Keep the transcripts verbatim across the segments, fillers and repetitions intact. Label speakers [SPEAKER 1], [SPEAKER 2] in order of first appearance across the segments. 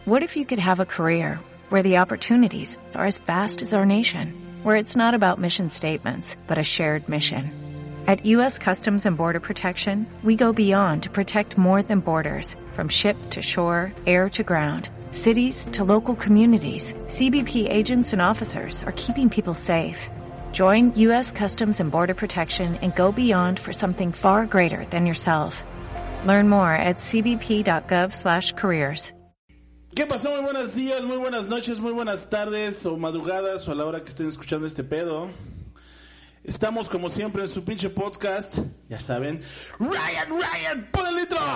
[SPEAKER 1] What if you could have a career where the opportunities are as vast as our nation, where it's not about mission statements, but a shared mission? At U S Customs and Border Protection, we go beyond to protect more than borders, from ship to shore, air to ground, cities to local communities. C B P agents and officers are keeping people safe. Join U S Customs and Border Protection and go beyond for something far greater than yourself. Learn more at c b p dot gov slash careers.
[SPEAKER 2] ¿Qué pasó? Muy buenos días, muy buenas noches, muy buenas tardes o madrugadas o a la hora que estén escuchando este pedo. Estamos como siempre en su pinche podcast, ya saben. Ryan, Ryan, pon el intro.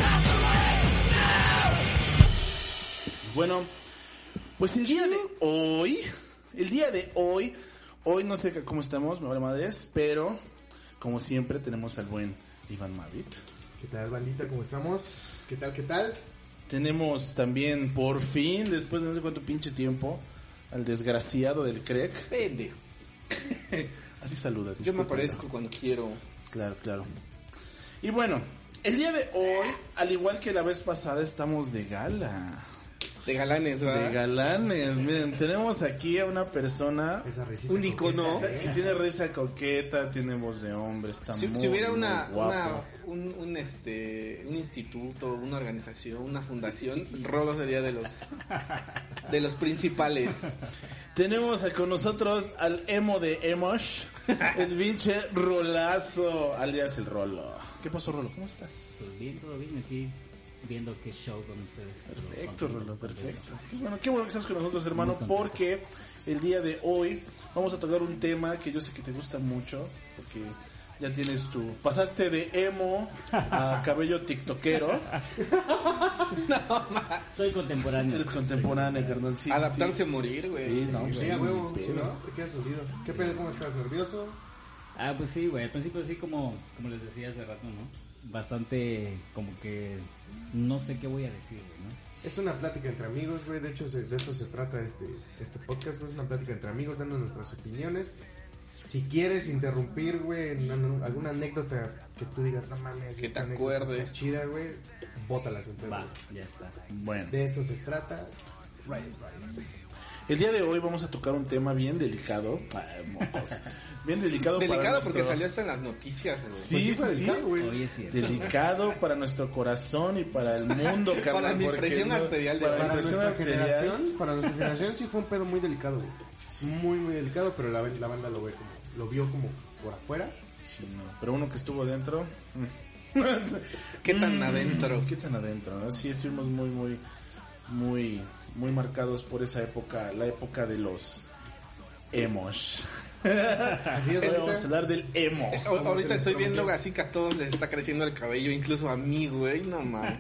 [SPEAKER 2] Bueno, pues el día de hoy, el día de hoy, hoy no sé cómo estamos, me vale madres, pero como siempre tenemos al buen Iván Mavit.
[SPEAKER 3] ¿Qué tal, bandita? ¿Cómo estamos? ¿Qué tal, qué tal?
[SPEAKER 2] Tenemos también, por fin, después de no sé cuánto pinche tiempo, al desgraciado del Craig.
[SPEAKER 4] Pendejo.
[SPEAKER 2] Así saluda.
[SPEAKER 4] Yo me aparezco cuando quiero.
[SPEAKER 2] Claro, claro. Y bueno, el día de hoy, al igual que la vez pasada, estamos de gala.
[SPEAKER 4] De galanes, ¿verdad?
[SPEAKER 2] De galanes. Miren, tenemos aquí a una persona,
[SPEAKER 4] un icono,
[SPEAKER 2] que tiene risa coqueta, tiene voz de hombre, está
[SPEAKER 4] si,
[SPEAKER 2] muy,
[SPEAKER 4] si hubiera una,
[SPEAKER 2] muy guapo.
[SPEAKER 4] una un, un este un instituto, una organización, una fundación, Rolo sería de los de los principales.
[SPEAKER 2] Tenemos con nosotros al emo de Emosh, el pinche Rolazo, alias el Rolo. ¿Qué pasó, Rolo? ¿Cómo estás?
[SPEAKER 5] Todo bien, todo bien aquí, viendo qué show con ustedes.
[SPEAKER 2] Perfecto, Rolo, perfecto. Bueno, qué bueno que estás con nosotros, hermano, porque el día de hoy vamos a tocar un tema que yo sé que te gusta mucho, porque ya tienes tu... Pasaste de emo a cabello tiktokero.
[SPEAKER 4] No,
[SPEAKER 5] soy contemporáneo.
[SPEAKER 2] Eres contemporáneo, carnal. Sí,
[SPEAKER 4] adaptarse
[SPEAKER 2] sí.
[SPEAKER 4] a morir, güey.
[SPEAKER 2] Sí, no,
[SPEAKER 3] Sí,
[SPEAKER 2] sí,
[SPEAKER 3] a huevo,
[SPEAKER 2] sí,
[SPEAKER 3] si no, te quedas hundido. ¿Qué pedo? ¿Cómo estás? ¿Nervioso?
[SPEAKER 5] Ah, pues sí, güey, al principio sí, como, como les decía hace rato, ¿no? Bastante como que no sé qué voy a decir, güey, ¿no?
[SPEAKER 3] Es una plática entre amigos, güey. De hecho, se, de esto se trata este, este podcast, güey. Es una plática entre amigos, dando nuestras opiniones. Si quieres interrumpir, güey, en una- alguna anécdota que tú digas, no mames,
[SPEAKER 4] Que
[SPEAKER 3] esta
[SPEAKER 4] te
[SPEAKER 3] anécdota
[SPEAKER 4] acuerdes.
[SPEAKER 3] está chida, güey, bótalas en
[SPEAKER 5] Va,
[SPEAKER 3] pedo.
[SPEAKER 5] ya está.
[SPEAKER 2] Bueno,
[SPEAKER 3] De esto se trata. Right, right.
[SPEAKER 2] el día de hoy vamos a tocar un tema bien delicado. Ay, mocos. Bien delicado, para
[SPEAKER 4] Delicado
[SPEAKER 2] nuestro...
[SPEAKER 4] porque salió hasta en las noticias, güey.
[SPEAKER 2] Sí,
[SPEAKER 3] Pues
[SPEAKER 2] sí,
[SPEAKER 3] fue
[SPEAKER 2] sí.
[SPEAKER 3] delicado, güey.
[SPEAKER 5] Oye, sí.
[SPEAKER 2] Delicado para nuestro corazón y para el mundo, carnal.
[SPEAKER 4] Para mi
[SPEAKER 2] porque
[SPEAKER 4] presión
[SPEAKER 2] no-
[SPEAKER 4] arterial de
[SPEAKER 2] para mi
[SPEAKER 3] Para
[SPEAKER 2] presión
[SPEAKER 3] nuestra
[SPEAKER 2] arterial.
[SPEAKER 3] generación, para nuestra generación sí fue un pedo muy delicado, güey. Muy, muy delicado, pero la, la banda lo ve como, lo vio como por afuera.
[SPEAKER 2] Sí, no, pero uno que estuvo dentro.
[SPEAKER 4] ¿Qué tan
[SPEAKER 2] Mm,
[SPEAKER 4] adentro?
[SPEAKER 2] ¿Qué tan adentro? ¿No? Sí, estuvimos muy, muy, muy, muy marcados por esa época, la época de los emos.
[SPEAKER 3] Así es,
[SPEAKER 2] Hoy
[SPEAKER 3] ahorita.
[SPEAKER 2] vamos a hablar del emo.
[SPEAKER 4] O-
[SPEAKER 3] Como se
[SPEAKER 4] ahorita
[SPEAKER 3] les
[SPEAKER 4] estoy
[SPEAKER 3] prometió.
[SPEAKER 4] viendo así que a todos les está creciendo el cabello, incluso a mí, güey, no mames.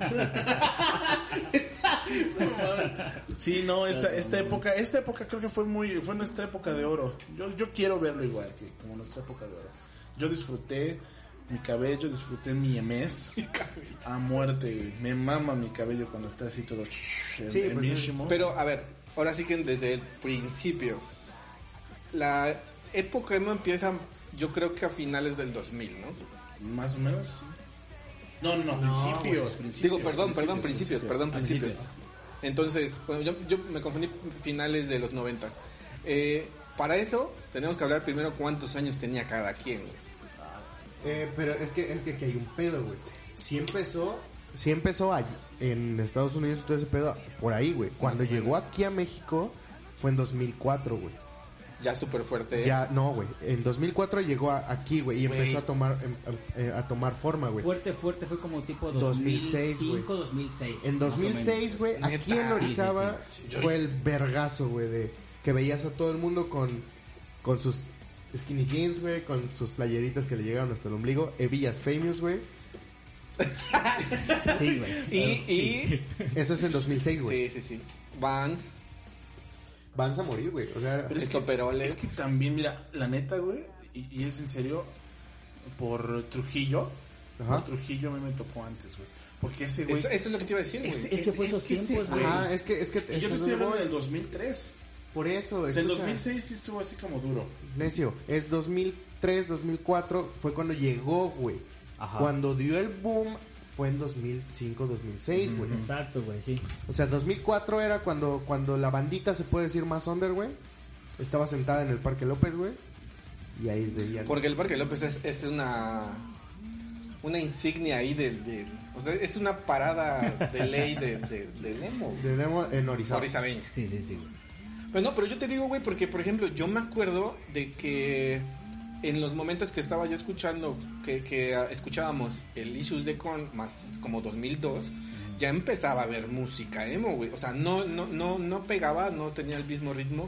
[SPEAKER 2] Sí, no, esta, esta época, esta época creo que fue muy, fue nuestra época de oro. Yo, yo quiero verlo igual que como nuestra época de oro. Yo disfruté mi cabello, disfruté mi emes a muerte, güey. Me mama mi cabello cuando está así todo
[SPEAKER 3] Sí, pues es-
[SPEAKER 2] emísimo.
[SPEAKER 4] Pero, a ver, ahora sí que desde el principio, la época emo empieza, yo creo que a finales del dos mil, ¿no?
[SPEAKER 2] Más o menos, sí. No, no, no,
[SPEAKER 3] No,
[SPEAKER 2] principios,
[SPEAKER 3] güey.
[SPEAKER 2] principios.
[SPEAKER 4] Digo, perdón, perdón, principios, perdón, principios.
[SPEAKER 5] Principios.
[SPEAKER 4] Entonces, bueno, yo, yo me confundí finales de los noventas. Eh, para eso, tenemos que hablar primero cuántos años tenía cada quien, güey.
[SPEAKER 3] Eh, pero es que es que aquí hay un pedo, güey. Sí empezó, sí empezó allí, en Estados Unidos y todo ese pedo por ahí, güey. Cuando llegó aquí a México fue en dos mil cuatro, güey.
[SPEAKER 4] Ya súper fuerte.
[SPEAKER 3] Ya no, güey. En dos mil cuatro llegó a- aquí, güey, y
[SPEAKER 4] Güey.
[SPEAKER 3] empezó a tomar em, em, eh, a tomar forma, güey.
[SPEAKER 5] Fuerte, fuerte fue como tipo
[SPEAKER 3] dos mil seis,
[SPEAKER 5] dos mil cinco, dos mil seis.
[SPEAKER 3] En dos mil seis, güey,
[SPEAKER 4] Neta.
[SPEAKER 3] aquí en Orizaba
[SPEAKER 5] Sí,
[SPEAKER 3] fue el vergazo, güey, de que veías a todo el mundo con, con sus skinny jeans, güey, con sus playeritas que le llegaban hasta el ombligo, hebillas famous, güey.
[SPEAKER 5] Sí, güey.
[SPEAKER 4] Y, y,
[SPEAKER 3] Eso es en dos mil seis, güey.
[SPEAKER 4] sí, sí, sí. Vans,
[SPEAKER 3] Van a morir, güey. O sea,
[SPEAKER 2] Pero es que,
[SPEAKER 4] estoperoles.
[SPEAKER 2] es que también, mira, la neta, güey, y, y es en serio, por Trujillo,
[SPEAKER 3] Ajá.
[SPEAKER 2] por Trujillo a mí me tocó antes, güey. Porque ese güey...
[SPEAKER 4] Eso, eso es lo que te iba a decir, güey.
[SPEAKER 2] ese-
[SPEAKER 5] Es que fue esos
[SPEAKER 2] que ese
[SPEAKER 5] tiempos,
[SPEAKER 2] güey-
[SPEAKER 3] ajá, es que es que
[SPEAKER 2] Y yo
[SPEAKER 3] eso
[SPEAKER 2] te
[SPEAKER 3] es
[SPEAKER 2] estoy
[SPEAKER 3] donde
[SPEAKER 2] hablando
[SPEAKER 3] voy.
[SPEAKER 2] del dos mil tres.
[SPEAKER 3] Por eso,
[SPEAKER 2] O sea, en
[SPEAKER 3] escucha,
[SPEAKER 2] dos mil seis sí estuvo así como duro.
[SPEAKER 3] necio, es dos mil tres, dos mil cuatro fue cuando llegó, güey.
[SPEAKER 5] Ajá.
[SPEAKER 3] Cuando dio el boom fue en dos mil cinco, dos mil seis, güey.
[SPEAKER 5] Exacto, güey, sí.
[SPEAKER 3] O sea, dos mil cuatro era cuando, cuando la bandita, se puede decir más under, güey. Estaba sentada en el Parque López, güey. Y ahí veían.
[SPEAKER 4] Porque el Parque López es, es una una insignia ahí del, del... O sea, es una parada de ley de, de, de emo.
[SPEAKER 3] De Nemo en Orizaba.
[SPEAKER 4] Orizabeña.
[SPEAKER 5] Sí, sí, sí, güey.
[SPEAKER 4] Pues no, pero yo te digo, güey, porque, por ejemplo, yo me acuerdo de que en los momentos que estaba yo escuchando, que, que uh, escuchábamos el Issues de Con, más como dos mil dos, ya empezaba a ver música emo, güey. O sea, no, no, no, no pegaba, no tenía el mismo ritmo,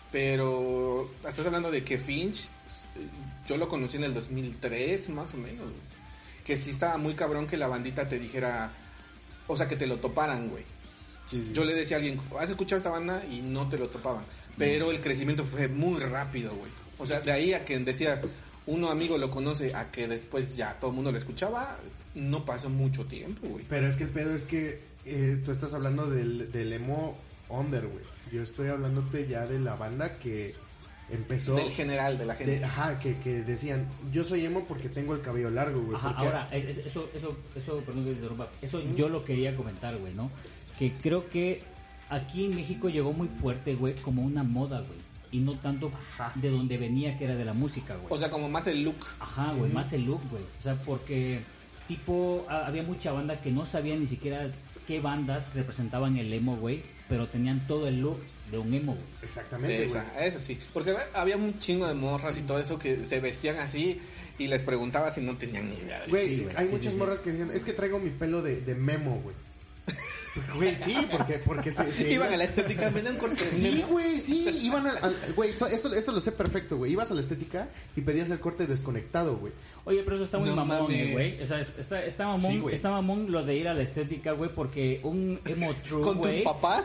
[SPEAKER 4] pero estás hablando de que Finch, yo lo conocí en el dos mil tres, más o menos, güey. Que sí estaba muy cabrón que la bandita te dijera, o sea, que te lo toparan, güey.
[SPEAKER 2] Sí, sí.
[SPEAKER 4] Yo le decía a alguien, ¿has escuchado esta banda? Y no te lo topaban. Pero el crecimiento fue muy rápido, güey. O sea, de ahí a que decías, uno amigo lo conoce, a que después ya todo el mundo lo escuchaba, no pasó mucho tiempo, güey.
[SPEAKER 3] Pero es que el pedo es que eh, tú estás hablando del, del emo under, güey. Yo estoy hablándote ya de la banda que empezó...
[SPEAKER 4] Del general, de la gente.
[SPEAKER 3] De, ajá, que, que decían, yo soy emo porque tengo el cabello largo, güey.
[SPEAKER 5] Ajá,
[SPEAKER 3] porque...
[SPEAKER 5] ahora, es- es- eso, eso, eso, perdón que te interrumpa, eso yo lo quería comentar, güey, ¿no? Que creo que aquí en México llegó muy fuerte, güey, como una moda, güey. Y no tanto de donde venía, que era de la música, güey.
[SPEAKER 4] O sea, como más el look.
[SPEAKER 5] Ajá, güey, más el look, güey. O sea, porque tipo, a- había mucha banda que no sabía ni siquiera qué bandas representaban el emo, güey, pero tenían todo el look de un emo, güey.
[SPEAKER 3] Exactamente, güey.
[SPEAKER 4] Esa, eso sí. Porque había un chingo de morras y todo eso que se vestían así y les preguntaba si no tenían ni idea. de-
[SPEAKER 3] Güey,
[SPEAKER 5] Sí, güey,
[SPEAKER 3] hay
[SPEAKER 5] sí,
[SPEAKER 3] muchas
[SPEAKER 5] sí, sí.
[SPEAKER 3] morras que dicen, es que traigo mi pelo de, de memo, güey. Güey, sí, porque, porque se, se-
[SPEAKER 4] Iban a la estética, me dan un corte de
[SPEAKER 3] Sí,
[SPEAKER 4] memo.
[SPEAKER 3] güey, sí, iban al... al- güey, to- esto, esto lo sé perfecto, güey. Ibas a la estética y pedías el corte desconectado, güey.
[SPEAKER 5] Oye, pero eso está muy
[SPEAKER 4] No
[SPEAKER 5] mamón,
[SPEAKER 4] mames.
[SPEAKER 5] eh, güey. O sea, está, está mamón,
[SPEAKER 3] Sí, güey.
[SPEAKER 5] está mamón lo de ir a la estética, güey, porque un emo true,
[SPEAKER 4] ¿Con tus
[SPEAKER 5] güey,
[SPEAKER 4] papás?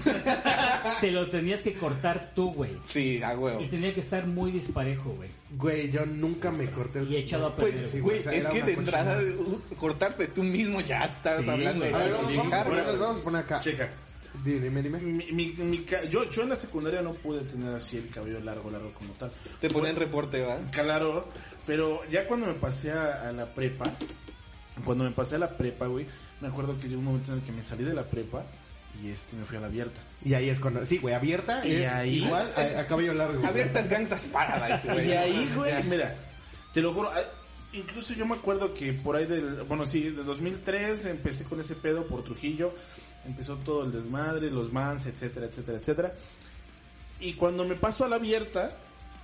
[SPEAKER 5] te lo tenías que cortar tú, güey.
[SPEAKER 4] Sí, a huevo.
[SPEAKER 5] Y tenía que estar muy disparejo, güey.
[SPEAKER 3] Güey, yo nunca me corté el...
[SPEAKER 5] Y echado a perder.
[SPEAKER 4] Pues,
[SPEAKER 3] Sí,
[SPEAKER 4] güey,
[SPEAKER 3] o sea,
[SPEAKER 4] es
[SPEAKER 3] era
[SPEAKER 4] que
[SPEAKER 3] una
[SPEAKER 4] de entrada,
[SPEAKER 3] cochinada.
[SPEAKER 4] uh, cortarte tú mismo ya estás
[SPEAKER 5] Sí,
[SPEAKER 4] hablando
[SPEAKER 5] güey.
[SPEAKER 4] de
[SPEAKER 3] A ver, vamos, vamos a
[SPEAKER 4] dejar,
[SPEAKER 3] poner,
[SPEAKER 4] güey.
[SPEAKER 3] vamos a poner acá.
[SPEAKER 2] Checa.
[SPEAKER 3] Dime, dime.
[SPEAKER 2] Mi, mi, mi ca- yo, yo en la secundaria no pude tener así el cabello largo, largo como tal.
[SPEAKER 4] Te ponen reporte, ¿va?
[SPEAKER 2] Claro, pero ya cuando me pasé a, a la prepa, cuando me pasé a la prepa, güey, me acuerdo que llegó un momento en el que me salí de la prepa y este me fui a la abierta.
[SPEAKER 3] Y ahí es cuando... Sí, güey, abierta
[SPEAKER 2] Y
[SPEAKER 3] es
[SPEAKER 2] ahí-
[SPEAKER 3] igual a, a cabello largo. güey.
[SPEAKER 4] Abiertas Gangstas Paradise, güey.
[SPEAKER 2] Y ahí, güey, mira, te lo juro, ay, incluso yo me acuerdo que por ahí del, bueno, sí, de dos mil tres empecé con ese pedo por Trujillo, empezó todo el desmadre, los mans, etcétera, etcétera, etcétera. Y cuando me paso a la abierta,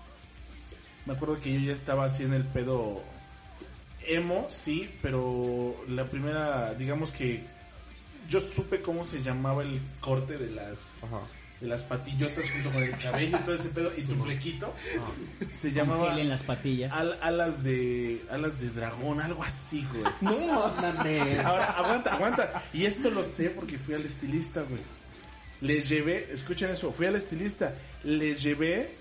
[SPEAKER 2] me acuerdo que yo ya estaba así en el pedo emo, sí, pero la primera, digamos que yo supe cómo se llamaba el corte de las
[SPEAKER 3] Ajá.
[SPEAKER 2] de las patillotas junto con el cabello y todo ese pedo y tu flequito se llamaba
[SPEAKER 5] Con gel en las patillas.
[SPEAKER 2] al- alas de alas de dragón, algo así, güey.
[SPEAKER 3] No, mames.
[SPEAKER 2] Ahora, aguanta, aguanta. Y esto lo sé porque fui al estilista, güey. Les llevé, escuchen eso, fui al estilista, les llevé...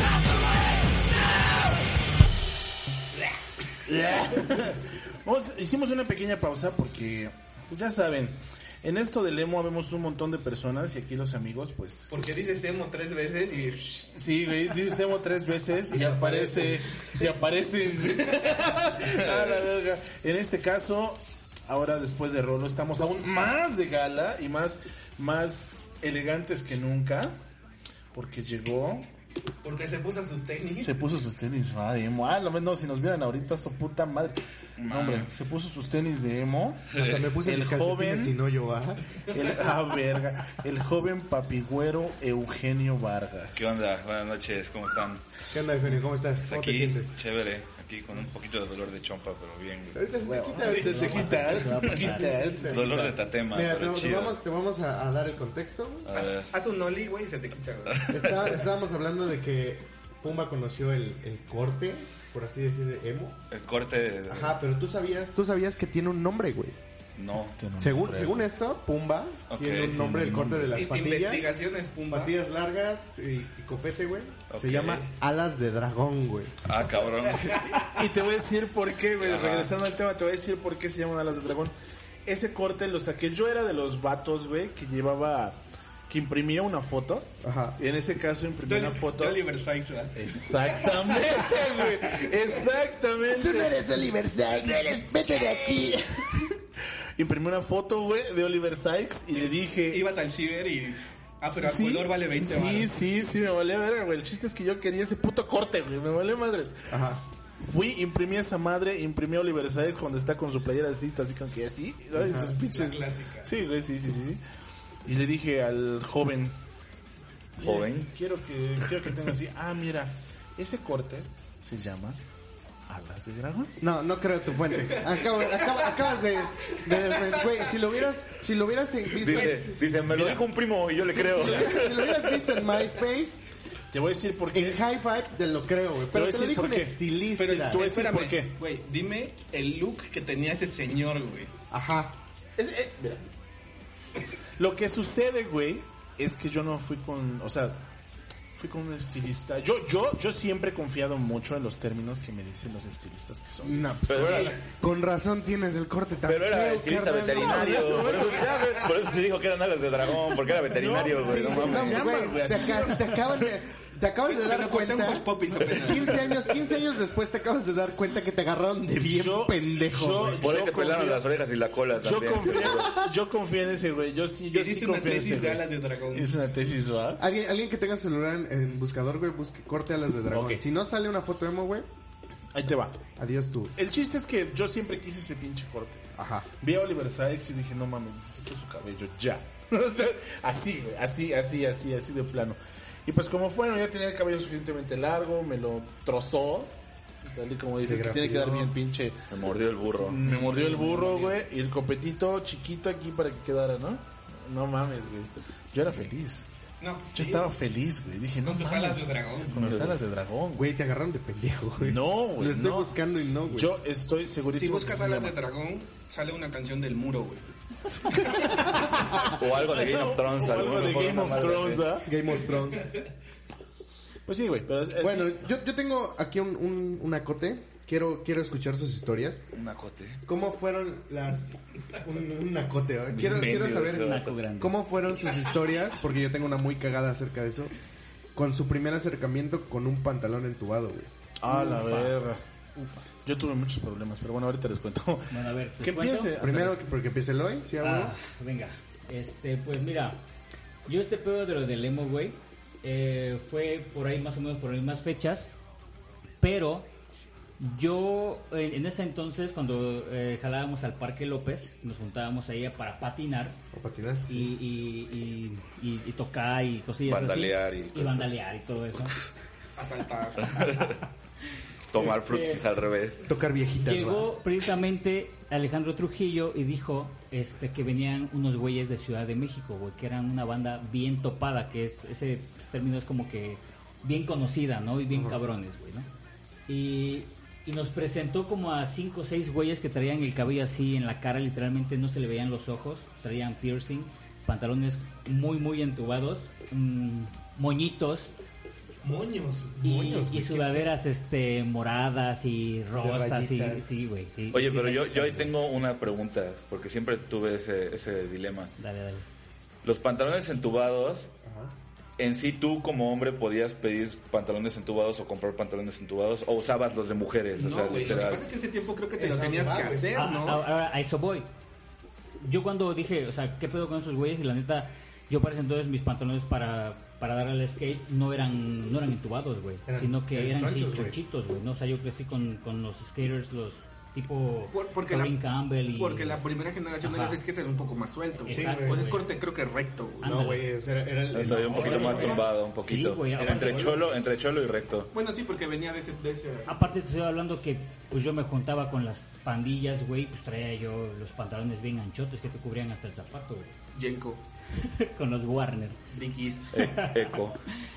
[SPEAKER 2] Vamos, hicimos una pequeña pausa porque, pues ya saben, en esto del emo habemos un montón de personas y aquí los amigos, pues...
[SPEAKER 4] Porque dices emo tres veces y...
[SPEAKER 2] Sí, güey, dices emo tres veces y aparece, y aparece... A la verga. En este caso, ahora después de Rolo, estamos aún más de gala y más, más elegantes que nunca, porque llegó,
[SPEAKER 4] Porque se puso sus tenis.
[SPEAKER 2] se puso sus tenis, madre, emo. Ah, lo menos si nos vieran ahorita, su puta madre. No, hombre, se puso sus tenis de emo.
[SPEAKER 3] Hasta me puse
[SPEAKER 2] el
[SPEAKER 3] mis calcetines
[SPEAKER 2] joven,
[SPEAKER 3] y no yo, ah.
[SPEAKER 2] el, ah, verga, el joven papigüero Eugenio Vargas.
[SPEAKER 6] ¿Qué onda? Buenas noches, ¿cómo están?
[SPEAKER 3] ¿Qué onda, Eugenio? ¿Cómo estás? ¿Cómo te
[SPEAKER 6] Aquí,
[SPEAKER 3] sientes?
[SPEAKER 6] chévere, aquí con un poquito de dolor de chompa, pero bien. güey.
[SPEAKER 3] Ahorita se te quita,
[SPEAKER 2] Se,
[SPEAKER 3] ahorita
[SPEAKER 2] se quita, se quita.
[SPEAKER 6] Dolor de tatema,
[SPEAKER 3] Mira, te,
[SPEAKER 6] pero
[SPEAKER 3] te
[SPEAKER 6] chido.
[SPEAKER 3] vamos, te vamos a, a dar el contexto.
[SPEAKER 6] A ver,
[SPEAKER 4] Haz un noli, güey, y se te quita, güey.
[SPEAKER 3] Está- estábamos hablando de que Pumba conoció el, el corte, por así decir, emo.
[SPEAKER 6] el corte de...
[SPEAKER 3] Ajá, pero tú sabías, tú sabías que tiene un nombre, güey.
[SPEAKER 6] No.
[SPEAKER 3] Según, según esto, Pumba
[SPEAKER 6] Ok,
[SPEAKER 3] tiene un nombre, el
[SPEAKER 2] tiene un
[SPEAKER 3] corte de las
[SPEAKER 4] In-
[SPEAKER 3] patillas.
[SPEAKER 4] Investigaciones, pumba.
[SPEAKER 3] Patillas largas y, y copete, güey.
[SPEAKER 6] Ok.
[SPEAKER 3] Se llama alas de dragón, güey.
[SPEAKER 6] Ah, cabrón.
[SPEAKER 2] Y te voy a decir por qué, güey.
[SPEAKER 6] Ajá.
[SPEAKER 2] Regresando al tema, te voy a decir por qué se llaman alas de dragón. Ese corte lo saqué. Yo era de los vatos, güey, que llevaba... Que imprimía una foto.
[SPEAKER 3] Ajá.
[SPEAKER 2] Y en ese caso imprimía una foto.
[SPEAKER 4] De Oliver Sykes, ¿verdad?
[SPEAKER 2] Exactamente, güey. Exactamente.
[SPEAKER 3] eres Oliver Sykes. Vete de aquí.
[SPEAKER 2] imprimí una foto, güey, de Oliver Sykes y le dije...
[SPEAKER 4] Ibas al ciber y... Ah, pero
[SPEAKER 2] sí,
[SPEAKER 4] el color vale veinte
[SPEAKER 2] Sí,
[SPEAKER 4] baros.
[SPEAKER 2] sí, sí, me valía verga, güey. El chiste es que yo quería ese puto corte, güey. Me valía madres.
[SPEAKER 3] Ajá.
[SPEAKER 2] Fui, imprimí esa madre, imprimí a Oliver Sykes cuando está con su playera así, así con que así, ¿no? Y sus pinches...
[SPEAKER 4] la clásica.
[SPEAKER 2] Sí, güey, sí, sí, sí. Y le dije al joven...
[SPEAKER 6] Joven.
[SPEAKER 2] Quiero que, quiero que tenga así... Ah, mira, ese corte se llama... ¿Alas de dragón?
[SPEAKER 3] No, no creo tu fuente. Acabo, acaba- acabas de, de, güey, si lo hubieras, si lo hubieras visto,
[SPEAKER 6] Dice, dice, me lo dijo un primo y yo le creo.
[SPEAKER 3] si, lo hubieras, si lo hubieras visto en MySpace,
[SPEAKER 2] Te voy a decir por
[SPEAKER 3] en
[SPEAKER 2] qué.
[SPEAKER 3] High Five te lo creo, güey.
[SPEAKER 2] Te
[SPEAKER 3] Pero
[SPEAKER 2] voy a
[SPEAKER 3] te lo
[SPEAKER 2] decir
[SPEAKER 3] dijo
[SPEAKER 2] por
[SPEAKER 3] un
[SPEAKER 2] qué.
[SPEAKER 3] estilista.
[SPEAKER 4] Pero
[SPEAKER 2] Te voy a decir
[SPEAKER 4] espérame,
[SPEAKER 2] por qué.
[SPEAKER 4] güey, dime el look que tenía ese señor, güey.
[SPEAKER 3] Ajá.
[SPEAKER 2] Es- eh, mira. Lo que sucede, güey, es que yo no fui con, o sea, fui con un estilista. Yo, yo, yo siempre he confiado mucho en los términos que me dicen los estilistas que son.
[SPEAKER 3] No, pues,
[SPEAKER 6] Pero
[SPEAKER 3] güey,
[SPEAKER 6] era-
[SPEAKER 3] con razón tienes el corte tan
[SPEAKER 6] Pero era
[SPEAKER 3] feo,
[SPEAKER 6] estilista
[SPEAKER 3] carnal.
[SPEAKER 6] veterinario.
[SPEAKER 2] No,
[SPEAKER 6] Por eso,
[SPEAKER 2] ya, güey.
[SPEAKER 6] por eso te dijo que eran alas de dragón, porque era veterinario,
[SPEAKER 2] No,
[SPEAKER 6] güey.
[SPEAKER 2] sí,
[SPEAKER 6] No
[SPEAKER 2] sí,
[SPEAKER 6] mames.
[SPEAKER 2] se
[SPEAKER 3] No,
[SPEAKER 2] llama,
[SPEAKER 3] güey,
[SPEAKER 2] güey,
[SPEAKER 3] te,
[SPEAKER 2] así
[SPEAKER 3] aca- te acaban de... Te acabas de
[SPEAKER 4] Se
[SPEAKER 3] dar
[SPEAKER 4] lo corté en
[SPEAKER 3] cuenta.
[SPEAKER 4] Hush Puppies apenas.
[SPEAKER 3] quince años, quince años después te acabas de dar cuenta que te agarraron de bien
[SPEAKER 2] Yo-
[SPEAKER 3] pendejo.
[SPEAKER 2] yo-
[SPEAKER 3] güey.
[SPEAKER 6] Por ahí
[SPEAKER 2] Yo
[SPEAKER 6] te pelaron
[SPEAKER 2] confío-
[SPEAKER 6] las orejas y la cola
[SPEAKER 2] Yo
[SPEAKER 6] también.
[SPEAKER 2] confío, yo confío en ese, güey. Yo sí, yo sí
[SPEAKER 4] Hiciste una
[SPEAKER 2] confío en ese,
[SPEAKER 4] tesis de
[SPEAKER 2] güey.
[SPEAKER 4] alas de dragón.
[SPEAKER 2] Es una tesis, ¿va?
[SPEAKER 3] Alguien, alguien que tenga celular en, en buscador, güey, busque corte alas de dragón.
[SPEAKER 2] Ok.
[SPEAKER 3] Si no sale una foto emo, güey,
[SPEAKER 2] Ahí te va.
[SPEAKER 3] adiós tú.
[SPEAKER 2] El chiste es que yo siempre quise ese pinche corte.
[SPEAKER 3] Ajá.
[SPEAKER 2] Vi a Oliver Sykes y dije, no mames, necesito su cabello ya. O sea, así, güey, así, así, así, así de plano. Y pues como bueno, ya tenía el cabello suficientemente largo, me lo trozó. Tal y como dices,
[SPEAKER 3] Se
[SPEAKER 2] que tiene que dar
[SPEAKER 3] grafió.
[SPEAKER 2] bien pinche.
[SPEAKER 6] Me mordió el burro.
[SPEAKER 2] Me mordió el burro, güey, y el copetito chiquito aquí para que quedara, ¿no? No mames, güey. Yo era feliz.
[SPEAKER 4] No,
[SPEAKER 2] Yo
[SPEAKER 4] sí.
[SPEAKER 2] estaba feliz, güey. Dije, no
[SPEAKER 4] Con tus
[SPEAKER 2] mames.
[SPEAKER 4] alas de dragón.
[SPEAKER 2] Con mis alas de dragón, güey.
[SPEAKER 3] Güey, te agarraron de pendejo, güey.
[SPEAKER 2] No, güey,
[SPEAKER 3] Lo estoy
[SPEAKER 2] no.
[SPEAKER 3] buscando y no, güey.
[SPEAKER 2] Yo estoy
[SPEAKER 4] Si
[SPEAKER 2] segurísimo
[SPEAKER 4] buscas
[SPEAKER 2] que se
[SPEAKER 4] alas de
[SPEAKER 2] llama.
[SPEAKER 4] dragón, sale una canción del muro, güey.
[SPEAKER 6] O algo de Game of Thrones.
[SPEAKER 2] O algo de
[SPEAKER 6] mejor,
[SPEAKER 2] Game
[SPEAKER 6] una
[SPEAKER 2] of
[SPEAKER 6] madre
[SPEAKER 2] Thrones,
[SPEAKER 6] así.
[SPEAKER 2] ¿verdad?
[SPEAKER 3] Game of Thrones.
[SPEAKER 2] Pues sí, güey. Pero es-
[SPEAKER 3] Bueno, yo, yo tengo aquí un, un, un acote. Quiero, quiero escuchar sus historias.
[SPEAKER 6] Un acote.
[SPEAKER 3] ¿Cómo fueron las... Un, un acote, ¿eh? Quiero, quiero
[SPEAKER 6] Mendigo ese
[SPEAKER 3] saber
[SPEAKER 6] vato.
[SPEAKER 5] Naco grande.
[SPEAKER 3] cómo fueron sus historias, porque yo tengo una muy cagada acerca de eso. Con su primer acercamiento con un pantalón entubado, güey.
[SPEAKER 2] Ah, la verga. Yo tuve muchos problemas, pero bueno, ahorita les cuento.
[SPEAKER 5] Bueno, a ver, ¿te
[SPEAKER 2] Que
[SPEAKER 5] cuento?
[SPEAKER 2] empiece.
[SPEAKER 3] Primero, porque empiece el hoy, ¿sí, abuelo?
[SPEAKER 5] Ah, venga. Este, pues mira, yo este pedo de lo del emo, güey, eh, fue por ahí más o menos por las mismas fechas, pero yo en, en ese entonces cuando eh, jalábamos al Parque López, nos juntábamos ahí para patinar
[SPEAKER 3] ¿O patinar?
[SPEAKER 5] y, y, y, y- y tocar y cosillas
[SPEAKER 6] Vandalear
[SPEAKER 5] así.
[SPEAKER 6] y
[SPEAKER 5] y
[SPEAKER 6] cosas.
[SPEAKER 5] vandalear y todo eso.
[SPEAKER 4] Asaltar.
[SPEAKER 6] Tomar
[SPEAKER 5] Este-
[SPEAKER 6] frutsis al revés.
[SPEAKER 3] Tocar viejitas,
[SPEAKER 5] Llegó precisamente Alejandro Trujillo y dijo este que venían unos güeyes de Ciudad de México, güey, que eran una banda bien topada, que es ese término es como que bien conocida, ¿no? Y bien cabrones, güey, ¿no? Y, y nos presentó como a cinco o seis güeyes que traían el cabello así en la cara, literalmente no se le veían los ojos, traían piercing, pantalones muy, muy entubados, mm, moñitos,
[SPEAKER 4] Moños.
[SPEAKER 5] y,
[SPEAKER 3] Moños,
[SPEAKER 5] y
[SPEAKER 3] güey,
[SPEAKER 5] sudaderas este moradas y rosas y
[SPEAKER 3] rayitas.
[SPEAKER 5] sí, güey. y-
[SPEAKER 6] Oye,
[SPEAKER 5] y
[SPEAKER 6] pero yo, yo ahí
[SPEAKER 5] rayitas,
[SPEAKER 6] tengo una pregunta, porque siempre tuve ese, ese dilema.
[SPEAKER 5] güey. Dale, dale.
[SPEAKER 6] Los pantalones entubados,
[SPEAKER 3] Ajá.
[SPEAKER 6] en sí tú como hombre podías pedir pantalones entubados o comprar pantalones entubados, o usabas los de mujeres, o
[SPEAKER 4] No,
[SPEAKER 6] sea,
[SPEAKER 4] güey, lo que
[SPEAKER 6] literal.
[SPEAKER 4] pasa es que ese tiempo creo que te lo
[SPEAKER 3] Esa
[SPEAKER 4] tenías
[SPEAKER 3] mamá,
[SPEAKER 4] que
[SPEAKER 3] güey.
[SPEAKER 4] hacer,
[SPEAKER 5] Ah,
[SPEAKER 4] ¿no?
[SPEAKER 5] Ahora a eso voy. Yo cuando dije, o sea, ¿qué pedo con esos güeyes? Y la neta, yo para ese entonces mis pantalones para, para dar al skate no eran no eran entubados, güey.
[SPEAKER 3] Eran-
[SPEAKER 5] Sino que
[SPEAKER 3] eran
[SPEAKER 5] eran así
[SPEAKER 3] chonchos, güey.
[SPEAKER 5] chonchitos, güey. ¿No? O sea, yo crecí con, con los skaters, los tipo
[SPEAKER 4] Por- porque,
[SPEAKER 5] Colin
[SPEAKER 4] la,
[SPEAKER 5] Campbell y...
[SPEAKER 4] porque la primera generación
[SPEAKER 5] Ajá.
[SPEAKER 4] de los skates es un poco más suelto. güey.
[SPEAKER 5] Exacto,
[SPEAKER 4] O sea, es
[SPEAKER 5] güey.
[SPEAKER 4] corte creo que recto. güey.
[SPEAKER 5] Ándale.
[SPEAKER 3] No, güey, o sea, era el... el-
[SPEAKER 6] Todavía un poquito más
[SPEAKER 5] Ahora,
[SPEAKER 6] tumbado, un poquito.
[SPEAKER 5] Sí, güey,
[SPEAKER 6] entre
[SPEAKER 5] aparte-
[SPEAKER 6] cholo, entre cholo y recto.
[SPEAKER 4] Bueno, sí, porque venía de ese... De ese
[SPEAKER 5] Aparte te estoy hablando que pues yo me juntaba con las pandillas, güey, pues traía yo los pantalones bien anchotes que te cubrían hasta el zapato, güey.
[SPEAKER 4] Jenko,
[SPEAKER 5] Con los Warner.
[SPEAKER 4] Dickies.
[SPEAKER 6] E- eco.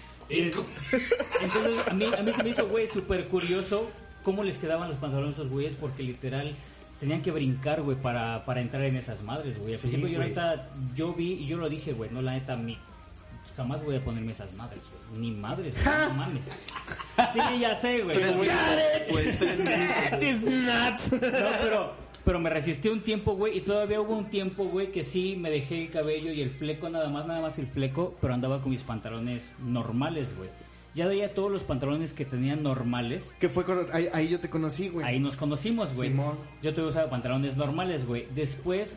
[SPEAKER 5] Entonces, a mí, a mí se me hizo, güey, súper curioso cómo les quedaban los pantalones a esos güeyes, porque literal tenían que brincar, güey, para, para entrar en esas madres, güey. Al
[SPEAKER 3] Sí,
[SPEAKER 5] principio yo,
[SPEAKER 3] güey.
[SPEAKER 5] neta, yo vi y yo lo dije, güey, no, la neta, mi, jamás voy a ponerme esas madres, güey. Ni madres, güey, no mames. Sí, ya sé, güey.
[SPEAKER 4] Tres
[SPEAKER 5] No,
[SPEAKER 4] minutos. Pues tres minutos.
[SPEAKER 2] It's nuts.
[SPEAKER 5] no, pero, pero me resistí un tiempo, güey, y todavía hubo un tiempo, güey, que sí me dejé el cabello y el fleco, nada más, nada más el fleco, pero andaba con mis pantalones normales, güey. Ya veía todos los pantalones que tenían normales.
[SPEAKER 3] Que fue cuando... Ahí, ahí yo te conocí, güey.
[SPEAKER 5] Ahí nos conocimos, güey.
[SPEAKER 3] Simón.
[SPEAKER 5] Yo te usaba pantalones normales, güey. Después,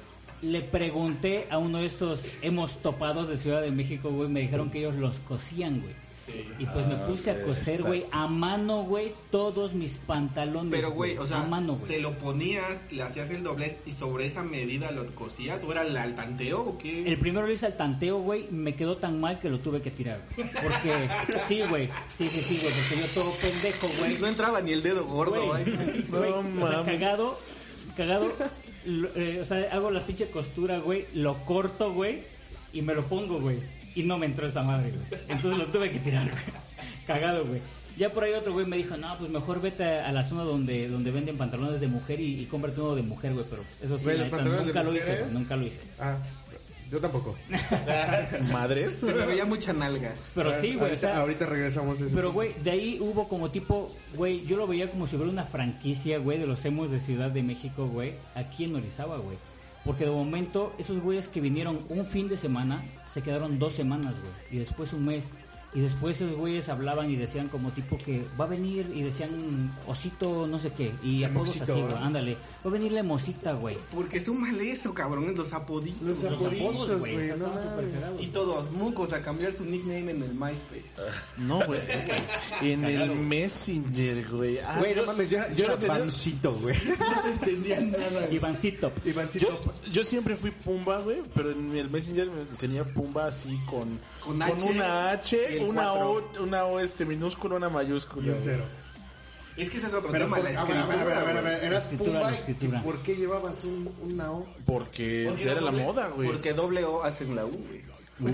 [SPEAKER 5] le pregunté a uno de estos hemos topados de Ciudad de México, güey, me dijeron que ellos los cosían, güey. Sí. Y pues me puse a coser, güey, a mano, güey, todos mis pantalones.
[SPEAKER 4] Pero, güey, o sea,
[SPEAKER 5] a mano, güey.
[SPEAKER 4] ¿te lo ponías, le hacías el doblez y sobre esa medida lo cosías? ¿O era el al tanteo o qué?
[SPEAKER 5] El primero lo hice al tanteo, güey, me quedó tan mal que lo tuve que tirar. Porque, sí, güey, sí, sí, sí, güey, porque yo todo pendejo, güey.
[SPEAKER 4] No entraba ni el dedo gordo, güey.
[SPEAKER 5] No, o sea, cagado, cagado, lo, eh, o sea, hago la pinche costura, güey, lo corto, güey, y me lo pongo, güey. Y no me entró esa madre, güey. Entonces lo tuve que tirar, güey. Cagado, güey. Ya por ahí otro güey me dijo, no, pues mejor vete a, a la zona donde donde venden pantalones de mujer y, y cómprate uno de mujer, güey. Pero eso sí,
[SPEAKER 3] Güey, los
[SPEAKER 5] neta,
[SPEAKER 3] pantalones
[SPEAKER 5] nunca
[SPEAKER 3] de
[SPEAKER 5] lo hice,
[SPEAKER 3] mujeres.
[SPEAKER 5] güey, nunca lo hice.
[SPEAKER 3] Ah, yo tampoco.
[SPEAKER 2] Madres.
[SPEAKER 4] Se me veía mucha nalga.
[SPEAKER 5] Pero sí, güey, o
[SPEAKER 3] Ahorita,
[SPEAKER 5] sea,
[SPEAKER 3] ahorita regresamos a eso.
[SPEAKER 5] pero, güey, de ahí hubo como tipo, güey, yo lo veía como si hubiera una franquicia, güey, de los emos de Ciudad de México, güey, aquí en Orizaba, güey. Porque de momento, esos güeyes que vinieron un fin de semana, se quedaron dos semanas, güey. Y después un mes. Y después esos güeyes hablaban y decían como tipo que va a venir y decían osito no sé qué. Y apodos
[SPEAKER 3] Mosito,
[SPEAKER 5] así, güey,
[SPEAKER 3] ¿eh?
[SPEAKER 5] ándale. Va a venir la mosita, güey.
[SPEAKER 4] Porque son mal eso, cabrón, los apoditos.
[SPEAKER 3] Los
[SPEAKER 5] Los
[SPEAKER 3] apoditos,
[SPEAKER 5] apodos,
[SPEAKER 3] güey,
[SPEAKER 5] güey,
[SPEAKER 3] no
[SPEAKER 5] estaban
[SPEAKER 3] mames.
[SPEAKER 5] súper cagados.
[SPEAKER 4] Y todos mucos a cambiar su nickname en el MySpace.
[SPEAKER 2] No, güey. En el Messenger, güey. Ah,
[SPEAKER 3] Güey, no
[SPEAKER 2] yo-
[SPEAKER 3] mames, yo era,
[SPEAKER 2] yo
[SPEAKER 3] yo era
[SPEAKER 2] era tener-
[SPEAKER 3] Ivancito, güey.
[SPEAKER 4] No se entendía nada.
[SPEAKER 5] Ivancito.
[SPEAKER 3] Ivancito.
[SPEAKER 2] Yo, yo siempre fui Pumba, güey, pero en el Messenger tenía Pumba así con,
[SPEAKER 4] Con H
[SPEAKER 2] una
[SPEAKER 4] y
[SPEAKER 2] H,
[SPEAKER 4] el
[SPEAKER 2] una O,
[SPEAKER 4] cuatro.
[SPEAKER 2] una O este minúscula, una mayúscula.
[SPEAKER 3] Y un
[SPEAKER 2] güey.
[SPEAKER 3] cero.
[SPEAKER 4] Es que ese es otro
[SPEAKER 3] Pero
[SPEAKER 4] tema,
[SPEAKER 3] por-
[SPEAKER 4] la
[SPEAKER 3] a ver, a ver, a ver, a ver, a ver, eras
[SPEAKER 5] La escritura,
[SPEAKER 3] Pumba,
[SPEAKER 5] la escritura.
[SPEAKER 3] ¿y por qué llevabas un, una O?
[SPEAKER 2] Porque,
[SPEAKER 4] Porque
[SPEAKER 2] era la
[SPEAKER 4] doble-
[SPEAKER 2] moda, güey.
[SPEAKER 4] Porque doble O hacen la U, güey.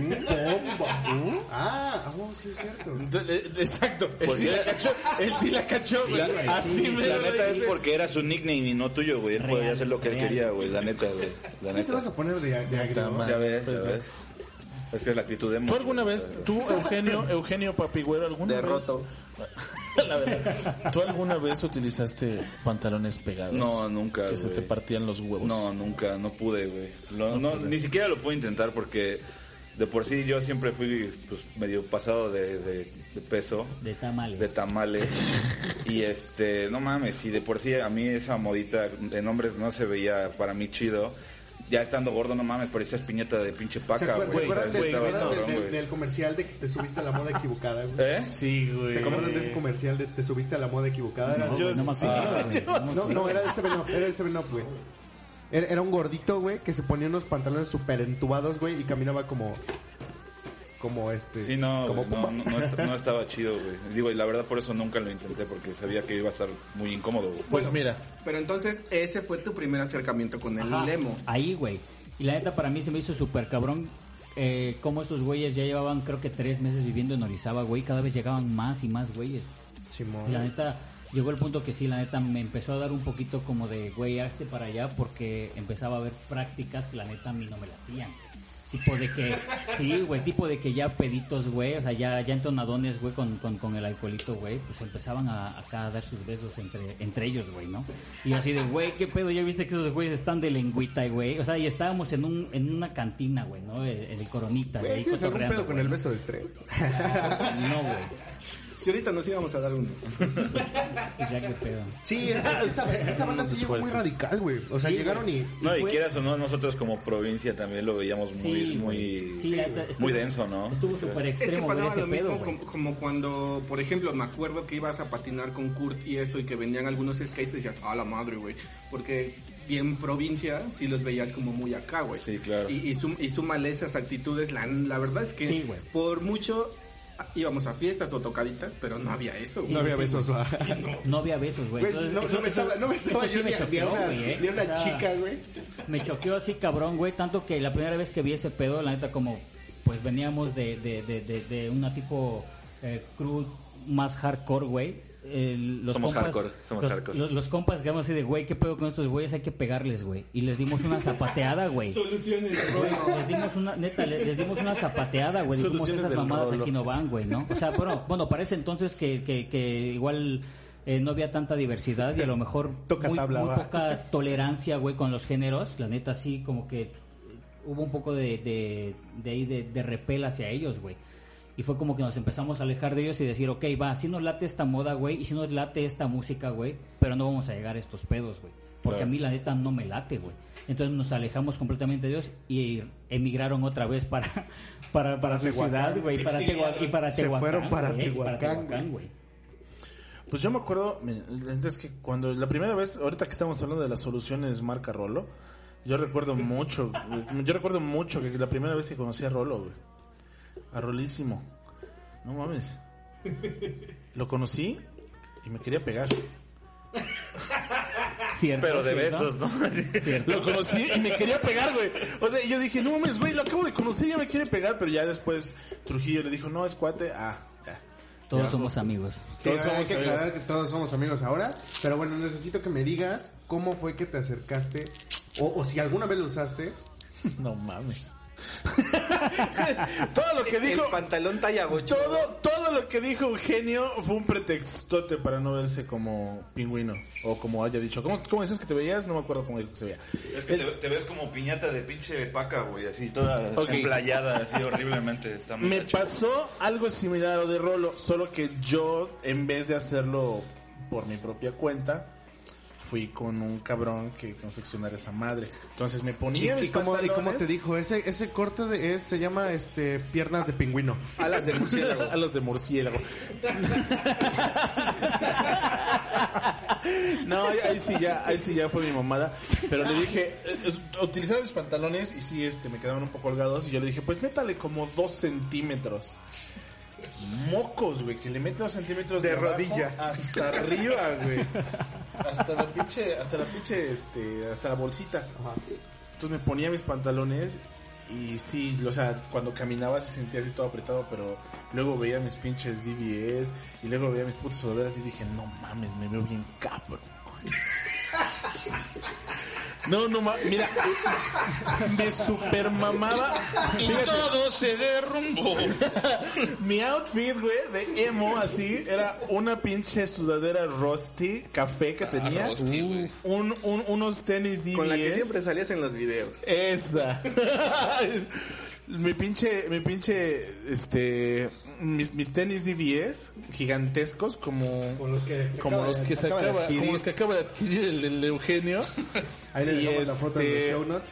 [SPEAKER 3] Ah, ah, oh, sí es cierto.
[SPEAKER 2] Entonces, eh, exacto. Él
[SPEAKER 6] Porque-
[SPEAKER 2] sí la cachó, él sí la cachó, güey.
[SPEAKER 6] La-
[SPEAKER 2] Así me
[SPEAKER 6] La
[SPEAKER 2] lo
[SPEAKER 6] neta es
[SPEAKER 2] dice.
[SPEAKER 6] porque era su nickname y no tuyo, güey. Él podía
[SPEAKER 5] Real,
[SPEAKER 6] hacer lo que él
[SPEAKER 5] real.
[SPEAKER 6] quería, güey. La neta, güey. La
[SPEAKER 3] ¿Qué te vas
[SPEAKER 6] neta.
[SPEAKER 3] a poner de, de agrio?
[SPEAKER 2] madre.
[SPEAKER 6] Ya ves, ya
[SPEAKER 2] Pues,
[SPEAKER 6] ves. Es que es la actitud de
[SPEAKER 2] ¿Tú alguna vez, tú, Eugenio, Eugenio Papigüero, alguna
[SPEAKER 4] Derroto.
[SPEAKER 2] vez? La verdad. ¿Tú alguna vez utilizaste pantalones pegados?
[SPEAKER 6] No, nunca,
[SPEAKER 2] Que se
[SPEAKER 6] güey.
[SPEAKER 2] te partían los huevos.
[SPEAKER 6] No, nunca, no pude, güey. Lo- no, ni siquiera lo puedo intentar porque de por sí yo siempre fui pues, medio pasado de, de, de peso,
[SPEAKER 5] De tamales.
[SPEAKER 6] de tamales. Y este, no mames, y de por sí a mí esa modita en hombres no se veía para mí chido. Ya estando gordo, no mames, parecía espineta de pinche
[SPEAKER 3] ¿Se
[SPEAKER 6] paca,
[SPEAKER 3] acuerdan, ¿se
[SPEAKER 6] güey.
[SPEAKER 3] acuerdan
[SPEAKER 6] ¿sabes?
[SPEAKER 3] del,
[SPEAKER 6] Estaba
[SPEAKER 3] ¿se acuerdan
[SPEAKER 6] cabrón,
[SPEAKER 3] del-
[SPEAKER 6] güey.
[SPEAKER 3] del comercial de que te subiste a la moda equivocada, güey?
[SPEAKER 6] ¿Eh?
[SPEAKER 2] Sí, güey.
[SPEAKER 3] ¿Se acuerdan de ese comercial de te subiste a la moda equivocada? Era-
[SPEAKER 2] yo
[SPEAKER 5] No me acuerdo, güey.
[SPEAKER 3] No, no, era el seven up, era el seven up, güey. Era, era un gordito, güey, que se ponía unos pantalones súper entubados, güey, y caminaba como... Como este...
[SPEAKER 6] Sí, no,
[SPEAKER 3] como
[SPEAKER 6] güey, no,
[SPEAKER 3] Pumba.
[SPEAKER 6] no, no est- no estaba chido, güey. Digo, y la verdad por eso nunca lo intenté, porque sabía que iba a estar muy incómodo, güey.
[SPEAKER 2] Pues mira,
[SPEAKER 4] Pero entonces, ese fue tu primer acercamiento con el
[SPEAKER 5] Ajá,
[SPEAKER 4] emo.
[SPEAKER 5] Ahí, güey. Y la neta para mí se me hizo súper cabrón eh, cómo estos güeyes ya llevaban creo que tres meses viviendo en Orizaba, güey. Cada vez llegaban más y más güeyes.
[SPEAKER 3] Simón.
[SPEAKER 5] Y la neta llegó el punto que sí, la neta me empezó a dar un poquito como de güey, hazte para allá porque empezaba a haber prácticas que la neta a mí no me latían. Tipo de que, sí, güey, tipo de que ya peditos, güey, o sea, ya, ya entonadones, güey, con, con, con el alcoholito, güey, pues empezaban a, acá a dar sus besos entre, entre ellos, güey, ¿no? Y así de, güey, ¿qué pedo? Ya viste que esos güeyes están de lengüita, güey. O sea, y estábamos en un en una cantina, güey, ¿no? En el Coronita,
[SPEAKER 3] Güey,
[SPEAKER 5] ahí
[SPEAKER 3] ¿tienes algún
[SPEAKER 5] cotorreando,
[SPEAKER 3] pedo con
[SPEAKER 5] güey.
[SPEAKER 3] el beso del tres?
[SPEAKER 5] No, güey.
[SPEAKER 4] Si ahorita nos íbamos a dar uno.
[SPEAKER 5] Pues ya qué pedo.
[SPEAKER 3] Sí, es que esa, es que esa banda sí llegó muy
[SPEAKER 2] Esfuerzos.
[SPEAKER 3] radical, güey. O sea,
[SPEAKER 5] Sí,
[SPEAKER 3] llegaron
[SPEAKER 5] güey.
[SPEAKER 3] y...
[SPEAKER 6] No, y
[SPEAKER 5] fue-
[SPEAKER 6] quieras o no, nosotros como provincia también lo veíamos muy,
[SPEAKER 5] Sí,
[SPEAKER 6] muy,
[SPEAKER 5] güey. Sí, la neta, estuvo-
[SPEAKER 6] muy denso, ¿no?
[SPEAKER 5] Estuvo súper
[SPEAKER 4] Es que
[SPEAKER 5] extremo, güey,
[SPEAKER 4] pasaba
[SPEAKER 5] ese
[SPEAKER 4] lo mismo
[SPEAKER 5] pedo, güey.
[SPEAKER 4] como, como cuando, por ejemplo, me acuerdo que ibas a patinar con Kurt y eso, y que vendían algunos skates y decías, ah, la madre, güey. Porque bien provincia, sí los veías como muy acá, güey.
[SPEAKER 6] Sí, claro.
[SPEAKER 4] Y, y, sum- y súmale esas actitudes, la, la verdad es que
[SPEAKER 5] Sí, güey.
[SPEAKER 4] por mucho ah, íbamos a fiestas o tocaditas, pero no había eso, güey.
[SPEAKER 3] No había
[SPEAKER 5] sí,
[SPEAKER 3] besos, va.
[SPEAKER 5] No había besos, güey.
[SPEAKER 3] Güey,
[SPEAKER 5] Entonces,
[SPEAKER 3] no,
[SPEAKER 5] eso-
[SPEAKER 3] no besaba, no besaba
[SPEAKER 5] eso sí
[SPEAKER 3] yo
[SPEAKER 5] me
[SPEAKER 3] ni a- ni a
[SPEAKER 5] choqueó,
[SPEAKER 3] una,
[SPEAKER 5] güey, ¿eh?
[SPEAKER 3] ni a una
[SPEAKER 5] O sea,
[SPEAKER 3] chica, güey.
[SPEAKER 5] Me choqueó así cabrón, güey, tanto que la primera vez que vi ese pedo, la neta como pues veníamos de, de, de, de, de una tipo eh, crew más hardcore, güey. El- los
[SPEAKER 6] Somos
[SPEAKER 5] compas-
[SPEAKER 6] hardcore, somos
[SPEAKER 5] los,
[SPEAKER 6] hardcore.
[SPEAKER 5] Los, los compas quedamos así de, güey, ¿qué pedo con estos güeyes? Hay que pegarles, güey. Y les dimos una zapateada, güey.
[SPEAKER 4] Soluciones,
[SPEAKER 5] Güey, les dimos una, neta, les, les dimos una zapateada, güey. Dijimos,
[SPEAKER 2] Soluciones
[SPEAKER 5] esas
[SPEAKER 2] del
[SPEAKER 5] mamadas
[SPEAKER 2] rolo.
[SPEAKER 5] aquí no van, güey, ¿no? O sea, bueno, bueno, parece entonces que, que, que igual eh, no había tanta diversidad y a lo mejor
[SPEAKER 3] Toca
[SPEAKER 5] muy,
[SPEAKER 3] tabla,
[SPEAKER 5] muy
[SPEAKER 3] va.
[SPEAKER 5] poca tolerancia, güey, con los géneros. La neta, sí, como que hubo un poco de, de, de ahí de, de repel hacia ellos, güey. Y fue como que nos empezamos a alejar de ellos y decir, ok, va, si nos late esta moda, güey, y si nos late esta música, güey, pero no vamos a llegar a estos pedos, güey. Porque
[SPEAKER 6] Claro.
[SPEAKER 5] a mí la neta no me late, güey. Entonces nos alejamos completamente de Dios y emigraron otra vez para, para, para su
[SPEAKER 3] Tehuacán.
[SPEAKER 5] ciudad, güey, para Tehua- y para
[SPEAKER 3] Se
[SPEAKER 5] Tehuacán.
[SPEAKER 3] fueron para
[SPEAKER 5] güey, y
[SPEAKER 3] Tehuacán,
[SPEAKER 5] Tehuacán, güey.
[SPEAKER 2] Pues yo me acuerdo, me- es que cuando la primera vez, ahorita que estamos hablando de las soluciones marca Rolo, yo recuerdo mucho, güey, yo recuerdo mucho que la primera vez que conocí a Rolo, güey, a Rolísimo, no mames, lo conocí y me quería pegar.
[SPEAKER 5] Cierto,
[SPEAKER 6] Pero de
[SPEAKER 5] ¿cierto?
[SPEAKER 6] besos, ¿no? Así.
[SPEAKER 2] Lo conocí y me quería pegar, güey. O sea, yo dije, no mames, güey, lo acabo de conocer y ya me quiere pegar, pero ya después Trujillo le dijo, no, es cuate, ah, ya.
[SPEAKER 5] Todos
[SPEAKER 2] Ya.
[SPEAKER 5] somos amigos.
[SPEAKER 3] Sí,
[SPEAKER 2] Todos
[SPEAKER 3] hay
[SPEAKER 2] somos
[SPEAKER 3] que
[SPEAKER 2] amigos.
[SPEAKER 3] aclarar que todos somos amigos ahora. Pero bueno, necesito que me digas cómo fue que te acercaste. O, o si alguna vez lo usaste.
[SPEAKER 2] No mames. Todo lo que dijo,
[SPEAKER 4] El pantalón talla ocho.
[SPEAKER 2] todo, todo lo que dijo Eugenio fue un pretextote para no verse como pingüino. O como haya dicho. ¿Cómo, cómo dices que te veías? No me acuerdo cómo dijo que se veía.
[SPEAKER 6] Es que te, te ves como piñata de pinche paca, güey, así toda
[SPEAKER 2] Ok.
[SPEAKER 6] emplayada, así horriblemente. Está muy
[SPEAKER 2] Me
[SPEAKER 6] gacho.
[SPEAKER 2] pasó algo similar a lo de Rolo, solo que yo, en vez de hacerlo por mi propia cuenta, fui con un cabrón que confeccionara esa madre. Entonces me
[SPEAKER 3] ¿Y,
[SPEAKER 2] ponía mis
[SPEAKER 3] y cómo, y cómo
[SPEAKER 2] pantalones.
[SPEAKER 3] te dijo? Ese ese corte de, es, se llama este piernas de pingüino.
[SPEAKER 4] Alas de murciélago.
[SPEAKER 2] A los de murciélago. No, ahí, ahí sí ya, ahí sí ya fue mi mamada. Pero le dije, eh, eh, utilizaba mis pantalones y sí, este, me quedaban un poco holgados. Y yo le dije, pues métale como dos centímetros. Mocos, güey, que le mete dos centímetros
[SPEAKER 4] De
[SPEAKER 2] abajo
[SPEAKER 4] rodilla.
[SPEAKER 2] hasta arriba, güey. Hasta la pinche, hasta la pinche, este, hasta la bolsita. Entonces me ponía mis pantalones y sí, o sea, cuando caminaba se sentía así todo apretado, pero luego veía mis pinches D V S y luego veía mis putas sudaderas y dije, no mames, me veo bien cabrón. No, no mames, mira, me super mamaba.
[SPEAKER 6] Y todo se derrumbó.
[SPEAKER 2] Mi outfit, güey, de emo así, era una pinche sudadera rusty, café que tenía.
[SPEAKER 6] Ah, Rusty, güey.
[SPEAKER 2] un, un, unos tenis D V S.
[SPEAKER 4] Con la que siempre salías en los videos.
[SPEAKER 2] Esa. mi pinche, mi pinche, este, mis, mis tenis D V S gigantescos como,
[SPEAKER 3] Con los que se
[SPEAKER 2] como
[SPEAKER 3] acaba
[SPEAKER 2] los
[SPEAKER 3] de-
[SPEAKER 2] que se
[SPEAKER 3] acaba de
[SPEAKER 2] acaba,
[SPEAKER 3] adquirir.
[SPEAKER 2] como los que acaba de adquirir el, el Eugenio.
[SPEAKER 3] Ahí le
[SPEAKER 2] Y
[SPEAKER 3] dejamos la foto en
[SPEAKER 2] este-
[SPEAKER 3] los show notes.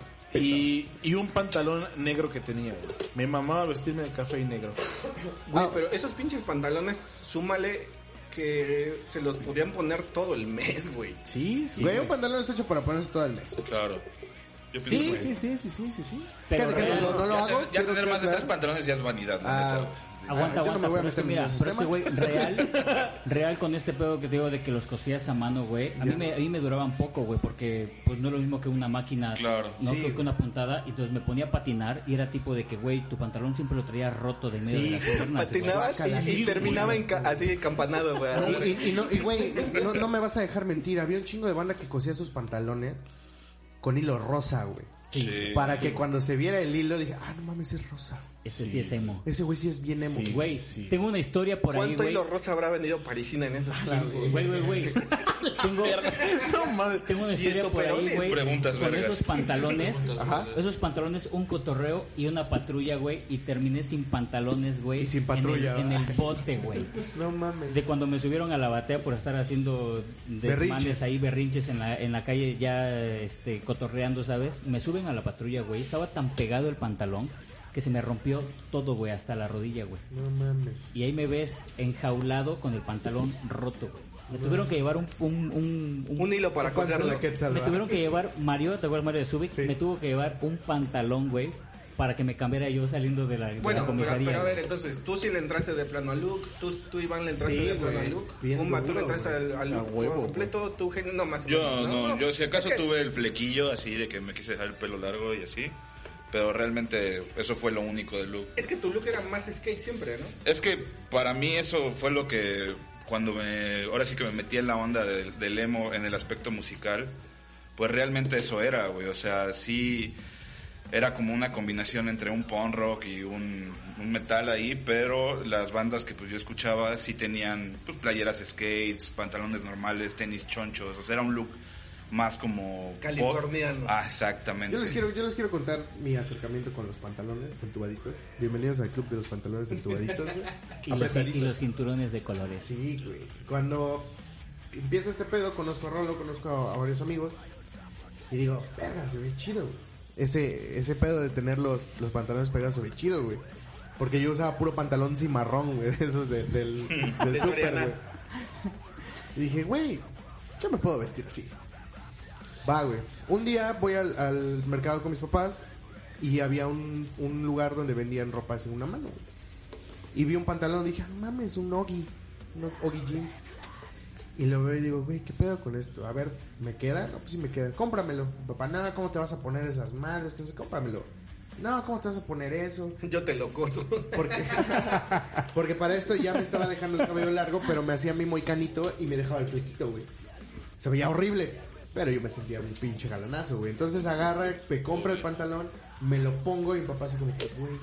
[SPEAKER 2] Y, y un pantalón negro que tenía, güey. Me mamaba vestirme de café y negro.
[SPEAKER 4] Güey, pero esos pinches pantalones, súmale que se los podían poner todo el mes, güey.
[SPEAKER 2] Sí, sí.
[SPEAKER 3] Güey, un pantalón está hecho para ponerse todo el mes.
[SPEAKER 6] Claro. Yo
[SPEAKER 2] Sí,
[SPEAKER 6] pienso,
[SPEAKER 2] sí, sí, sí, sí, sí, sí.
[SPEAKER 5] Pero
[SPEAKER 3] Fíjate que
[SPEAKER 5] real-
[SPEAKER 3] no, no lo
[SPEAKER 6] ya,
[SPEAKER 3] hago.
[SPEAKER 6] tener- ya
[SPEAKER 3] quiero
[SPEAKER 6] tener más de
[SPEAKER 3] aclarar.
[SPEAKER 6] tres pantalones ya es vanidad, la
[SPEAKER 3] Ah,
[SPEAKER 6] neta.
[SPEAKER 5] Aguanta,
[SPEAKER 3] yo no me
[SPEAKER 5] aguanta,
[SPEAKER 3] voy a
[SPEAKER 5] pero es que
[SPEAKER 3] meter en
[SPEAKER 5] mira,
[SPEAKER 3] esos
[SPEAKER 5] pero es que
[SPEAKER 3] temas.
[SPEAKER 5] güey, real, real con este pedo que te digo de que los cosías a mano, güey, a mí me, a mí me duraban poco, güey, porque pues no es lo mismo que una máquina,
[SPEAKER 6] Claro.
[SPEAKER 5] no
[SPEAKER 3] Sí,
[SPEAKER 5] que, que una puntada, y entonces me ponía a patinar y era tipo de que, güey, tu pantalón siempre lo traía roto de medio
[SPEAKER 3] Sí,
[SPEAKER 5] de las piernas, güey.
[SPEAKER 4] Patinabas y, y terminaba en ca- así campanado, güey.
[SPEAKER 3] No,
[SPEAKER 4] así.
[SPEAKER 3] y, y no, y güey, no, no me vas a dejar mentir. Había un chingo de banda que cosía sus pantalones con hilo rosa, güey.
[SPEAKER 5] Sí,
[SPEAKER 6] Sí.
[SPEAKER 3] Para que cuando se viera el hilo dije, ah, no mames, es rosa.
[SPEAKER 5] ese sí, es emo.
[SPEAKER 3] Ese güey sí es bien emo.
[SPEAKER 2] Sí.
[SPEAKER 5] Güey,
[SPEAKER 2] Sí.
[SPEAKER 5] tengo una historia por ahí,
[SPEAKER 4] ¿Cuánto
[SPEAKER 5] güey.
[SPEAKER 4] hilo rosa habrá vendido Parisina en esos tiempos?
[SPEAKER 5] Güey, güey, güey. Tengo,
[SPEAKER 2] No mames.
[SPEAKER 5] tengo una
[SPEAKER 4] ¿Y
[SPEAKER 5] historia por ahí,
[SPEAKER 4] estoperoles?
[SPEAKER 5] güey.
[SPEAKER 6] Preguntas
[SPEAKER 5] Con
[SPEAKER 6] vergas.
[SPEAKER 5] esos pantalones,
[SPEAKER 3] Ajá.
[SPEAKER 5] esos pantalones, un cotorreo y una patrulla, güey. Y terminé sin pantalones, güey.
[SPEAKER 3] Y sin patrulla,
[SPEAKER 5] En el, en
[SPEAKER 3] ¿verdad?
[SPEAKER 5] el bote, güey.
[SPEAKER 3] No mames.
[SPEAKER 5] De cuando me subieron a la batea por estar haciendo desmanes
[SPEAKER 3] Berrinches.
[SPEAKER 5] ahí, berrinches en la, en la calle ya este, cotorreando, ¿sabes? Me suben a la patrulla, güey. Estaba tan pegado el pantalón que se me rompió todo, güey, hasta la rodilla, güey.
[SPEAKER 3] No mames.
[SPEAKER 5] Y ahí me ves enjaulado con el pantalón roto, güey. Me tuvieron que llevar un... Un, un, un-
[SPEAKER 4] Un hilo para
[SPEAKER 3] ¿Cuánto
[SPEAKER 4] coserlo.
[SPEAKER 3] le quetzal,
[SPEAKER 5] me
[SPEAKER 3] va?
[SPEAKER 5] tuvieron que llevar, Mario, ¿te acuerdas Mario de Subic?
[SPEAKER 3] Sí.
[SPEAKER 5] Me tuvo que llevar un pantalón, güey, para que me cambiara yo saliendo de la, de la
[SPEAKER 4] Bueno, pero,
[SPEAKER 5] comisaría.
[SPEAKER 4] pero a ver,
[SPEAKER 5] güey.
[SPEAKER 4] entonces, tú sí le entraste de plano a Luke, tú, tú Iván le entraste
[SPEAKER 3] Sí,
[SPEAKER 4] de plano
[SPEAKER 3] güey,
[SPEAKER 4] a Luke,
[SPEAKER 3] bien
[SPEAKER 4] un matón
[SPEAKER 3] duro,
[SPEAKER 4] le entraste
[SPEAKER 3] güey.
[SPEAKER 4] al, al
[SPEAKER 2] A
[SPEAKER 4] Luke
[SPEAKER 2] huevo,
[SPEAKER 4] completo, tú Eugenio, no más.
[SPEAKER 6] Yo no, yo si acaso
[SPEAKER 4] Es que-
[SPEAKER 6] tuve el flequillo así de que me quise dejar el pelo largo y así. Pero realmente eso fue lo único de Luke.
[SPEAKER 4] Es que tu look era más skate siempre, ¿no?
[SPEAKER 6] Es que para mí eso fue lo que cuando me, ahora sí que me metí en la onda del, del emo en el aspecto musical, pues realmente eso era, güey, o sea, sí era como una combinación entre un punk rock y un, un metal ahí, pero las bandas que pues yo escuchaba sí tenían pues playeras skates, pantalones normales, tenis chonchos, o sea, era un look más como pop.
[SPEAKER 4] Californiano.
[SPEAKER 6] Ah, exactamente.
[SPEAKER 3] Yo les quiero, yo les quiero contar mi acercamiento con los pantalones entubaditos. Bienvenidos al club de los pantalones entubaditos, güey.
[SPEAKER 5] Y los, y los cinturones de colores.
[SPEAKER 3] Sí, güey. Cuando empieza este pedo, conozco a Rolo, conozco a, a varios amigos. Y digo, verga, se ve chido, güey. Ese, ese pedo de tener los, los pantalones pegados se ve chido, güey. Porque yo usaba puro pantalón cimarrón, güey, de esos de, del, del
[SPEAKER 4] De
[SPEAKER 3] súper,
[SPEAKER 4] Soriana.
[SPEAKER 3] güey. Y dije, güey, yo me puedo vestir así. Va, güey. Un día voy al, al mercado con mis papás y había un, un lugar donde vendían ropa así en una mano, güey. Y vi un pantalón y dije, no mames, un Oggy, un Oggy jeans. Y lo veo y digo, güey, ¿qué pedo con esto? A ver, ¿me queda? No, pues sí me queda. Cómpramelo. Papá, nada, ¿cómo te vas a poner esas madres? Que no sé, cómpramelo. No, ¿cómo te vas a poner eso?
[SPEAKER 4] Yo te lo costo.
[SPEAKER 3] Porque, porque para esto ya me estaba dejando el cabello largo, pero me hacía a mí muy canito y me dejaba el flequito, güey. Se veía horrible, pero yo me sentía un pinche galonazo, güey. Entonces agarra, me compra el pantalón, me lo pongo y mi papá así como que, güey,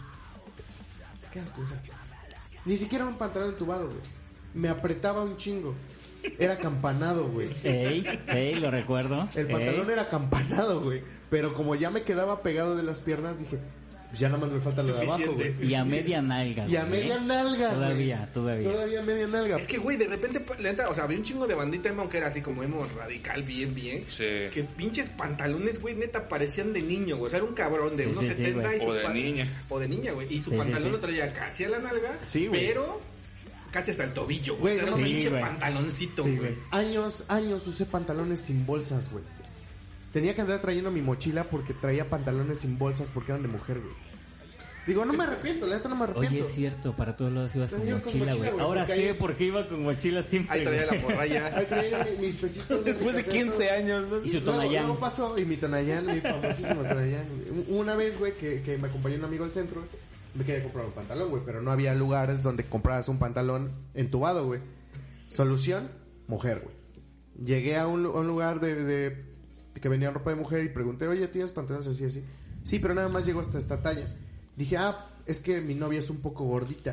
[SPEAKER 3] ¿qué haces con esa? Ni siquiera un pantalón entubado, güey. Me apretaba un chingo. Era acampanado, güey.
[SPEAKER 5] Ey, ey, lo recuerdo.
[SPEAKER 3] El pantalón
[SPEAKER 5] Ey.
[SPEAKER 3] era acampanado, güey. Pero como ya me quedaba pegado de las piernas, dije, pues ya nada más me falta lo de abajo,
[SPEAKER 4] Suficiente.
[SPEAKER 3] güey.
[SPEAKER 5] Y a media nalga.
[SPEAKER 3] Y a
[SPEAKER 5] güey,
[SPEAKER 3] media
[SPEAKER 5] ¿eh?
[SPEAKER 3] nalga, güey.
[SPEAKER 5] Todavía, todavía.
[SPEAKER 3] Todavía media nalga.
[SPEAKER 4] Es que, güey, de repente, la neta, o sea, había un chingo de bandita emo que era así como emo radical, bien, bien.
[SPEAKER 6] Sí.
[SPEAKER 4] Que pinches pantalones, güey, neta, parecían de niño, güey. O sea, era un cabrón de
[SPEAKER 5] Sí,
[SPEAKER 4] unos
[SPEAKER 5] sí, sí,
[SPEAKER 4] setenta
[SPEAKER 5] güey.
[SPEAKER 4] y su
[SPEAKER 6] O de
[SPEAKER 4] pan-
[SPEAKER 6] niña.
[SPEAKER 4] O de niña, güey. Y su
[SPEAKER 5] Sí, sí,
[SPEAKER 4] pantalón
[SPEAKER 5] sí.
[SPEAKER 4] lo traía casi a la nalga,
[SPEAKER 3] Sí, güey.
[SPEAKER 4] pero casi hasta el tobillo,
[SPEAKER 3] Güey,
[SPEAKER 4] güey. O sea, era
[SPEAKER 3] no
[SPEAKER 4] un
[SPEAKER 5] mames.
[SPEAKER 4] pinche
[SPEAKER 5] Sí, güey.
[SPEAKER 4] pantaloncito,
[SPEAKER 5] Sí,
[SPEAKER 4] güey.
[SPEAKER 5] güey.
[SPEAKER 3] Años, años usé pantalones sin bolsas, güey. Tenía que andar trayendo mi mochila porque traía pantalones sin bolsas porque eran de mujer, güey. Digo, no me arrepiento, la neta no me arrepiento.
[SPEAKER 5] Oye, es cierto, para todos lados ibas con
[SPEAKER 3] Yo con
[SPEAKER 5] mochila,
[SPEAKER 3] mochila,
[SPEAKER 5] güey.
[SPEAKER 3] güey,
[SPEAKER 5] Ahora
[SPEAKER 3] porque
[SPEAKER 5] sé
[SPEAKER 3] ahí-
[SPEAKER 5] por qué iba con mochila siempre.
[SPEAKER 4] Ahí traía la
[SPEAKER 5] güey.
[SPEAKER 4] morralla.
[SPEAKER 3] Ahí traía mi- mis pesitos.
[SPEAKER 2] Después de quince años, ¿no?
[SPEAKER 5] Y su
[SPEAKER 3] Luego,
[SPEAKER 5] Tonayán.
[SPEAKER 3] luego pasó, y mi Tonayán, mi famosísimo Tonayán. güey. Una vez, güey, que, que me acompañó un amigo al centro, me quería comprar un pantalón, güey, pero no había lugares donde compraras un pantalón entubado, güey. Solución, mujer, güey. Llegué a un, lu- a un lugar de, de que vendían ropa de mujer y pregunté, oye, ¿tienes pantalones así, así? Sí, pero nada más llegó hasta esta talla. Dije, ah, es que mi novia es un poco gordita.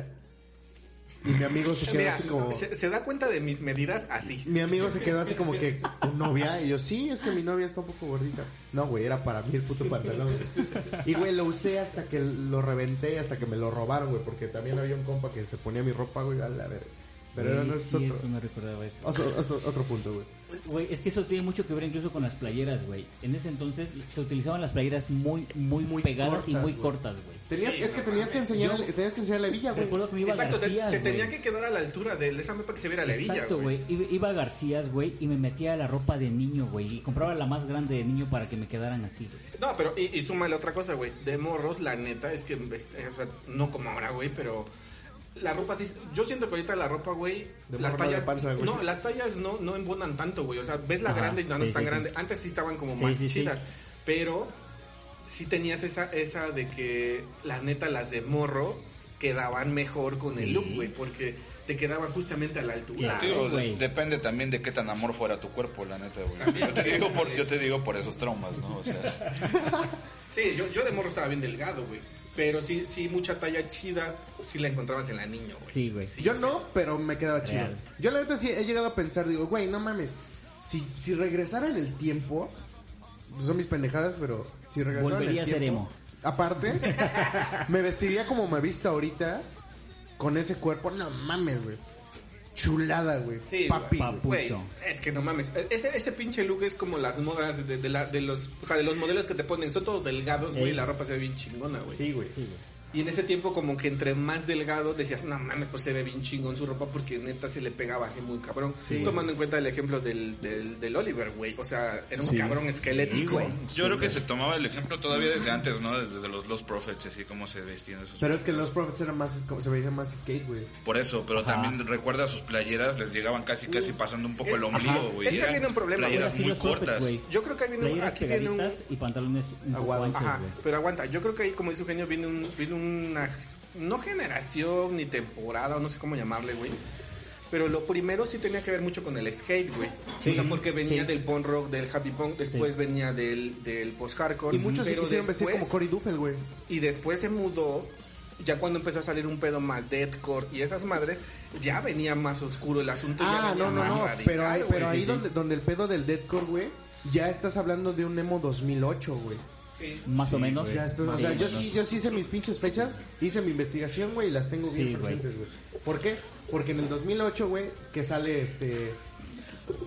[SPEAKER 3] Y mi amigo se quedó
[SPEAKER 4] Mira,
[SPEAKER 3] así como...
[SPEAKER 4] se, se da cuenta de mis medidas así.
[SPEAKER 3] Mi amigo se quedó así como que, ¿tu novia? Y yo, sí, es que mi novia está un poco gordita. No, güey, era para mí el puto pantalón, güey. Y, güey, lo usé hasta que lo reventé, hasta que me lo robaron, güey. Porque también había un compa que se ponía mi ropa, güey, a la verga. Pero
[SPEAKER 5] Güey,
[SPEAKER 3] era no es
[SPEAKER 5] cierto,
[SPEAKER 3] otro,
[SPEAKER 5] me recordaba eso.
[SPEAKER 3] otro, otro, otro punto, güey.
[SPEAKER 5] Güey, es que eso tiene mucho que ver incluso con las playeras, güey. En ese entonces se utilizaban las playeras muy, muy, muy pegadas y
[SPEAKER 3] cortas,
[SPEAKER 5] muy
[SPEAKER 3] güey.
[SPEAKER 5] cortas, güey.
[SPEAKER 3] Tenías,
[SPEAKER 4] Sí,
[SPEAKER 3] es que
[SPEAKER 4] no
[SPEAKER 3] tenías que enseñar,
[SPEAKER 5] Yo-
[SPEAKER 3] tenías que enseñar la hebilla, güey.
[SPEAKER 5] Recuerdo que me iba a
[SPEAKER 4] Exacto, te,
[SPEAKER 5] García,
[SPEAKER 4] te
[SPEAKER 5] güey.
[SPEAKER 4] tenía que quedar a la altura de esa para que se viera la hebilla,
[SPEAKER 5] Exacto, güey. Iba, iba a Garcías, güey, y me metía la ropa de niño, güey. Y compraba la más grande de niño para que me quedaran así, güey.
[SPEAKER 4] No, pero y, y súmale otra cosa, güey. De morros, la neta, es que, este, o sea, no como ahora, güey, pero la ropa sí. Yo siento que ahorita la ropa, güey,
[SPEAKER 3] De
[SPEAKER 4] las
[SPEAKER 3] morro, no de
[SPEAKER 4] tallas.
[SPEAKER 3] panza, güey.
[SPEAKER 4] No, las tallas no, no embonan tanto, güey. O sea, ves la
[SPEAKER 5] Ajá,
[SPEAKER 4] grande y no, no
[SPEAKER 5] sí,
[SPEAKER 4] es tan
[SPEAKER 5] sí,
[SPEAKER 4] grande.
[SPEAKER 5] sí.
[SPEAKER 4] Antes sí estaban como
[SPEAKER 5] Sí,
[SPEAKER 4] más
[SPEAKER 5] sí, sí.
[SPEAKER 4] chidas. Pero sí tenías esa, esa de que, la neta, las de morro quedaban mejor con
[SPEAKER 5] Sí.
[SPEAKER 4] el look, güey, porque te quedaban justamente a la altura.
[SPEAKER 5] Claro.
[SPEAKER 6] Digo, de-
[SPEAKER 5] güey.
[SPEAKER 6] depende también de qué tan amor fuera tu cuerpo, la neta, güey. Yo te digo por, yo te digo por esos traumas, ¿no? O sea,
[SPEAKER 4] Sí, yo, yo de morro estaba bien delgado, güey. Pero sí, sí, mucha talla chida, sí la encontrabas en la niño, güey.
[SPEAKER 5] Sí, güey.
[SPEAKER 3] Yo no, pero me quedaba chido.
[SPEAKER 5] Real.
[SPEAKER 3] Yo la neta sí he llegado a pensar, digo, güey, no mames. Si, si regresara en el tiempo, son mis pendejadas, pero si regresara
[SPEAKER 5] Volvería
[SPEAKER 3] en
[SPEAKER 5] a
[SPEAKER 3] el
[SPEAKER 5] ser
[SPEAKER 3] tiempo,
[SPEAKER 5] emo.
[SPEAKER 3] aparte, me vestiría como me he visto ahorita, con ese cuerpo, no mames, güey. Chulada, güey.
[SPEAKER 4] Sí,
[SPEAKER 3] Papi.
[SPEAKER 5] güey.
[SPEAKER 3] güey.
[SPEAKER 4] Güey, es que no mames. Ese, ese pinche look es como las modas de, de, la, de los, o sea, de los modelos que te ponen. Son todos delgados, güey.
[SPEAKER 5] Ey.
[SPEAKER 4] La ropa se ve bien chingona, güey.
[SPEAKER 3] Sí, güey.
[SPEAKER 5] Sí, güey.
[SPEAKER 4] Y en ese tiempo como que entre más delgado decías, no mames, pues se ve bien chingón su ropa porque neta se le pegaba así muy cabrón.
[SPEAKER 3] Sí.
[SPEAKER 4] Tomando en cuenta el ejemplo del, del, del Oliver, güey. O sea, era un
[SPEAKER 2] Sí.
[SPEAKER 4] cabrón esquelético.
[SPEAKER 6] yo creo que se tomaba el ejemplo todavía desde antes, ¿no? Desde los Lost Prophets, así como se vestían esos.
[SPEAKER 3] Pero es que los Prophets eran más, se veían más skate, güey.
[SPEAKER 6] Por eso, pero
[SPEAKER 5] Ajá.
[SPEAKER 6] también recuerda sus playeras, les llegaban casi casi pasando un poco el ombligo, güey.
[SPEAKER 4] Es que
[SPEAKER 6] Eran
[SPEAKER 4] viene un problema,
[SPEAKER 6] playeras
[SPEAKER 5] Ahora sí
[SPEAKER 6] muy
[SPEAKER 5] los Prophets,
[SPEAKER 6] cortas.
[SPEAKER 5] güey.
[SPEAKER 4] Yo creo que ahí viene, un-
[SPEAKER 5] Playeras
[SPEAKER 4] aquí viene un...
[SPEAKER 5] pegaditas y pantalones un poco
[SPEAKER 3] Aguados.
[SPEAKER 5] anchos,
[SPEAKER 4] Ajá,
[SPEAKER 5] güey.
[SPEAKER 4] pero aguanta, yo creo que ahí, como dice Eugenio, viene, un, viene una, no generación ni temporada, o no sé cómo llamarle, güey. Pero lo primero sí tenía que ver mucho con el skate, güey.
[SPEAKER 5] Sí,
[SPEAKER 4] o sea, porque venía
[SPEAKER 5] sí.
[SPEAKER 4] del punk rock, del happy punk, después
[SPEAKER 5] Sí.
[SPEAKER 4] venía del, del post-hardcore.
[SPEAKER 3] Y muchos se
[SPEAKER 4] pero
[SPEAKER 3] quisieron vestir
[SPEAKER 4] después-
[SPEAKER 3] como Cory Duffel, güey.
[SPEAKER 4] Y después se mudó, ya cuando empezó a salir un pedo más deathcore y esas madres, ya venía más oscuro el asunto. y ya
[SPEAKER 3] Ah,
[SPEAKER 4] venía
[SPEAKER 3] no, no,
[SPEAKER 4] más
[SPEAKER 3] no.
[SPEAKER 4] radical,
[SPEAKER 3] Pero ahí,
[SPEAKER 4] güey.
[SPEAKER 3] pero ahí
[SPEAKER 5] sí, sí.
[SPEAKER 3] donde, donde el pedo del deathcore, güey, ya estás hablando de un emo dos mil ocho, güey.
[SPEAKER 5] Más o menos.
[SPEAKER 3] Ya estoy- o sea, yo sí, yo sí hice mis pinches fechas, hice mi investigación, güey, y las tengo bien
[SPEAKER 5] Sí, güey.
[SPEAKER 3] presentes, güey. ¿Por qué? Porque en el dos mil ocho, güey, que sale este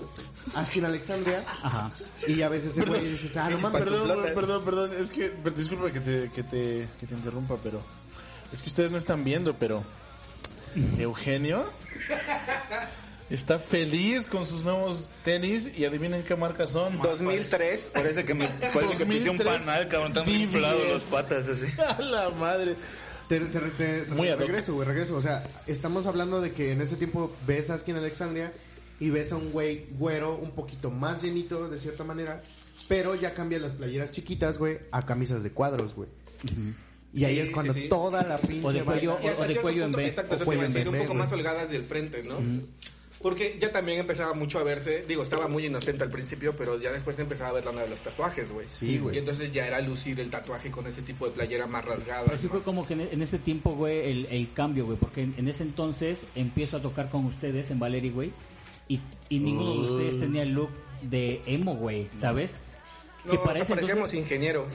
[SPEAKER 3] Askin Alexandria.
[SPEAKER 5] Ajá.
[SPEAKER 3] Y a veces ese güey dice, ah, no mames.
[SPEAKER 2] Perdón, perdón, perdón, es que, per- disculpa que te, que te, que te interrumpa, pero es que ustedes no están viendo, pero Eugenio está feliz con sus nuevos tenis y adivinen qué marca son.
[SPEAKER 4] dos mil tres.
[SPEAKER 6] Parece que me, parece que pisé un panal, cabrón. Están muy inflados los patas así.
[SPEAKER 2] A la madre.
[SPEAKER 3] Te, te, te,
[SPEAKER 2] Muy ad hoc.
[SPEAKER 3] regreso, güey, regreso. O sea, estamos hablando de que en ese tiempo ves a Askin Alexandria y ves a un güey güero un poquito más llenito, de cierta manera, pero ya cambia las playeras chiquitas, güey, a camisas de cuadros, güey. Uh-huh. Y ahí
[SPEAKER 4] Sí,
[SPEAKER 3] es cuando
[SPEAKER 4] sí, sí.
[SPEAKER 3] toda la pinche...
[SPEAKER 5] O de cuello,
[SPEAKER 3] banda-
[SPEAKER 4] Y hasta
[SPEAKER 5] o de
[SPEAKER 4] cierto
[SPEAKER 5] cuello en
[SPEAKER 4] punto,
[SPEAKER 5] B.
[SPEAKER 4] exacto,
[SPEAKER 3] o
[SPEAKER 4] eso te
[SPEAKER 3] cuello
[SPEAKER 4] iba a
[SPEAKER 3] en
[SPEAKER 4] decir, un
[SPEAKER 3] B,
[SPEAKER 4] poco
[SPEAKER 3] güey.
[SPEAKER 4] más holgadas del frente, ¿no? Porque ya también empezaba mucho a verse, digo, estaba muy inocente al principio, pero ya después empezaba a ver la onda de los tatuajes, güey.
[SPEAKER 3] Sí, güey.
[SPEAKER 4] Y entonces ya era lucir el tatuaje con ese tipo de playera más rasgada.
[SPEAKER 5] Pero sí fue
[SPEAKER 4] más-
[SPEAKER 5] como que en, en ese tiempo, güey, el, el cambio, güey, porque en, en ese entonces empiezo a tocar con ustedes en Valery, güey, y, y ninguno de ustedes tenía el look de emo, güey, ¿sabes?
[SPEAKER 4] No, o sea, parecíamos ingenieros.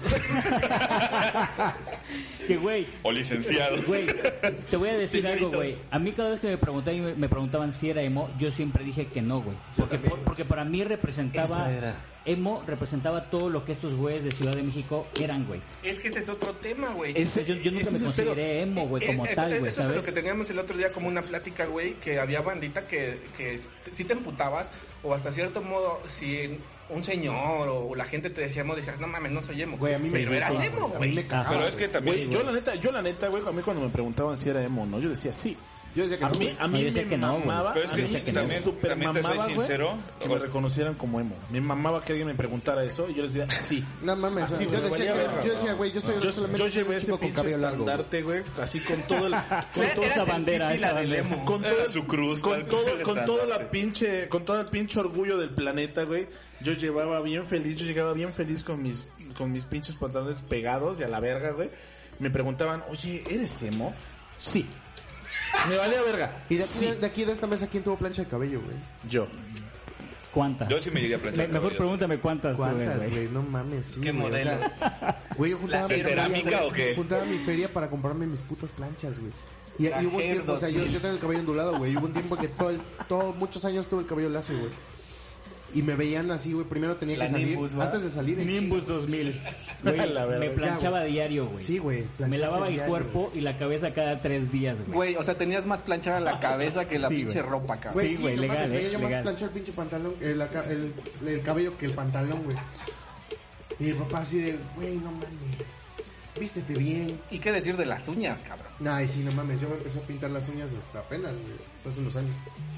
[SPEAKER 5] Que, güey,
[SPEAKER 6] O licenciados.
[SPEAKER 5] güey, te voy a decir algo,
[SPEAKER 4] Tijeritos.
[SPEAKER 5] güey. A mí cada vez que me preguntaban, me preguntaban si era emo, yo siempre dije que no, güey. Porque, por- porque para mí representaba...
[SPEAKER 2] Esa era.
[SPEAKER 5] Emo representaba todo lo que estos güeyes de Ciudad de México eran, güey.
[SPEAKER 4] Es que ese es otro tema, güey.
[SPEAKER 5] Ese- yo, yo nunca
[SPEAKER 2] ese
[SPEAKER 5] me
[SPEAKER 2] es el
[SPEAKER 5] consideré emo, güey, como
[SPEAKER 4] Eh, eh,
[SPEAKER 5] tal,
[SPEAKER 4] eso-
[SPEAKER 5] güey,
[SPEAKER 4] eso es
[SPEAKER 5] ¿sabes?
[SPEAKER 4] lo que teníamos el otro día como una plática, güey, que había bandita que, que si te emputabas o hasta cierto modo, si un señor o la gente te decía emo, decías, no mames, no soy emo.
[SPEAKER 3] Güey, a mí me
[SPEAKER 4] Pero eras
[SPEAKER 3] cagaba,
[SPEAKER 4] emo,
[SPEAKER 3] güey. A mí
[SPEAKER 4] güey.
[SPEAKER 3] me cagaba,
[SPEAKER 6] Pero es
[SPEAKER 3] güey.
[SPEAKER 6] que también...
[SPEAKER 2] Güey, yo la neta, yo la neta, güey, a mí cuando me preguntaban si era emo, ¿no? Yo decía sí.
[SPEAKER 3] Yo decía que
[SPEAKER 2] A
[SPEAKER 3] no,
[SPEAKER 2] mí,
[SPEAKER 3] güey.
[SPEAKER 2] a
[SPEAKER 5] No,
[SPEAKER 2] mí
[SPEAKER 5] yo decía
[SPEAKER 2] me
[SPEAKER 5] que no, güey.
[SPEAKER 2] mamaba,
[SPEAKER 6] Pero es
[SPEAKER 2] a
[SPEAKER 6] que
[SPEAKER 2] mí
[SPEAKER 6] también-
[SPEAKER 2] me super
[SPEAKER 6] también te soy
[SPEAKER 2] mamaba, güey,
[SPEAKER 6] sincero,
[SPEAKER 2] que me
[SPEAKER 6] o-
[SPEAKER 2] reconocieran como emo. Me mamaba que alguien me preguntara eso y yo les decía sí.
[SPEAKER 3] No mames,
[SPEAKER 2] Así,
[SPEAKER 3] yo
[SPEAKER 2] güey,
[SPEAKER 3] decía,
[SPEAKER 2] valía
[SPEAKER 3] que-
[SPEAKER 2] verga.
[SPEAKER 3] yo decía, güey, yo soy
[SPEAKER 2] Yo,
[SPEAKER 3] solamente
[SPEAKER 2] yo
[SPEAKER 3] un
[SPEAKER 2] llevé ese
[SPEAKER 3] chico con
[SPEAKER 2] pinche
[SPEAKER 3] cabello largo, güey.
[SPEAKER 2] estandarte, güey, así con todo el... Con todo,
[SPEAKER 5] esa bandera, esa bandera.
[SPEAKER 2] con todo
[SPEAKER 6] Era su cruz,
[SPEAKER 2] con
[SPEAKER 6] tal
[SPEAKER 2] todo,
[SPEAKER 6] cual el
[SPEAKER 2] con todo la
[SPEAKER 6] estandarte.
[SPEAKER 2] pinche, con todo el pinche orgullo del planeta, güey. Yo llevaba bien feliz, yo llegaba bien feliz con mis, con mis pinches pantalones pegados y a la verga, güey. Me preguntaban, oye, ¿eres emo? Sí. Me valía verga.
[SPEAKER 3] Y de aquí, de aquí de esta mesa, ¿quién tuvo plancha de cabello, güey?
[SPEAKER 2] Yo.
[SPEAKER 5] ¿Cuántas?
[SPEAKER 6] Yo sí me llegué a planchar.
[SPEAKER 5] Me- mejor
[SPEAKER 6] cabello.
[SPEAKER 5] pregúntame cuántas, tuve,
[SPEAKER 3] ¿Cuántas,
[SPEAKER 5] güey.
[SPEAKER 3] güey? No mames, sí,
[SPEAKER 4] ¿Qué
[SPEAKER 3] güey, o sea,
[SPEAKER 4] modelos?
[SPEAKER 3] güey, yo juntaba
[SPEAKER 6] ¿De
[SPEAKER 3] mi
[SPEAKER 6] cerámica
[SPEAKER 3] feria,
[SPEAKER 6] o qué?
[SPEAKER 3] Juntaba mi feria para comprarme mis putas planchas, güey. Y,
[SPEAKER 4] La
[SPEAKER 3] y hubo un
[SPEAKER 4] Hair
[SPEAKER 3] tiempo, o sea, yo,
[SPEAKER 4] dos mil.
[SPEAKER 3] yo tenía el cabello ondulado, güey. Y hubo un tiempo que todo, el, todo, muchos años tuve el cabello lacio, güey. Y me veían así, güey. Primero tenía
[SPEAKER 4] La
[SPEAKER 3] que salir,
[SPEAKER 4] Nimbus, ¿va?
[SPEAKER 3] antes de salir. en
[SPEAKER 5] Nimbus dos mil. Güey,
[SPEAKER 2] La verga.
[SPEAKER 5] me planchaba
[SPEAKER 3] Ya,
[SPEAKER 5] diario, güey.
[SPEAKER 3] Sí, güey.
[SPEAKER 5] Me
[SPEAKER 3] planchaba
[SPEAKER 5] lavaba el
[SPEAKER 3] diario,
[SPEAKER 5] cuerpo y la cabeza cada tres días, güey.
[SPEAKER 4] Güey, o sea, tenías más planchada la cabeza que la
[SPEAKER 5] Sí,
[SPEAKER 4] pinche
[SPEAKER 5] güey.
[SPEAKER 4] ropa, cabrón.
[SPEAKER 3] Güey,
[SPEAKER 5] Sí, güey,
[SPEAKER 3] no
[SPEAKER 5] legal,
[SPEAKER 3] mames,
[SPEAKER 5] eh,
[SPEAKER 3] traía yo más
[SPEAKER 5] legal.
[SPEAKER 3] planchado el pinche pantalón, el, acá- el, el cabello que el pantalón, güey. Y mi papá así de, güey, no mames, vístete bien.
[SPEAKER 4] ¿Y qué decir de las uñas, cabrón?
[SPEAKER 3] Nah, sí, no mames, yo me empecé a pintar las uñas hasta apenas, güey, hasta hace unos años.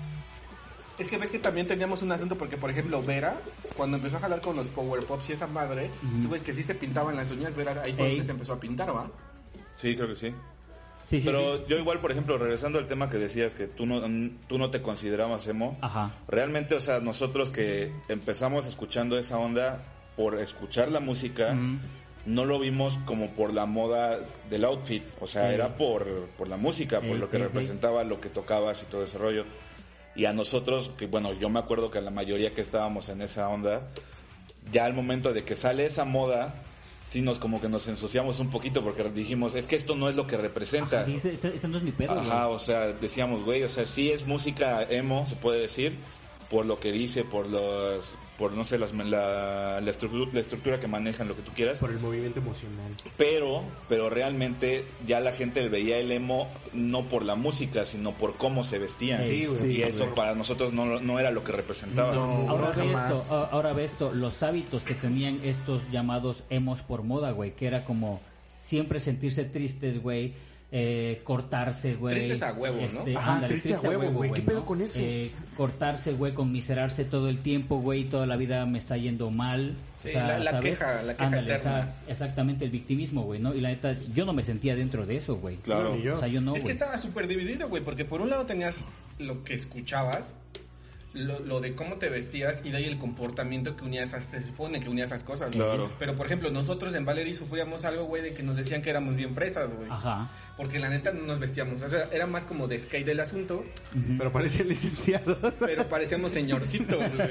[SPEAKER 4] Es que ves que también teníamos un asunto porque, por ejemplo, Vera, cuando empezó a jalar con los Power Pops y esa madre, uh güey, que sí se pintaban las uñas, Vera ahí fue
[SPEAKER 5] Ey.
[SPEAKER 4] donde se empezó a pintar, ¿va?
[SPEAKER 6] Sí, creo que sí.
[SPEAKER 5] Sí, sí,
[SPEAKER 6] Pero
[SPEAKER 5] sí.
[SPEAKER 6] yo igual, por ejemplo, regresando al tema que decías que tú no, tú no te considerabas emo.
[SPEAKER 5] Ajá.
[SPEAKER 6] Realmente, o sea, nosotros que empezamos escuchando esa onda por escuchar la música,
[SPEAKER 5] Ujú.
[SPEAKER 6] no lo vimos como por la moda del outfit. O sea,
[SPEAKER 5] Sí.
[SPEAKER 6] era por, por la música, por
[SPEAKER 5] Ey,
[SPEAKER 6] lo que
[SPEAKER 5] ey,
[SPEAKER 6] representaba, lo que tocabas y todo ese rollo. Y a nosotros, que bueno, yo me acuerdo que a la mayoría que estábamos en esa onda, ya al momento de que sale esa moda, sí nos como que nos ensuciamos un poquito porque dijimos, es que esto no es lo que representa.
[SPEAKER 5] Dice, este, este no es mi pedo,
[SPEAKER 6] Ajá,
[SPEAKER 5] güey.
[SPEAKER 6] o sea, decíamos, güey, o sea, sí es música emo, se puede decir, por lo que dice, por los, por no sé, las, la, la, estructura, la estructura que manejan, lo que tú quieras,
[SPEAKER 3] Por el movimiento emocional.
[SPEAKER 6] pero, pero realmente ya la gente veía el emo no por la música, sino por cómo se vestían.
[SPEAKER 5] Sí,
[SPEAKER 3] güey.
[SPEAKER 6] y
[SPEAKER 2] Sí,
[SPEAKER 6] eso
[SPEAKER 2] güey.
[SPEAKER 6] para nosotros no, no era lo que representaba.
[SPEAKER 2] No.
[SPEAKER 5] Ahora ve
[SPEAKER 2] jamás.
[SPEAKER 5] esto, a- ahora ve esto, los hábitos que tenían estos llamados emos por moda, güey, que era como siempre sentirse tristes, güey, eh, cortarse, güey.
[SPEAKER 4] Tristes a huevo, ¿no?
[SPEAKER 3] Ajá,
[SPEAKER 5] ándale,
[SPEAKER 3] triste a huevo, güey, ¿qué pedo
[SPEAKER 5] ¿no?
[SPEAKER 3] con eso?
[SPEAKER 5] Eh, cortarse, güey, conmiserarse todo el tiempo, güey, toda la vida me está yendo mal.
[SPEAKER 4] Sí, la- la queja, la queja
[SPEAKER 5] Ándale,
[SPEAKER 4] eterna.
[SPEAKER 5] o sea, exactamente, el victimismo, güey, ¿no? Y la neta, yo no me sentía dentro de eso, güey.
[SPEAKER 6] Claro.
[SPEAKER 3] Ni yo.
[SPEAKER 5] O sea, yo no,
[SPEAKER 4] es que
[SPEAKER 5] güey.
[SPEAKER 4] estaba súper dividido, güey, porque por un lado tenías lo que escuchabas, lo, lo de cómo te vestías y de ahí el comportamiento que unía esas, se supone que unía esas cosas, güey.
[SPEAKER 6] Claro.
[SPEAKER 4] Pero por ejemplo, nosotros en Valery sufríamos algo, güey, de que nos decían que éramos bien fresas, güey.
[SPEAKER 5] Ajá.
[SPEAKER 4] Porque la neta no nos vestíamos, o sea, era más como de skate del asunto,
[SPEAKER 3] Pero parecían licenciados.
[SPEAKER 4] pero parecíamos señorcitos, güey.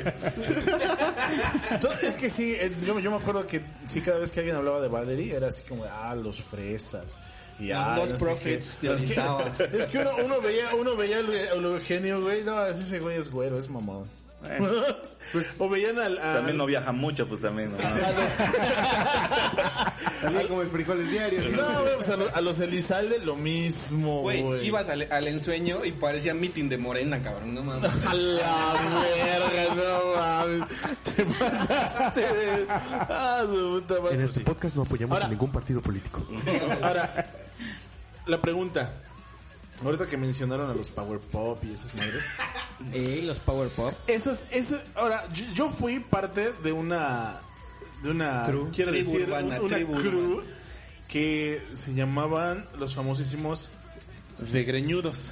[SPEAKER 2] Entonces, es que sí, eh, yo, yo me acuerdo que sí, cada vez que alguien hablaba de Valery era así como, ah, los fresas. Y,
[SPEAKER 4] Los
[SPEAKER 2] ah,
[SPEAKER 4] Lost
[SPEAKER 2] no sé
[SPEAKER 4] Prophets
[SPEAKER 2] qué.
[SPEAKER 4] de
[SPEAKER 2] Es que,
[SPEAKER 4] Orizaba.
[SPEAKER 2] es que uno, uno veía, uno veía el, el Eugenio, güey, no, ese güey es güero, es mamón. Pues, o veían al... al...
[SPEAKER 6] También no viaja mucho, pues también. ¿no?
[SPEAKER 3] También como el frijoles diarios.
[SPEAKER 2] No, güey, pues a, lo, a los Elizalde lo mismo, güey.
[SPEAKER 4] Güey, ibas al, al ensueño y parecía meeting de Morena, cabrón, no mames.
[SPEAKER 2] A la verga, no mames. Te pasaste de... Ah, su puta madre.
[SPEAKER 3] En este
[SPEAKER 2] Sí.
[SPEAKER 3] podcast no apoyamos
[SPEAKER 2] Ahora-
[SPEAKER 3] a ningún partido político.
[SPEAKER 2] Ahora, la pregunta. Ahorita que mencionaron a los Power Pop y esas madres.
[SPEAKER 5] Eh, los Power Pop.
[SPEAKER 2] Eso es, eso, ahora, yo, yo fui parte de una, de una,
[SPEAKER 4] Crew.
[SPEAKER 2] quiero
[SPEAKER 4] Tribu
[SPEAKER 2] decir,
[SPEAKER 4] urbana,
[SPEAKER 2] una
[SPEAKER 4] tribu
[SPEAKER 2] crew
[SPEAKER 4] urbana.
[SPEAKER 2] que se llamaban los famosísimos de greñudos.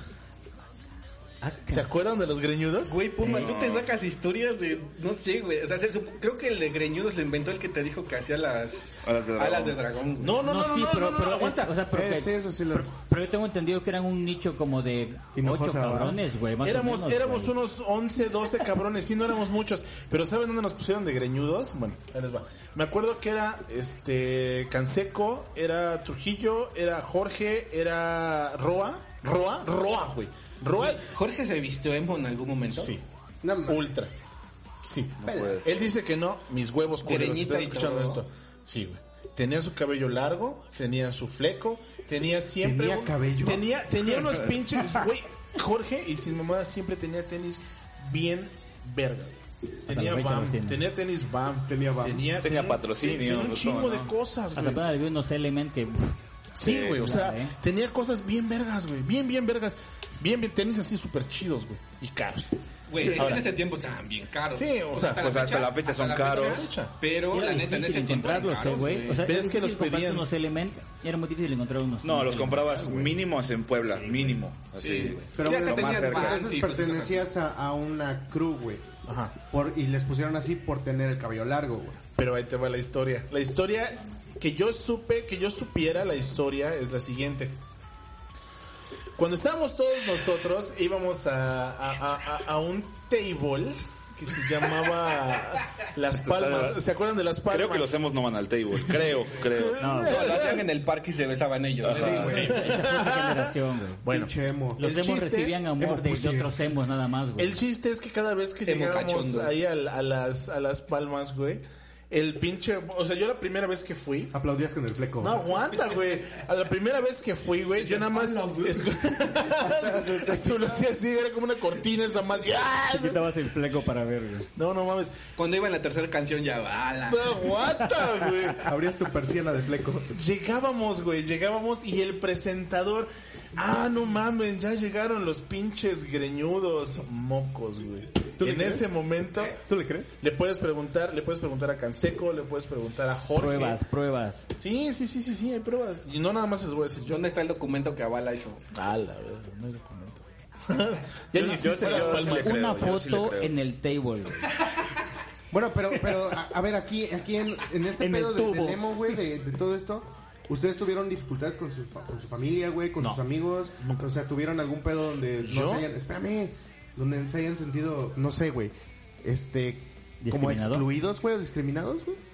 [SPEAKER 5] Ah,
[SPEAKER 2] ¿Se acuerdan de los greñudos?
[SPEAKER 4] Güey, Puma, tú te sacas historias de, no sé, güey, o sea, se sup- creo que el de Greñudos lo inventó el que te dijo que hacía las
[SPEAKER 6] Alas de dragón.
[SPEAKER 4] alas de dragón, güey.
[SPEAKER 2] No, no, no, no,
[SPEAKER 5] sí,
[SPEAKER 2] no,
[SPEAKER 5] pero,
[SPEAKER 2] no, no,
[SPEAKER 5] pero,
[SPEAKER 2] aguanta.
[SPEAKER 5] o sea, pero,
[SPEAKER 3] Eh,
[SPEAKER 5] que-
[SPEAKER 3] sí, eso sí los...
[SPEAKER 5] pero, pero yo tengo entendido que eran un nicho como de
[SPEAKER 3] Hinojosa,
[SPEAKER 5] ocho
[SPEAKER 3] ¿verdad?
[SPEAKER 5] cabrones, güey, más
[SPEAKER 2] éramos
[SPEAKER 5] o menos.
[SPEAKER 2] éramos
[SPEAKER 5] güey.
[SPEAKER 2] unos once, doce cabrones, sí, no éramos muchos. Pero ¿saben dónde nos pusieron de greñudos? Bueno, ahí les va. Me acuerdo que era este Canseco, era Trujillo, era Jorge, era Roa. Roa, Roa, güey. Roa,
[SPEAKER 4] Jorge se vistió emo en algún momento.
[SPEAKER 2] sí.
[SPEAKER 3] No, ma-
[SPEAKER 2] Ultra. Sí.
[SPEAKER 6] No puede ser.
[SPEAKER 2] Él dice que no, mis huevos culeros.
[SPEAKER 4] Greñita
[SPEAKER 2] ¿Estás
[SPEAKER 4] y
[SPEAKER 2] escuchando
[SPEAKER 4] todo.
[SPEAKER 2] esto? Sí, güey. Tenía su cabello largo, tenía su fleco, tenía siempre...
[SPEAKER 3] ¿Tenía
[SPEAKER 2] un-
[SPEAKER 3] cabello?
[SPEAKER 2] Tenía, tenía unos pinches... Güey, Jorge, y sin mamada, siempre tenía tenis bien verga. Tenía
[SPEAKER 5] la fecha
[SPEAKER 2] B A
[SPEAKER 5] los
[SPEAKER 2] M,
[SPEAKER 5] tiene.
[SPEAKER 2] tenía tenis B A M.
[SPEAKER 3] Tenía B A M.
[SPEAKER 2] Tenía,
[SPEAKER 6] Tenía patrocinio,
[SPEAKER 2] Tenía un
[SPEAKER 6] todo,
[SPEAKER 2] chingo de
[SPEAKER 6] ¿no?
[SPEAKER 2] cosas,
[SPEAKER 5] Hasta
[SPEAKER 2] güey.
[SPEAKER 5] apenas vi unos Element que... uf,
[SPEAKER 2] Sí, güey, o sea,
[SPEAKER 5] ¿eh?
[SPEAKER 2] tenía cosas bien vergas, güey. Bien, bien vergas. Bien, bien, tenis así súper chidos, güey. Y caros.
[SPEAKER 4] Güey, es que
[SPEAKER 2] Ahora.
[SPEAKER 4] en ese tiempo estaban bien caros.
[SPEAKER 2] Sí, o sea,
[SPEAKER 6] pues hasta la fecha son caros.
[SPEAKER 4] Pero
[SPEAKER 5] era
[SPEAKER 4] la neta, en
[SPEAKER 5] difícil
[SPEAKER 4] ese tiempo eran
[SPEAKER 5] encontrarlos,
[SPEAKER 4] caros,
[SPEAKER 5] eh, güey. O sea,
[SPEAKER 2] Ves
[SPEAKER 5] era
[SPEAKER 2] que los
[SPEAKER 5] difícil comprarte
[SPEAKER 2] pedían.
[SPEAKER 5] unos Element, era muy difícil encontrar unos.
[SPEAKER 6] No, los
[SPEAKER 5] Element.
[SPEAKER 6] comprabas mínimos en Puebla, mínimo. Así.
[SPEAKER 4] Sí, güey.
[SPEAKER 3] Pero
[SPEAKER 4] Sí, acá
[SPEAKER 3] bueno,
[SPEAKER 6] más
[SPEAKER 4] tenías
[SPEAKER 6] cerca.
[SPEAKER 4] Vans
[SPEAKER 3] entonces
[SPEAKER 4] y cositas así.
[SPEAKER 3] pertenecías a, a una crew, güey.
[SPEAKER 2] Ajá.
[SPEAKER 3] Por, y les pusieron así por tener el cabello largo, güey.
[SPEAKER 2] Pero ahí te va la historia. La historia que yo supe, que yo supiera la historia es la siguiente. Cuando estábamos todos nosotros, íbamos a, a, a, a un table que se llamaba Las Palmas. ¿Se acuerdan de Las Palmas?
[SPEAKER 6] Creo que los hemos no van al table. Creo, creo.
[SPEAKER 5] No,
[SPEAKER 4] No, lo hacían en el parque y se besaban ellos.
[SPEAKER 6] Ajá.
[SPEAKER 4] Sí, güey.
[SPEAKER 5] esa, esa fue otra generación, güey.
[SPEAKER 2] Bueno,
[SPEAKER 3] Pinche emo.
[SPEAKER 5] Los
[SPEAKER 2] el
[SPEAKER 5] demos
[SPEAKER 2] chiste-
[SPEAKER 5] recibían amor de, de
[SPEAKER 3] pussy.
[SPEAKER 5] otros emos nada más, güey.
[SPEAKER 2] el chiste es que cada vez que
[SPEAKER 4] Emo
[SPEAKER 2] llegábamos
[SPEAKER 4] cachondo.
[SPEAKER 2] ahí a, a las, a Las Palmas, güey, el pinche... O sea, yo la primera vez que fui...
[SPEAKER 3] Aplaudías con el fleco.
[SPEAKER 2] No, aguanta, güey. A la primera vez que fui, güey, yo nada más... Esto lo hacía así, era como una cortina esa más... ¡Ah!
[SPEAKER 5] Te quitabas el fleco para ver, güey.
[SPEAKER 2] No, no mames.
[SPEAKER 4] Cuando iba en la tercera canción ya, ¡ala!
[SPEAKER 2] No aguanta, güey.
[SPEAKER 3] Abrías tu persiana de fleco.
[SPEAKER 2] Llegábamos, güey, llegábamos y el presentador... Ah, no mames, ya llegaron los pinches greñudos mocos, güey.
[SPEAKER 3] ¿Tú le
[SPEAKER 2] En
[SPEAKER 3] crees?
[SPEAKER 2] ese momento...
[SPEAKER 3] ¿Tú le crees?
[SPEAKER 2] Le puedes preguntar, le puedes preguntar a Canseco, le puedes preguntar a Jorge.
[SPEAKER 5] Pruebas, pruebas.
[SPEAKER 2] Sí, sí, sí, sí, sí, hay pruebas. Y no nada más se los voy a decir yo.
[SPEAKER 4] ¿Dónde está el documento que avala eso?
[SPEAKER 2] Ah, la verdad, no hay documento. ya
[SPEAKER 6] Yo-
[SPEAKER 2] ni
[SPEAKER 6] yo-
[SPEAKER 2] existe
[SPEAKER 6] yo
[SPEAKER 2] Las
[SPEAKER 6] sí
[SPEAKER 2] Palmas.
[SPEAKER 6] le creo,
[SPEAKER 5] Una
[SPEAKER 6] yo sí le
[SPEAKER 5] foto
[SPEAKER 6] creo.
[SPEAKER 5] en el table, güey.
[SPEAKER 3] Bueno, pero, pero a, a ver, aquí, aquí en, en este
[SPEAKER 5] En el
[SPEAKER 3] pedo de,
[SPEAKER 5] tubo.
[SPEAKER 3] del emo, güey, de, de todo esto, ¿ustedes tuvieron dificultades con su, fa- con su familia, güey, con
[SPEAKER 2] No.
[SPEAKER 3] sus amigos? O sea, ¿tuvieron algún pedo donde no
[SPEAKER 2] ¿Yo?
[SPEAKER 3] se hayan, espérame, donde se hayan sentido, no sé, güey, este, como
[SPEAKER 5] ¿Discriminado?
[SPEAKER 3] excluidos, güey, o discriminados, güey?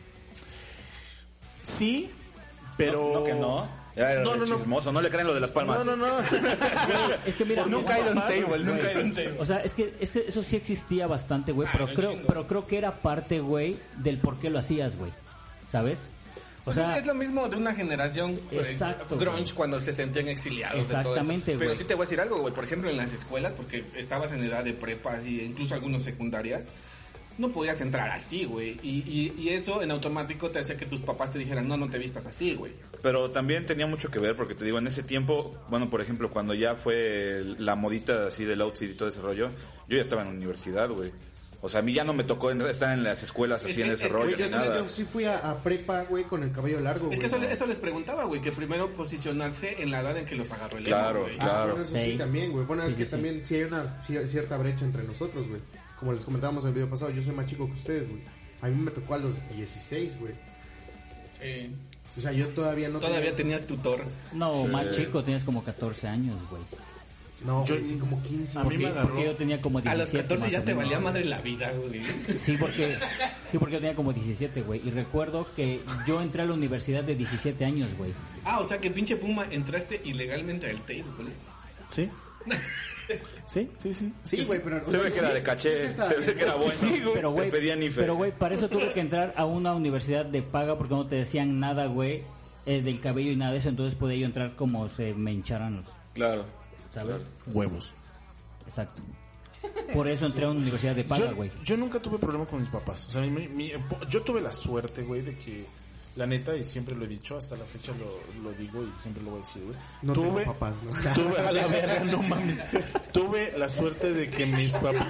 [SPEAKER 2] Sí, pero...
[SPEAKER 6] No, que no. Ya era
[SPEAKER 2] No, no, no.
[SPEAKER 6] chismoso. No le creen lo de las palmas.
[SPEAKER 2] No, no, no.
[SPEAKER 5] Es que mira,
[SPEAKER 4] Nunca he ido a un
[SPEAKER 2] papás,
[SPEAKER 4] table, nunca he ido a un table.
[SPEAKER 5] o sea, es que, es que eso sí existía bastante, güey, pero
[SPEAKER 4] un
[SPEAKER 5] creo,
[SPEAKER 4] chingo.
[SPEAKER 5] pero creo que era parte, güey, del por qué lo hacías, güey. ¿Sabes? O
[SPEAKER 4] Pues
[SPEAKER 5] sea,
[SPEAKER 4] es que es lo mismo de una generación eh,
[SPEAKER 5] Exacto,
[SPEAKER 4] grunge
[SPEAKER 5] güey.
[SPEAKER 4] cuando se sentían exiliados de todo eso.
[SPEAKER 5] Exactamente,
[SPEAKER 4] Pero
[SPEAKER 5] güey.
[SPEAKER 4] sí te voy a decir algo, güey. Por ejemplo, en las escuelas, porque estabas en edad de prepa y incluso algunos secundarias, no podías entrar así, güey. Y, y, y eso en automático te hacía que tus papás te dijeran, no, no te vistas así, güey.
[SPEAKER 6] Pero también tenía mucho que ver porque te digo, en ese tiempo, bueno, por ejemplo, cuando ya fue la modita así del outfit y todo ese rollo, yo ya estaba en la universidad, güey. O sea, a mí ya no me tocó en- estar en las escuelas así
[SPEAKER 4] Es que-
[SPEAKER 6] en ese
[SPEAKER 4] es que
[SPEAKER 6] rollo
[SPEAKER 3] Güey, yo,
[SPEAKER 6] ni
[SPEAKER 3] sí,
[SPEAKER 6] nada.
[SPEAKER 3] yo sí fui a, a prepa, güey, con el cabello largo,
[SPEAKER 4] Es que
[SPEAKER 3] güey.
[SPEAKER 4] eso, eso les preguntaba, güey, que primero posicionarse en la edad en que los agarró el
[SPEAKER 6] Claro,
[SPEAKER 4] emo, güey.
[SPEAKER 3] Ah,
[SPEAKER 6] claro.
[SPEAKER 3] bueno, eso sí,
[SPEAKER 5] Sí.
[SPEAKER 3] también, güey. Bueno,
[SPEAKER 5] Sí,
[SPEAKER 3] es que
[SPEAKER 5] sí, sí.
[SPEAKER 3] también sí hay una ci- cierta brecha entre nosotros, güey. Como les comentábamos en el video pasado, yo soy más chico que ustedes, güey. A mí me tocó a los dieciséis, güey.
[SPEAKER 4] Sí.
[SPEAKER 3] O sea, yo todavía no
[SPEAKER 4] Todavía
[SPEAKER 3] tenía...
[SPEAKER 4] tenías tutor.
[SPEAKER 5] no, más chico, tienes como catorce años, güey.
[SPEAKER 3] No,
[SPEAKER 2] Yo-
[SPEAKER 3] güey, sí, como quince.
[SPEAKER 2] a mí
[SPEAKER 5] Porque,
[SPEAKER 2] me agarró-
[SPEAKER 5] porque yo tenía como
[SPEAKER 4] A
[SPEAKER 5] diecisiete.
[SPEAKER 4] los catorce
[SPEAKER 5] más
[SPEAKER 4] ya
[SPEAKER 5] o
[SPEAKER 4] te
[SPEAKER 5] menos.
[SPEAKER 4] valía madre la vida, güey.
[SPEAKER 5] Sí, porque, sí, porque yo tenía como diecisiete, güey. Y recuerdo que yo entré a la universidad de diecisiete años, güey.
[SPEAKER 4] Ah, o sea que pinche Puma entraste ilegalmente al table, güey.
[SPEAKER 2] Sí. Sí, sí, sí.
[SPEAKER 3] Sí, güey, pero... o
[SPEAKER 6] Se
[SPEAKER 3] sea,
[SPEAKER 6] ve que era
[SPEAKER 3] sí,
[SPEAKER 6] de caché,
[SPEAKER 3] sí está
[SPEAKER 6] se ve
[SPEAKER 3] bien.
[SPEAKER 6] que era
[SPEAKER 2] Es que
[SPEAKER 6] bueno.
[SPEAKER 2] sí, güey.
[SPEAKER 5] Pero, güey,
[SPEAKER 6] Te pedían I F E.
[SPEAKER 5] pero, güey, para eso tuve que entrar a una universidad de paga porque no te decían nada, güey, eh, del cabello y nada de eso. Entonces podía yo entrar como se me hincharan los,
[SPEAKER 6] Claro.
[SPEAKER 5] ¿sabes?
[SPEAKER 2] Huevos.
[SPEAKER 5] Exacto. Por eso entré a una universidad de paga,
[SPEAKER 2] Yo,
[SPEAKER 5] güey.
[SPEAKER 2] yo nunca tuve problema con mis papás. O sea, mi- mi- yo tuve la suerte, güey, de que, la neta, y siempre lo he dicho, hasta la fecha lo, lo digo y siempre lo voy a decir, güey.
[SPEAKER 3] No
[SPEAKER 2] tuve,
[SPEAKER 3] tengo papás, ¿no?
[SPEAKER 2] Tuve, a la verga, no mames. Tuve la suerte de que mis papás...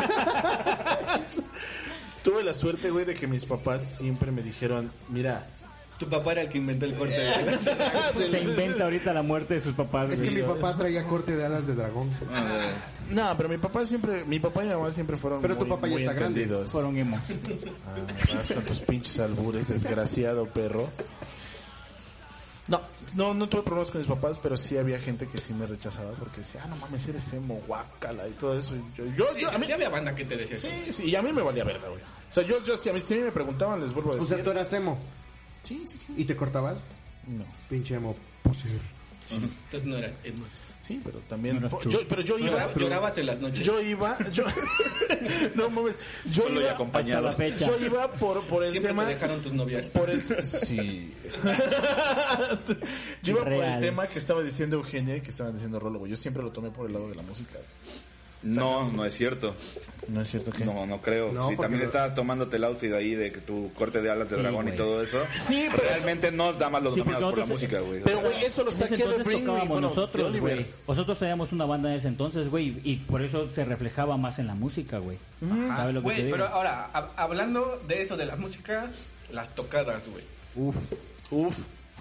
[SPEAKER 2] tuve la suerte, güey, de que mis papás siempre me dijeron, mira...
[SPEAKER 4] Tu papá era el que inventó el corte de
[SPEAKER 5] Se inventa ahorita la muerte de sus papás,
[SPEAKER 3] Es que
[SPEAKER 5] güey.
[SPEAKER 3] mi papá traía corte de alas de dragón.
[SPEAKER 2] No, pero mi papá siempre, mi papá y mi mamá siempre fueron
[SPEAKER 3] Pero tu
[SPEAKER 2] muy,
[SPEAKER 3] papá ya
[SPEAKER 2] muy
[SPEAKER 3] está grande.
[SPEAKER 2] entendidos.
[SPEAKER 5] Fueron emo.
[SPEAKER 2] Ah, vas con tus pinches albures, desgraciado perro. No, no, no tuve problemas con mis papás, pero sí había gente que sí me rechazaba porque decía, ah, no mames, eres emo, guácala y todo eso. Y yo, yo, yo, a mí,
[SPEAKER 4] Sí había banda que te decía eso.
[SPEAKER 2] sí, sí, y a mí me valía verga, güey. O sea, yo, yo, si a mí, si a mí me preguntaban, les vuelvo a
[SPEAKER 3] O
[SPEAKER 2] decir.
[SPEAKER 3] sea, tú eras emo.
[SPEAKER 2] Sí, sí, sí.
[SPEAKER 3] ¿Y te cortabas?
[SPEAKER 2] No,
[SPEAKER 3] Pinche emo. Poser.
[SPEAKER 4] Entonces no eras emo.
[SPEAKER 2] sí, pero también,
[SPEAKER 5] No,
[SPEAKER 2] po-
[SPEAKER 5] true.
[SPEAKER 2] yo, pero yo iba,
[SPEAKER 4] Lloraba- Llorabas en las noches.
[SPEAKER 2] yo iba, yo, no mames, yo
[SPEAKER 6] Solo y
[SPEAKER 2] iba,
[SPEAKER 6] acompañado.
[SPEAKER 5] Hasta la fecha.
[SPEAKER 2] yo iba por, por el
[SPEAKER 4] Siempre
[SPEAKER 2] tema.
[SPEAKER 4] te dejaron tus novias.
[SPEAKER 2] Por el sí. Yo iba por el
[SPEAKER 5] Real.
[SPEAKER 2] tema que estaba diciendo Eugenia y que estaban diciendo Rolo, güey. Yo siempre lo tomé por el lado de la música.
[SPEAKER 6] No, no es cierto.
[SPEAKER 2] No es cierto que
[SPEAKER 6] No, no creo.
[SPEAKER 3] No,
[SPEAKER 6] Si
[SPEAKER 3] porque
[SPEAKER 6] también
[SPEAKER 3] no-
[SPEAKER 6] estabas tomándote el outfit ahí de que tu corte de alas de
[SPEAKER 5] Sí,
[SPEAKER 6] dragón
[SPEAKER 5] güey.
[SPEAKER 6] y todo eso.
[SPEAKER 2] Sí, pero
[SPEAKER 6] realmente no da más los
[SPEAKER 5] Sí, porque
[SPEAKER 6] nominados por la
[SPEAKER 5] nosotros-
[SPEAKER 6] música, güey.
[SPEAKER 2] Pero güey, eso lo
[SPEAKER 5] En ese
[SPEAKER 2] saqué de
[SPEAKER 5] entonces
[SPEAKER 2] Bring Me,
[SPEAKER 5] tocábamos
[SPEAKER 2] bueno, de
[SPEAKER 5] nosotros,
[SPEAKER 2] Oliver.
[SPEAKER 5] güey. Nosotros teníamos una banda en ese entonces, güey, y por eso se reflejaba más en la música, güey. ¿Sabes lo que te
[SPEAKER 4] Güey,
[SPEAKER 5] digo?
[SPEAKER 4] pero ahora, hab- hablando de eso de la música, las tocadas, güey.
[SPEAKER 3] Uf.
[SPEAKER 2] Uf.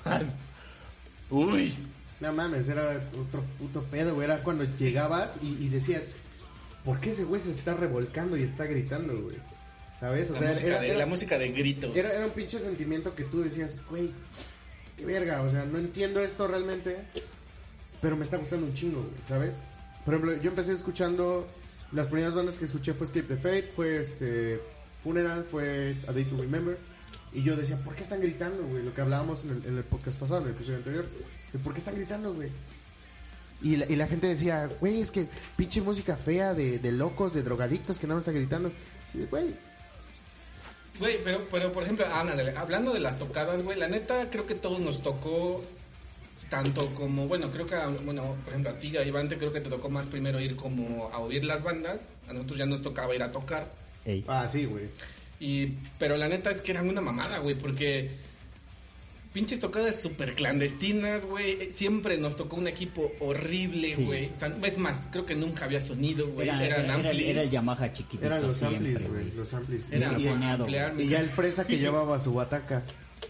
[SPEAKER 2] Uy.
[SPEAKER 3] No mames, era otro puto pedo, güey. Era cuando llegabas y, y decías, ¿por qué ese güey se está revolcando y está gritando, güey? ¿Sabes? O
[SPEAKER 4] La,
[SPEAKER 3] sea,
[SPEAKER 4] música,
[SPEAKER 3] era,
[SPEAKER 4] de,
[SPEAKER 3] era-
[SPEAKER 4] la música de gritos.
[SPEAKER 3] era, era un pinche sentimiento que tú decías, güey, qué verga, o sea, no entiendo esto realmente, pero me está gustando un chingo, güey, ¿sabes? Por ejemplo, yo empecé escuchando, las primeras bandas que escuché fue Escape the Fate, fue este Funeral, fue A Day to Remember, y yo decía, ¿por qué están gritando, güey? Lo que hablábamos en el, en el podcast pasado, en el episodio anterior, de ¿por qué están gritando, güey? Y la, y la gente decía, güey, es que pinche música fea de, de locos, de drogadictos que no están gritando. Sí, güey.
[SPEAKER 4] Güey, pero, pero por ejemplo, ándale, hablando de las tocadas, güey, la neta creo que todos nos tocó tanto como, bueno, creo que, a- bueno, por ejemplo, a ti, a Iván, te creo que te tocó más primero ir como a oír las bandas, a nosotros ya nos tocaba ir a tocar,
[SPEAKER 5] Ey.
[SPEAKER 3] Ah, sí, güey.
[SPEAKER 4] y, pero la neta es que eran una mamada, güey, porque pinches tocadas súper clandestinas, güey, siempre nos tocó un equipo horrible,
[SPEAKER 5] Sí.
[SPEAKER 4] güey, o sea, es más, creo que nunca había sonido, güey,
[SPEAKER 5] Era,
[SPEAKER 4] eran
[SPEAKER 5] era, era,
[SPEAKER 4] amplis,
[SPEAKER 5] era el Yamaha chiquitito
[SPEAKER 3] Eran los
[SPEAKER 5] siempre,
[SPEAKER 3] amplis, güey, los amplis.
[SPEAKER 4] era
[SPEAKER 3] y,
[SPEAKER 5] microfoneado,
[SPEAKER 4] ampliar,
[SPEAKER 3] y ya el fresa que llevaba su bataca.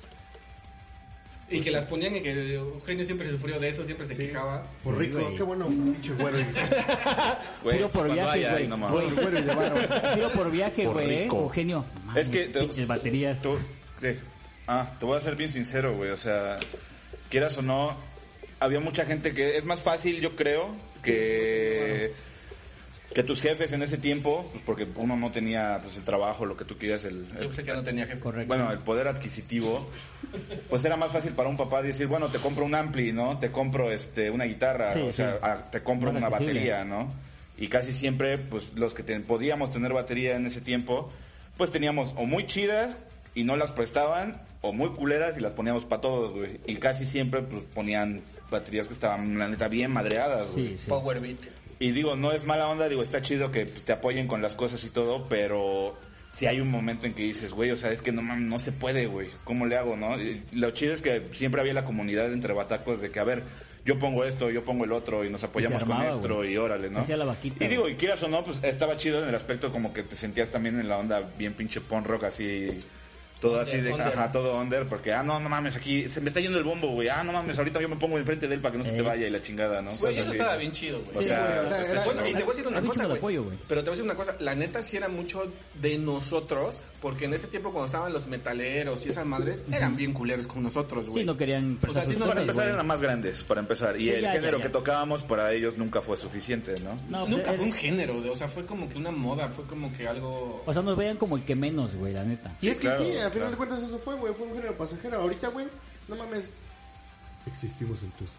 [SPEAKER 4] y que las ponían y que Eugenio siempre sufrió de eso, siempre se quejaba.
[SPEAKER 3] Por
[SPEAKER 5] Sí,
[SPEAKER 3] rico,
[SPEAKER 5] güey.
[SPEAKER 3] qué bueno, pinche güero.
[SPEAKER 6] Güey,
[SPEAKER 5] Puro por
[SPEAKER 6] cuando
[SPEAKER 5] viaje,
[SPEAKER 6] haya,
[SPEAKER 5] güey.
[SPEAKER 6] ahí nomás.
[SPEAKER 3] Güero, güero y de varo.
[SPEAKER 5] Tiro por viaje,
[SPEAKER 2] Por
[SPEAKER 5] güey, ¿eh?
[SPEAKER 2] rico.
[SPEAKER 5] Eugenio.
[SPEAKER 6] Es que te-
[SPEAKER 5] Pinches baterías.
[SPEAKER 6] Tú- ¿qué? Ah, te voy a ser bien sincero, güey. O sea, quieras o no, había mucha gente que es más fácil, yo creo, que que tus jefes en ese tiempo, pues porque uno no tenía pues el trabajo, lo que tú quieras, el,
[SPEAKER 4] Yo
[SPEAKER 6] el-
[SPEAKER 4] pensé que no tenía jefe.
[SPEAKER 5] Correcto.
[SPEAKER 6] bueno, el poder adquisitivo, pues era más fácil para un papá decir, bueno, te compro un ampli, ¿no? Te compro este una guitarra,
[SPEAKER 5] Sí,
[SPEAKER 6] o sea,
[SPEAKER 5] sí.
[SPEAKER 6] ah, te compro
[SPEAKER 5] Más
[SPEAKER 6] una
[SPEAKER 5] accesible.
[SPEAKER 6] batería, ¿no? Y casi siempre, pues los que te- podíamos tener batería en ese tiempo, pues teníamos o muy chidas y no las prestaban, o muy culeras y las poníamos para todos, güey. Y casi siempre, pues ponían baterías que estaban, la neta, bien madreadas, güey.
[SPEAKER 5] Sí, sí.
[SPEAKER 4] Power Beat.
[SPEAKER 6] Y digo, no es mala onda, digo, está chido que pues, te apoyen con las cosas y todo, pero si hay un momento en que dices, güey, o sea, es que no mames, no se puede, güey, ¿cómo le hago, no? Y lo chido es que siempre había la comunidad entre batacos de que, a ver, yo pongo esto, yo pongo el otro y nos apoyamos
[SPEAKER 5] armaba,
[SPEAKER 6] con esto
[SPEAKER 5] güey.
[SPEAKER 6] y órale,
[SPEAKER 5] Se
[SPEAKER 6] ¿no?
[SPEAKER 5] hacía la vaquita,
[SPEAKER 6] Y digo, y quieras o no, pues estaba chido en el aspecto como que te sentías también en la onda bien pinche punk rock así... Todo
[SPEAKER 4] Under,
[SPEAKER 6] así de,
[SPEAKER 4] under.
[SPEAKER 6] ajá, todo under, porque, ah, no, no mames, aquí se me está yendo el bombo, güey, ah, no mames, ahorita yo me pongo enfrente de él para que no se te
[SPEAKER 5] Eh.
[SPEAKER 6] vaya y la chingada, ¿no?
[SPEAKER 4] Güey,
[SPEAKER 6] Cosas
[SPEAKER 4] eso
[SPEAKER 6] así.
[SPEAKER 4] estaba bien chido, güey.
[SPEAKER 6] O
[SPEAKER 3] Sí,
[SPEAKER 6] sea,
[SPEAKER 3] güey, o sea,
[SPEAKER 6] está
[SPEAKER 3] era-
[SPEAKER 6] chido.
[SPEAKER 4] Bueno, y te voy a decir una
[SPEAKER 5] A mí sí
[SPEAKER 4] cosa,
[SPEAKER 5] me lo
[SPEAKER 4] güey.
[SPEAKER 5] apoyo, güey.
[SPEAKER 4] Pero te voy a decir una cosa, la neta sí era mucho de nosotros, porque en ese tiempo cuando estaban los metaleros y esas madres, eran bien culeros con nosotros, güey.
[SPEAKER 5] Sí, no querían...
[SPEAKER 4] O sea, sí nos-
[SPEAKER 6] Para
[SPEAKER 4] Sí,
[SPEAKER 6] empezar
[SPEAKER 5] güey.
[SPEAKER 6] eran más grandes, para empezar. Y
[SPEAKER 5] Sí,
[SPEAKER 6] el
[SPEAKER 5] ya,
[SPEAKER 6] género
[SPEAKER 5] ya, ya.
[SPEAKER 6] que tocábamos para ellos nunca fue suficiente, ¿no?
[SPEAKER 5] No,
[SPEAKER 4] Nunca
[SPEAKER 5] pues,
[SPEAKER 4] fue un
[SPEAKER 5] eh,
[SPEAKER 4] género, de- o sea, fue como que una moda, fue como que algo...
[SPEAKER 5] O sea, nos veían como el que menos, güey, la neta.
[SPEAKER 3] Y es que
[SPEAKER 6] claro,
[SPEAKER 3] sí, al final
[SPEAKER 6] claro.
[SPEAKER 3] de cuentas eso fue, güey, fue un género pasajero. Ahorita, güey, no mames. Existimos entre ustedes.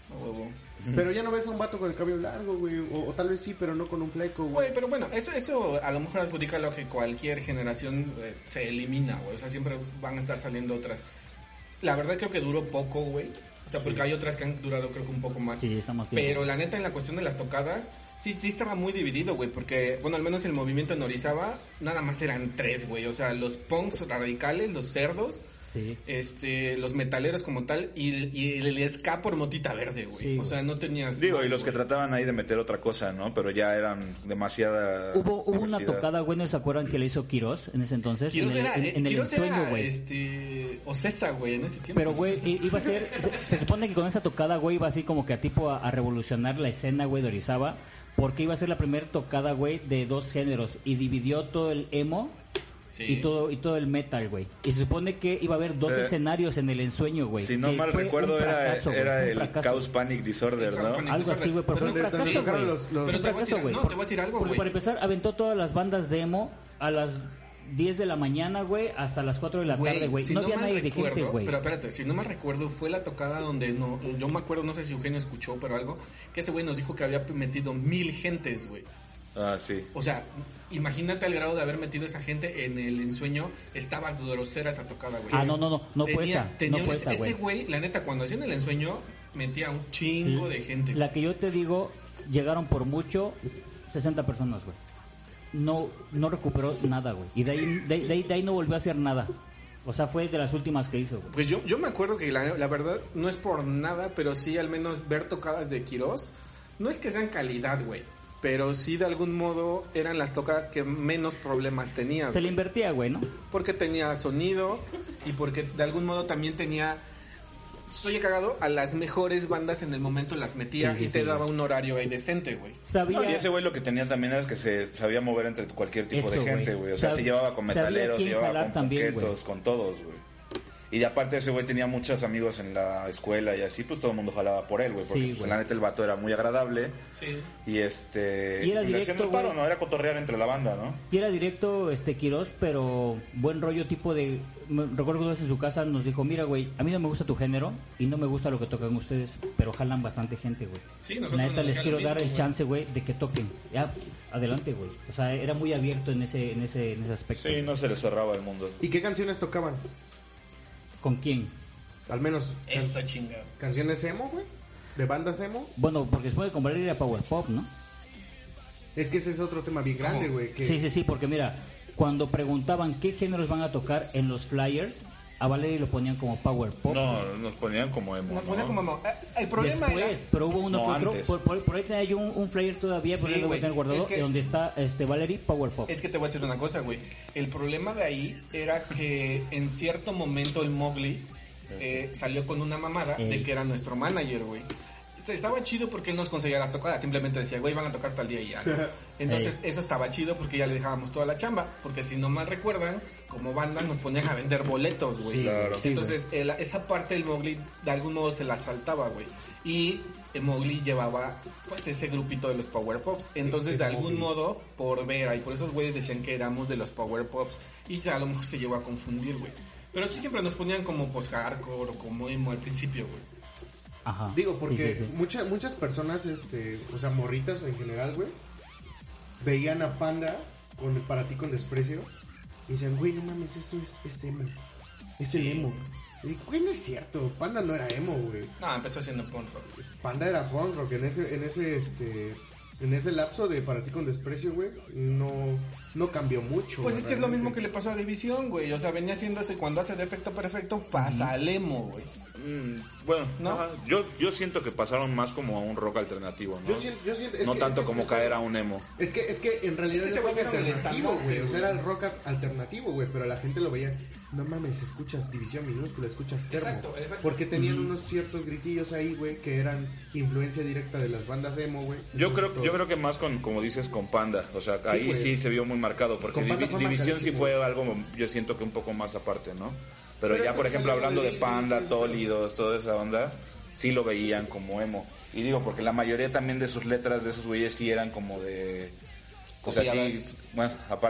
[SPEAKER 4] A huevo.
[SPEAKER 3] Pero ya no ves a un vato con el cabello largo, güey. O, o tal vez sí, pero no con un fleco, güey.
[SPEAKER 4] Güey, pero bueno, eso, eso a lo mejor adjudica lo que cualquier generación eh, se elimina, güey. O sea, siempre van a estar saliendo otras. La verdad creo que duró poco, güey. O sea, porque sí. hay otras que han durado creo que un poco más.
[SPEAKER 5] Sí, está más
[SPEAKER 4] Pero
[SPEAKER 5] tiempo.
[SPEAKER 4] la neta, en la cuestión de las tocadas, sí, sí estaba muy dividido, güey. Porque, bueno, al menos el movimiento en Orizaba, nada más eran tres, güey. O sea, los punks radicales, los cerdos...
[SPEAKER 5] Sí.
[SPEAKER 4] Este, los metaleros como tal y, y el ska por motita verde, güey.
[SPEAKER 5] Sí,
[SPEAKER 4] o sea, no tenías...
[SPEAKER 6] Digo,
[SPEAKER 4] más,
[SPEAKER 6] y los
[SPEAKER 4] güey.
[SPEAKER 6] que trataban ahí de meter otra cosa, ¿no? Pero ya eran demasiada...
[SPEAKER 5] Hubo, hubo una
[SPEAKER 6] diversidad.
[SPEAKER 5] tocada, güey, ¿no se acuerdan que le hizo Quirós en ese entonces?
[SPEAKER 4] Quirós
[SPEAKER 5] en el,
[SPEAKER 4] era,
[SPEAKER 5] en,
[SPEAKER 4] eh,
[SPEAKER 5] en el
[SPEAKER 4] Quirós
[SPEAKER 5] ensueño,
[SPEAKER 4] era,
[SPEAKER 5] güey.
[SPEAKER 4] este, Ocesa, güey, en ese tiempo.
[SPEAKER 5] Pero, güey, i- iba a ser... Se, se supone que con esa tocada, güey, iba así como que a tipo a, a revolucionar la escena, güey, de Orizaba. Porque iba a ser la primera tocada, güey, de dos géneros. Y dividió todo el emo...
[SPEAKER 4] Sí.
[SPEAKER 5] Y todo y todo el metal, güey. Y se supone que iba a haber dos
[SPEAKER 6] Sí.
[SPEAKER 5] escenarios en el ensueño, güey.
[SPEAKER 6] Si no
[SPEAKER 5] que
[SPEAKER 6] mal
[SPEAKER 5] fue
[SPEAKER 6] recuerdo,
[SPEAKER 5] un
[SPEAKER 6] era,
[SPEAKER 5] fracaso, güey,
[SPEAKER 6] era
[SPEAKER 5] fue un
[SPEAKER 6] el
[SPEAKER 5] fracaso.
[SPEAKER 6] Chaos Panic Disorder,
[SPEAKER 4] El Chaos
[SPEAKER 6] ¿no?
[SPEAKER 4] Panic
[SPEAKER 5] Algo así, güey, pero fue un
[SPEAKER 4] Pero
[SPEAKER 3] donde
[SPEAKER 5] fracaso,
[SPEAKER 3] tocaron
[SPEAKER 5] güey.
[SPEAKER 3] los- los-
[SPEAKER 5] Fue
[SPEAKER 4] Pero
[SPEAKER 5] un
[SPEAKER 4] te voy a decir-
[SPEAKER 5] fracaso, güey.
[SPEAKER 4] no,
[SPEAKER 5] Por-
[SPEAKER 4] te voy a decir algo,
[SPEAKER 5] porque
[SPEAKER 4] güey.
[SPEAKER 5] para empezar, aventó todas las bandas de emo a las diez de la mañana, güey, hasta las cuatro de la tarde, güey.
[SPEAKER 4] si
[SPEAKER 5] No había
[SPEAKER 4] mal
[SPEAKER 5] nadie de gente,
[SPEAKER 4] recuerdo,
[SPEAKER 5] güey.
[SPEAKER 4] Pero espérate, si no me recuerdo, fue la tocada donde no, yo me acuerdo, no sé si Eugenio escuchó, pero algo, que ese güey nos dijo que había metido mil gentes, güey.
[SPEAKER 6] Ah, sí.
[SPEAKER 4] O sea, imagínate al grado de haber metido esa gente en el ensueño, estaba grosera esa tocada, güey.
[SPEAKER 5] Ah, no, no, no, no fue
[SPEAKER 4] Tenía-
[SPEAKER 5] esa,
[SPEAKER 4] tenía
[SPEAKER 5] no fue
[SPEAKER 4] ese-
[SPEAKER 5] esa, güey.
[SPEAKER 4] Ese güey, la neta, cuando hacían el ensueño, metía un chingo de gente.
[SPEAKER 5] La que yo te digo, llegaron por mucho sesenta personas, güey. No, no recuperó nada, güey. Y de ahí, de, de ahí, de ahí no volvió a hacer nada. O sea, fue de las últimas que hizo, güey.
[SPEAKER 4] Pues yo, yo me acuerdo que la, la verdad no es por nada, pero sí al menos ver tocadas de Quirós, no es que sean calidad, güey, pero sí de algún modo eran las tocadas que menos problemas tenía.
[SPEAKER 5] Se le
[SPEAKER 4] güey.
[SPEAKER 5] invertía, güey, ¿no?
[SPEAKER 4] Porque tenía sonido y porque de algún modo también tenía, soy cagado, a las mejores bandas en el momento las metía
[SPEAKER 5] Sí, sí,
[SPEAKER 4] y te
[SPEAKER 5] sí,
[SPEAKER 4] daba
[SPEAKER 5] güey.
[SPEAKER 4] un horario ahí decente, güey.
[SPEAKER 5] Sabía...
[SPEAKER 6] No, y ese güey lo que tenía también era que se sabía mover entre cualquier tipo
[SPEAKER 5] Eso,
[SPEAKER 6] de gente,
[SPEAKER 5] güey.
[SPEAKER 6] güey. O sea,
[SPEAKER 5] Sab-
[SPEAKER 6] se llevaba con
[SPEAKER 5] sabía
[SPEAKER 6] metaleros, se
[SPEAKER 5] quién
[SPEAKER 6] llevaba
[SPEAKER 5] jalar
[SPEAKER 6] con
[SPEAKER 5] también,
[SPEAKER 6] punquetos, con todos, güey. Y aparte ese güey tenía muchos amigos en la escuela y así, pues todo el mundo jalaba por él, güey. Porque
[SPEAKER 5] Sí,
[SPEAKER 6] pues,
[SPEAKER 5] güey.
[SPEAKER 6] la neta el vato era muy agradable.
[SPEAKER 4] Sí.
[SPEAKER 6] Y este...
[SPEAKER 5] Y era
[SPEAKER 6] le
[SPEAKER 5] directo,
[SPEAKER 6] hacían el paro,
[SPEAKER 5] güey.
[SPEAKER 6] ¿no? Era cotorrear entre la banda, ¿no?
[SPEAKER 5] Y era directo este Quirós, pero buen rollo tipo de... me- Recuerdo que una vez en su casa nos dijo, mira, güey, a mí no me gusta tu género y no me gusta lo que tocan ustedes, pero jalan bastante gente, güey.
[SPEAKER 4] Sí, nosotros
[SPEAKER 5] La neta
[SPEAKER 4] nos
[SPEAKER 5] les
[SPEAKER 4] decían
[SPEAKER 5] quiero
[SPEAKER 4] lo
[SPEAKER 5] dar
[SPEAKER 4] mismo,
[SPEAKER 5] el
[SPEAKER 4] güey.
[SPEAKER 5] chance, güey, de que toquen. Ya, adelante, güey. O sea, era muy abierto en ese en ese, en ese aspecto.
[SPEAKER 6] Sí, no se le cerraba el mundo.
[SPEAKER 3] ¿Y qué canciones tocaban?
[SPEAKER 5] ¿Con quién?
[SPEAKER 3] Al menos can-
[SPEAKER 4] Esta chingada.
[SPEAKER 3] canciones emo, güey. De bandas emo.
[SPEAKER 5] Bueno, porque después de comprar era Power Pop, ¿no?
[SPEAKER 3] Es que ese es otro tema bien grande, güey. Que...
[SPEAKER 5] Sí, sí, sí, porque mira, cuando preguntaban qué géneros van a tocar en los flyers, a Valerie lo ponían como Power Pop.
[SPEAKER 6] No, nos ponían como emo,
[SPEAKER 4] Nos
[SPEAKER 6] ¿no?
[SPEAKER 4] ponía como... eh, El problema
[SPEAKER 5] Después,
[SPEAKER 4] era...
[SPEAKER 5] pero hubo uno
[SPEAKER 6] No,
[SPEAKER 5] que otro.
[SPEAKER 6] antes.
[SPEAKER 5] Por, por- por ahí tenía yo un, un flyer todavía, por
[SPEAKER 4] Sí,
[SPEAKER 5] ahí lo voy a
[SPEAKER 4] güey,
[SPEAKER 5] tener guardado,
[SPEAKER 4] es que-
[SPEAKER 5] donde está este Valerie Power Pop.
[SPEAKER 4] Es que te voy a decir una cosa, güey. El problema de ahí era que en cierto momento el Mowgli eh, salió con una mamada
[SPEAKER 5] Ey.
[SPEAKER 4] de que era nuestro manager, güey. Estaba chido porque él nos conseguía las tocadas. Simplemente decía, güey, van a tocar tal día y ya. ¿no? Entonces, eso estaba chido porque ya le dejábamos toda la chamba. Porque si no mal recuerdan, como banda nos ponían a vender boletos, güey.
[SPEAKER 5] Sí,
[SPEAKER 6] Claro.
[SPEAKER 5] sí,
[SPEAKER 4] Entonces, el- esa parte del Mowgli de algún modo se la saltaba, güey. Y el Mowgli llevaba, pues, ese grupito de los Power Pops. Entonces, de algún modo, por ver, y por esos güeyes decían que éramos de los Power Pops. Y ya a lo mejor se llegó a confundir, güey. Pero sí siempre nos ponían como post-hardcore o como emo al principio, güey.
[SPEAKER 5] Ajá.
[SPEAKER 3] Digo, porque
[SPEAKER 5] Sí, sí, sí.
[SPEAKER 3] muchas muchas personas, este, o sea, morritas en general, güey, veían a Panda con para ti con desprecio y decían, güey, no mames, esto es, es emo, es el emo. Y digo, güey, no es cierto, Panda no era emo, güey.
[SPEAKER 4] No, empezó haciendo punk rock.
[SPEAKER 3] Panda era punk rock, en ese, en ese, este, en ese lapso de para ti con desprecio, güey, no, no cambió mucho.
[SPEAKER 4] Pues es que es lo
[SPEAKER 3] realmente.
[SPEAKER 4] mismo que le pasó a División, güey. O sea, venía haciendo ese cuando hace defecto perfecto, pasa al emo, güey.
[SPEAKER 6] Mm, bueno,
[SPEAKER 4] ¿No?
[SPEAKER 6] ajá. yo, yo siento que pasaron más como a un rock alternativo, ¿no?
[SPEAKER 3] Yo siento, yo siento, es
[SPEAKER 6] no
[SPEAKER 3] que-
[SPEAKER 6] tanto
[SPEAKER 3] es que
[SPEAKER 6] como
[SPEAKER 3] sí,
[SPEAKER 6] caer a un emo.
[SPEAKER 3] Es que, es que en realidad
[SPEAKER 4] Es
[SPEAKER 3] es,
[SPEAKER 4] que se
[SPEAKER 3] rock
[SPEAKER 4] volvieron el
[SPEAKER 3] alternativo,
[SPEAKER 4] estandarte,
[SPEAKER 3] güey. O sea,
[SPEAKER 4] güey.
[SPEAKER 3] era el rock a- alternativo, güey. Pero la gente lo veía. No mames, escuchas División Minúscula, escuchas Termo.
[SPEAKER 4] Exacto, exacto.
[SPEAKER 3] Porque tenían unos ciertos gritillos ahí, güey, que eran influencia directa de las bandas emo, güey.
[SPEAKER 6] Yo creo,
[SPEAKER 3] Entonces,
[SPEAKER 6] yo creo que más con, como dices, con Panda. O sea, ahí
[SPEAKER 3] güey.
[SPEAKER 6] sí se vio muy marcado. Porque
[SPEAKER 3] Con Panda
[SPEAKER 6] Divi-
[SPEAKER 3] fue
[SPEAKER 6] División sí
[SPEAKER 3] marcadísimo.
[SPEAKER 6] fue algo, yo siento que un poco más aparte, ¿no? Pero,
[SPEAKER 3] Pero
[SPEAKER 6] ya,
[SPEAKER 3] es
[SPEAKER 6] por
[SPEAKER 3] que
[SPEAKER 6] ejemplo,
[SPEAKER 3] salió
[SPEAKER 6] hablando
[SPEAKER 3] de
[SPEAKER 6] de
[SPEAKER 3] Lil
[SPEAKER 6] Panda,
[SPEAKER 3] Wayne,
[SPEAKER 6] Tólidos, toda esa onda, sí lo veían como emo. Y digo, porque la mayoría también de sus letras de esos güeyes sí eran como de... O sea, sí,
[SPEAKER 4] Copiadas.
[SPEAKER 6] bueno, aparte.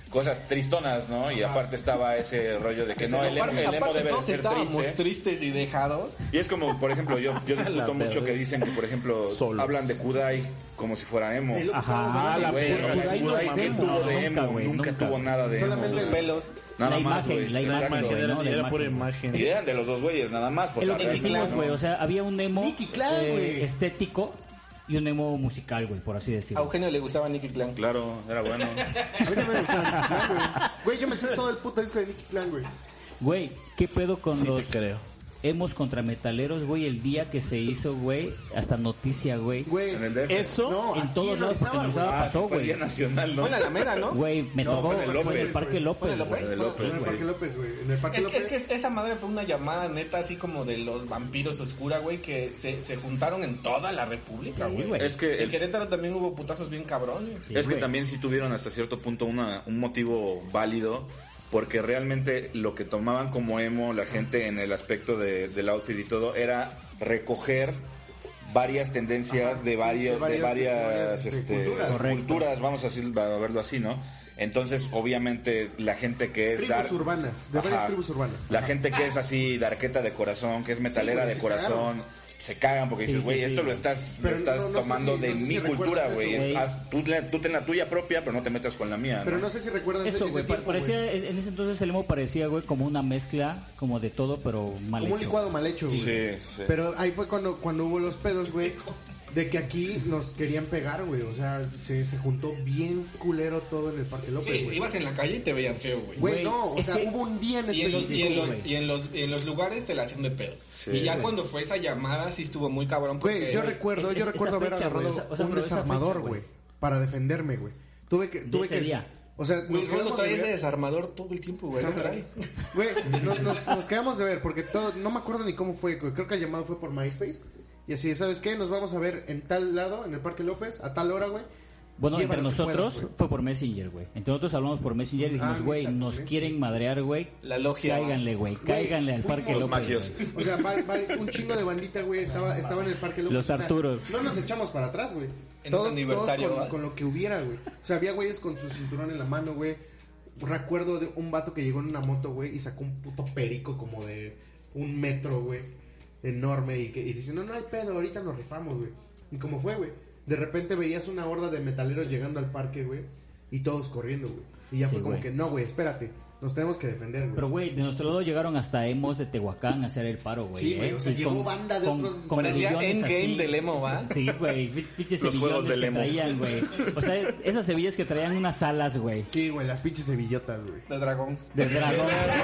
[SPEAKER 6] cosas tristonas, ¿no? Y aparte estaba ese rollo de que no, el,
[SPEAKER 4] aparte,
[SPEAKER 6] el emo
[SPEAKER 4] aparte
[SPEAKER 6] debe de
[SPEAKER 4] todos
[SPEAKER 6] ser
[SPEAKER 4] estábamos
[SPEAKER 6] triste.
[SPEAKER 4] tristes y dejados.
[SPEAKER 6] Y es como, por ejemplo, yo, yo discuto mucho que dicen que, por ejemplo,
[SPEAKER 2] Solos.
[SPEAKER 6] hablan de Kudai como si fuera emo.
[SPEAKER 3] Es lo que estábamos
[SPEAKER 5] Ajá,
[SPEAKER 3] hablando,
[SPEAKER 2] la
[SPEAKER 3] güey.
[SPEAKER 6] Güey,
[SPEAKER 2] verga,
[SPEAKER 6] o sea,
[SPEAKER 2] sí,
[SPEAKER 6] Kudai
[SPEAKER 2] no
[SPEAKER 6] que
[SPEAKER 2] mames.
[SPEAKER 6] estuvo de
[SPEAKER 5] Nunca,
[SPEAKER 6] emo,
[SPEAKER 5] güey,
[SPEAKER 6] nunca
[SPEAKER 5] nunca.
[SPEAKER 6] tuvo nada de emo.
[SPEAKER 3] Solamente-
[SPEAKER 4] Sus pelos.
[SPEAKER 6] Nada
[SPEAKER 5] La
[SPEAKER 6] más,
[SPEAKER 5] imagen,
[SPEAKER 6] güey.
[SPEAKER 5] la
[SPEAKER 2] La
[SPEAKER 5] Exacto,
[SPEAKER 2] imagen
[SPEAKER 5] güey,
[SPEAKER 2] era,
[SPEAKER 5] ¿no? La
[SPEAKER 2] era pura
[SPEAKER 5] imagen.
[SPEAKER 2] imagen.
[SPEAKER 6] Y eran de los dos güeyes, nada más. Pues,
[SPEAKER 5] Es lo que
[SPEAKER 6] arreglos,
[SPEAKER 5] decimos,
[SPEAKER 6] ¿no?
[SPEAKER 5] güey. O sea, había un emo
[SPEAKER 3] Nicky Clan,
[SPEAKER 5] eh,
[SPEAKER 3] güey.
[SPEAKER 5] estético y un emo musical, güey, por así
[SPEAKER 4] A
[SPEAKER 5] decirlo.
[SPEAKER 4] Eugenio le gustaba Nicky Clan.
[SPEAKER 6] Claro, era bueno.
[SPEAKER 3] A mí no me gusta Nicky Clan, güey. Güey, yo me sé todo el puto disco de Nicky Clan, güey.
[SPEAKER 5] Güey, ¿qué pedo con
[SPEAKER 2] Sí
[SPEAKER 5] los
[SPEAKER 2] te creo.
[SPEAKER 5] emos contra metaleros, güey? El día que se hizo, güey, hasta noticia, güey.
[SPEAKER 3] Güey,
[SPEAKER 6] En el D F.
[SPEAKER 2] Eso,
[SPEAKER 3] no,
[SPEAKER 5] En
[SPEAKER 3] aquí
[SPEAKER 5] todos
[SPEAKER 3] en
[SPEAKER 5] lados, porque en
[SPEAKER 3] Orizaba,
[SPEAKER 5] Orizaba
[SPEAKER 3] güey.
[SPEAKER 6] Ah,
[SPEAKER 5] pasó,
[SPEAKER 6] fue el
[SPEAKER 5] güey.
[SPEAKER 6] Día Nacional, ¿no?
[SPEAKER 4] Fue en la Alameda, ¿no?
[SPEAKER 5] Güey, me
[SPEAKER 6] No,
[SPEAKER 5] tocó
[SPEAKER 6] fue en el
[SPEAKER 5] fue en el
[SPEAKER 6] López.
[SPEAKER 5] Parque López.
[SPEAKER 4] Fue en el
[SPEAKER 5] güey.
[SPEAKER 4] López.
[SPEAKER 6] El López,
[SPEAKER 3] En el Parque
[SPEAKER 6] güey.
[SPEAKER 3] López, güey. En el Parque
[SPEAKER 4] Es que, es
[SPEAKER 3] López.
[SPEAKER 4] que esa madre fue una llamada neta así como de los vampiros oscura, güey, que se, se juntaron en toda la república,
[SPEAKER 5] Sí,
[SPEAKER 4] güey.
[SPEAKER 5] güey.
[SPEAKER 6] Es que
[SPEAKER 4] En
[SPEAKER 6] el-
[SPEAKER 4] Querétaro también hubo putazos bien cabrones.
[SPEAKER 5] Sí,
[SPEAKER 6] es que
[SPEAKER 5] güey.
[SPEAKER 6] también sí tuvieron hasta cierto punto una, un motivo válido, porque realmente lo que tomaban como emo la gente en el aspecto de, del outfit y todo era recoger varias tendencias
[SPEAKER 3] Ajá,
[SPEAKER 6] de
[SPEAKER 3] sí,
[SPEAKER 6] varios
[SPEAKER 3] de varias-
[SPEAKER 6] de varias,
[SPEAKER 3] de varias, este,
[SPEAKER 6] este,
[SPEAKER 3] culturas.
[SPEAKER 5] Correcto.
[SPEAKER 6] culturas, vamos a, decir, a verlo así, ¿no? Entonces, obviamente, la gente que es
[SPEAKER 3] Tribus
[SPEAKER 6] dark-
[SPEAKER 3] urbanas, de varias tribus urbanas.
[SPEAKER 6] La
[SPEAKER 3] Ajá.
[SPEAKER 6] gente que es así darqueta de corazón, que es metalera
[SPEAKER 3] güey,
[SPEAKER 6] de
[SPEAKER 3] se
[SPEAKER 6] corazón, se cagan porque
[SPEAKER 5] Sí,
[SPEAKER 6] dices,
[SPEAKER 5] sí,
[SPEAKER 6] güey,
[SPEAKER 5] sí,
[SPEAKER 6] esto
[SPEAKER 5] güey.
[SPEAKER 6] lo estás, lo
[SPEAKER 3] Pero
[SPEAKER 6] estás
[SPEAKER 3] no- no sé
[SPEAKER 6] tomando
[SPEAKER 3] si-
[SPEAKER 6] de
[SPEAKER 3] no sé si
[SPEAKER 6] mi
[SPEAKER 3] recuerdas
[SPEAKER 6] cultura,
[SPEAKER 3] eso,
[SPEAKER 6] güey.
[SPEAKER 5] güey.
[SPEAKER 6] Haz- Tú, le- tú ten la tuya propia, pero no te metas con la mía.
[SPEAKER 3] Pero
[SPEAKER 6] ¿no?
[SPEAKER 3] no sé si recuerdan ese,
[SPEAKER 5] Eso,
[SPEAKER 3] ese
[SPEAKER 5] güey, pa-
[SPEAKER 3] tiempo,
[SPEAKER 5] parecía,
[SPEAKER 3] güey.
[SPEAKER 5] en ese entonces el emo parecía, güey, como una mezcla, como de todo, pero mal
[SPEAKER 3] Como un
[SPEAKER 5] hecho.
[SPEAKER 3] licuado mal hecho, güey.
[SPEAKER 6] Sí, sí.
[SPEAKER 3] Pero ahí fue cuando, cuando hubo los pedos, güey, de que aquí nos querían pegar, güey. O sea, se, se juntó bien culero todo en el Parque López,
[SPEAKER 4] Sí,
[SPEAKER 3] güey.
[SPEAKER 4] ibas en la calle y te veían feo, güey.
[SPEAKER 3] Güey,
[SPEAKER 5] Güey,
[SPEAKER 3] no, o
[SPEAKER 5] es
[SPEAKER 3] sea,
[SPEAKER 5] que-
[SPEAKER 3] hubo un día en
[SPEAKER 4] Y en, los, y, en
[SPEAKER 3] específico,
[SPEAKER 4] los,
[SPEAKER 3] güey.
[SPEAKER 4] y en los y en los lugares te la hacían de pedo.
[SPEAKER 6] Sí,
[SPEAKER 4] y ya
[SPEAKER 6] güey.
[SPEAKER 4] cuando fue esa llamada sí estuvo muy cabrón porque
[SPEAKER 3] Güey, yo recuerdo,
[SPEAKER 5] es-
[SPEAKER 3] yo
[SPEAKER 5] esa
[SPEAKER 3] recuerdo haber
[SPEAKER 5] fecha, güey,
[SPEAKER 3] agarrado
[SPEAKER 5] o sea, o sea,
[SPEAKER 3] un
[SPEAKER 5] pero esa
[SPEAKER 3] desarmador,
[SPEAKER 5] fecha,
[SPEAKER 3] güey,
[SPEAKER 5] güey.
[SPEAKER 3] para defenderme, güey. Tuve que, tuve
[SPEAKER 5] ese
[SPEAKER 3] que,
[SPEAKER 5] día.
[SPEAKER 3] o sea,
[SPEAKER 4] Güey,
[SPEAKER 3] nos
[SPEAKER 4] Rondo
[SPEAKER 3] quedamos
[SPEAKER 4] trae
[SPEAKER 3] de
[SPEAKER 4] ese
[SPEAKER 3] ver.
[SPEAKER 4] desarmador todo el tiempo, güey. Lo trae.
[SPEAKER 3] Güey, nos, nos, nos quedamos de ver porque todo, no me acuerdo ni cómo fue, güey. Creo que el llamado fue por MySpace. Y así, ¿sabes qué? Nos vamos a ver en tal lado, en el Parque López, a tal hora, güey.
[SPEAKER 5] Bueno,
[SPEAKER 3] Lleva
[SPEAKER 5] entre
[SPEAKER 3] lo que
[SPEAKER 5] nosotros
[SPEAKER 3] puedas, güey.
[SPEAKER 5] fue por Messenger, güey. Entre nosotros hablamos por Messenger y dijimos,
[SPEAKER 3] Ah,
[SPEAKER 5] güey,
[SPEAKER 3] neta,
[SPEAKER 5] nos
[SPEAKER 3] por
[SPEAKER 5] quieren madrear, güey.
[SPEAKER 4] La logia.
[SPEAKER 5] Cáiganle, güey, cáiganle al Parque
[SPEAKER 6] Los
[SPEAKER 5] López.
[SPEAKER 6] magios.
[SPEAKER 5] güey.
[SPEAKER 3] O sea, va- va- un chingo de bandita, güey, estaba, estaba en el Parque López.
[SPEAKER 5] Los
[SPEAKER 3] o sea,
[SPEAKER 5] Arturos.
[SPEAKER 3] no nos echamos para atrás, güey.
[SPEAKER 4] En
[SPEAKER 3] Todos,
[SPEAKER 4] un aniversario,
[SPEAKER 3] todos
[SPEAKER 4] ¿va?
[SPEAKER 3] con, con lo que hubiera, güey. O sea, había güeyes con su cinturón en la mano, güey. Recuerdo de un vato que llegó en una moto, güey, y sacó un puto perico como de un metro, güey. Enorme. Y, que, y dice, no, no hay pedo, ahorita nos rifamos, güey. Y como fue, güey. De repente veías una horda de metaleros llegando al parque, güey. Y todos corriendo, güey. Y ya
[SPEAKER 5] Sí,
[SPEAKER 3] fue como
[SPEAKER 5] güey.
[SPEAKER 3] que, no, güey, espérate. Nos tenemos que defender, güey.
[SPEAKER 5] Pero, güey, de nuestro lado llegaron hasta emos de Tehuacán a hacer el paro, güey.
[SPEAKER 3] Sí, güey,
[SPEAKER 5] ¿eh?
[SPEAKER 3] o sea,
[SPEAKER 5] Y
[SPEAKER 3] llegó banda de otros-
[SPEAKER 4] Parecía
[SPEAKER 5] rodillones
[SPEAKER 4] Endgame
[SPEAKER 5] así.
[SPEAKER 4] del emo, ¿va?
[SPEAKER 5] Sí, güey, pinches
[SPEAKER 6] Los juegos
[SPEAKER 5] hebillones
[SPEAKER 6] del
[SPEAKER 5] que
[SPEAKER 6] emo.
[SPEAKER 5] traían, güey. O sea, esas hebillas que traían unas alas, güey.
[SPEAKER 3] Sí, güey, las pinches cebillotas, güey.
[SPEAKER 4] De dragón.
[SPEAKER 5] De dragón.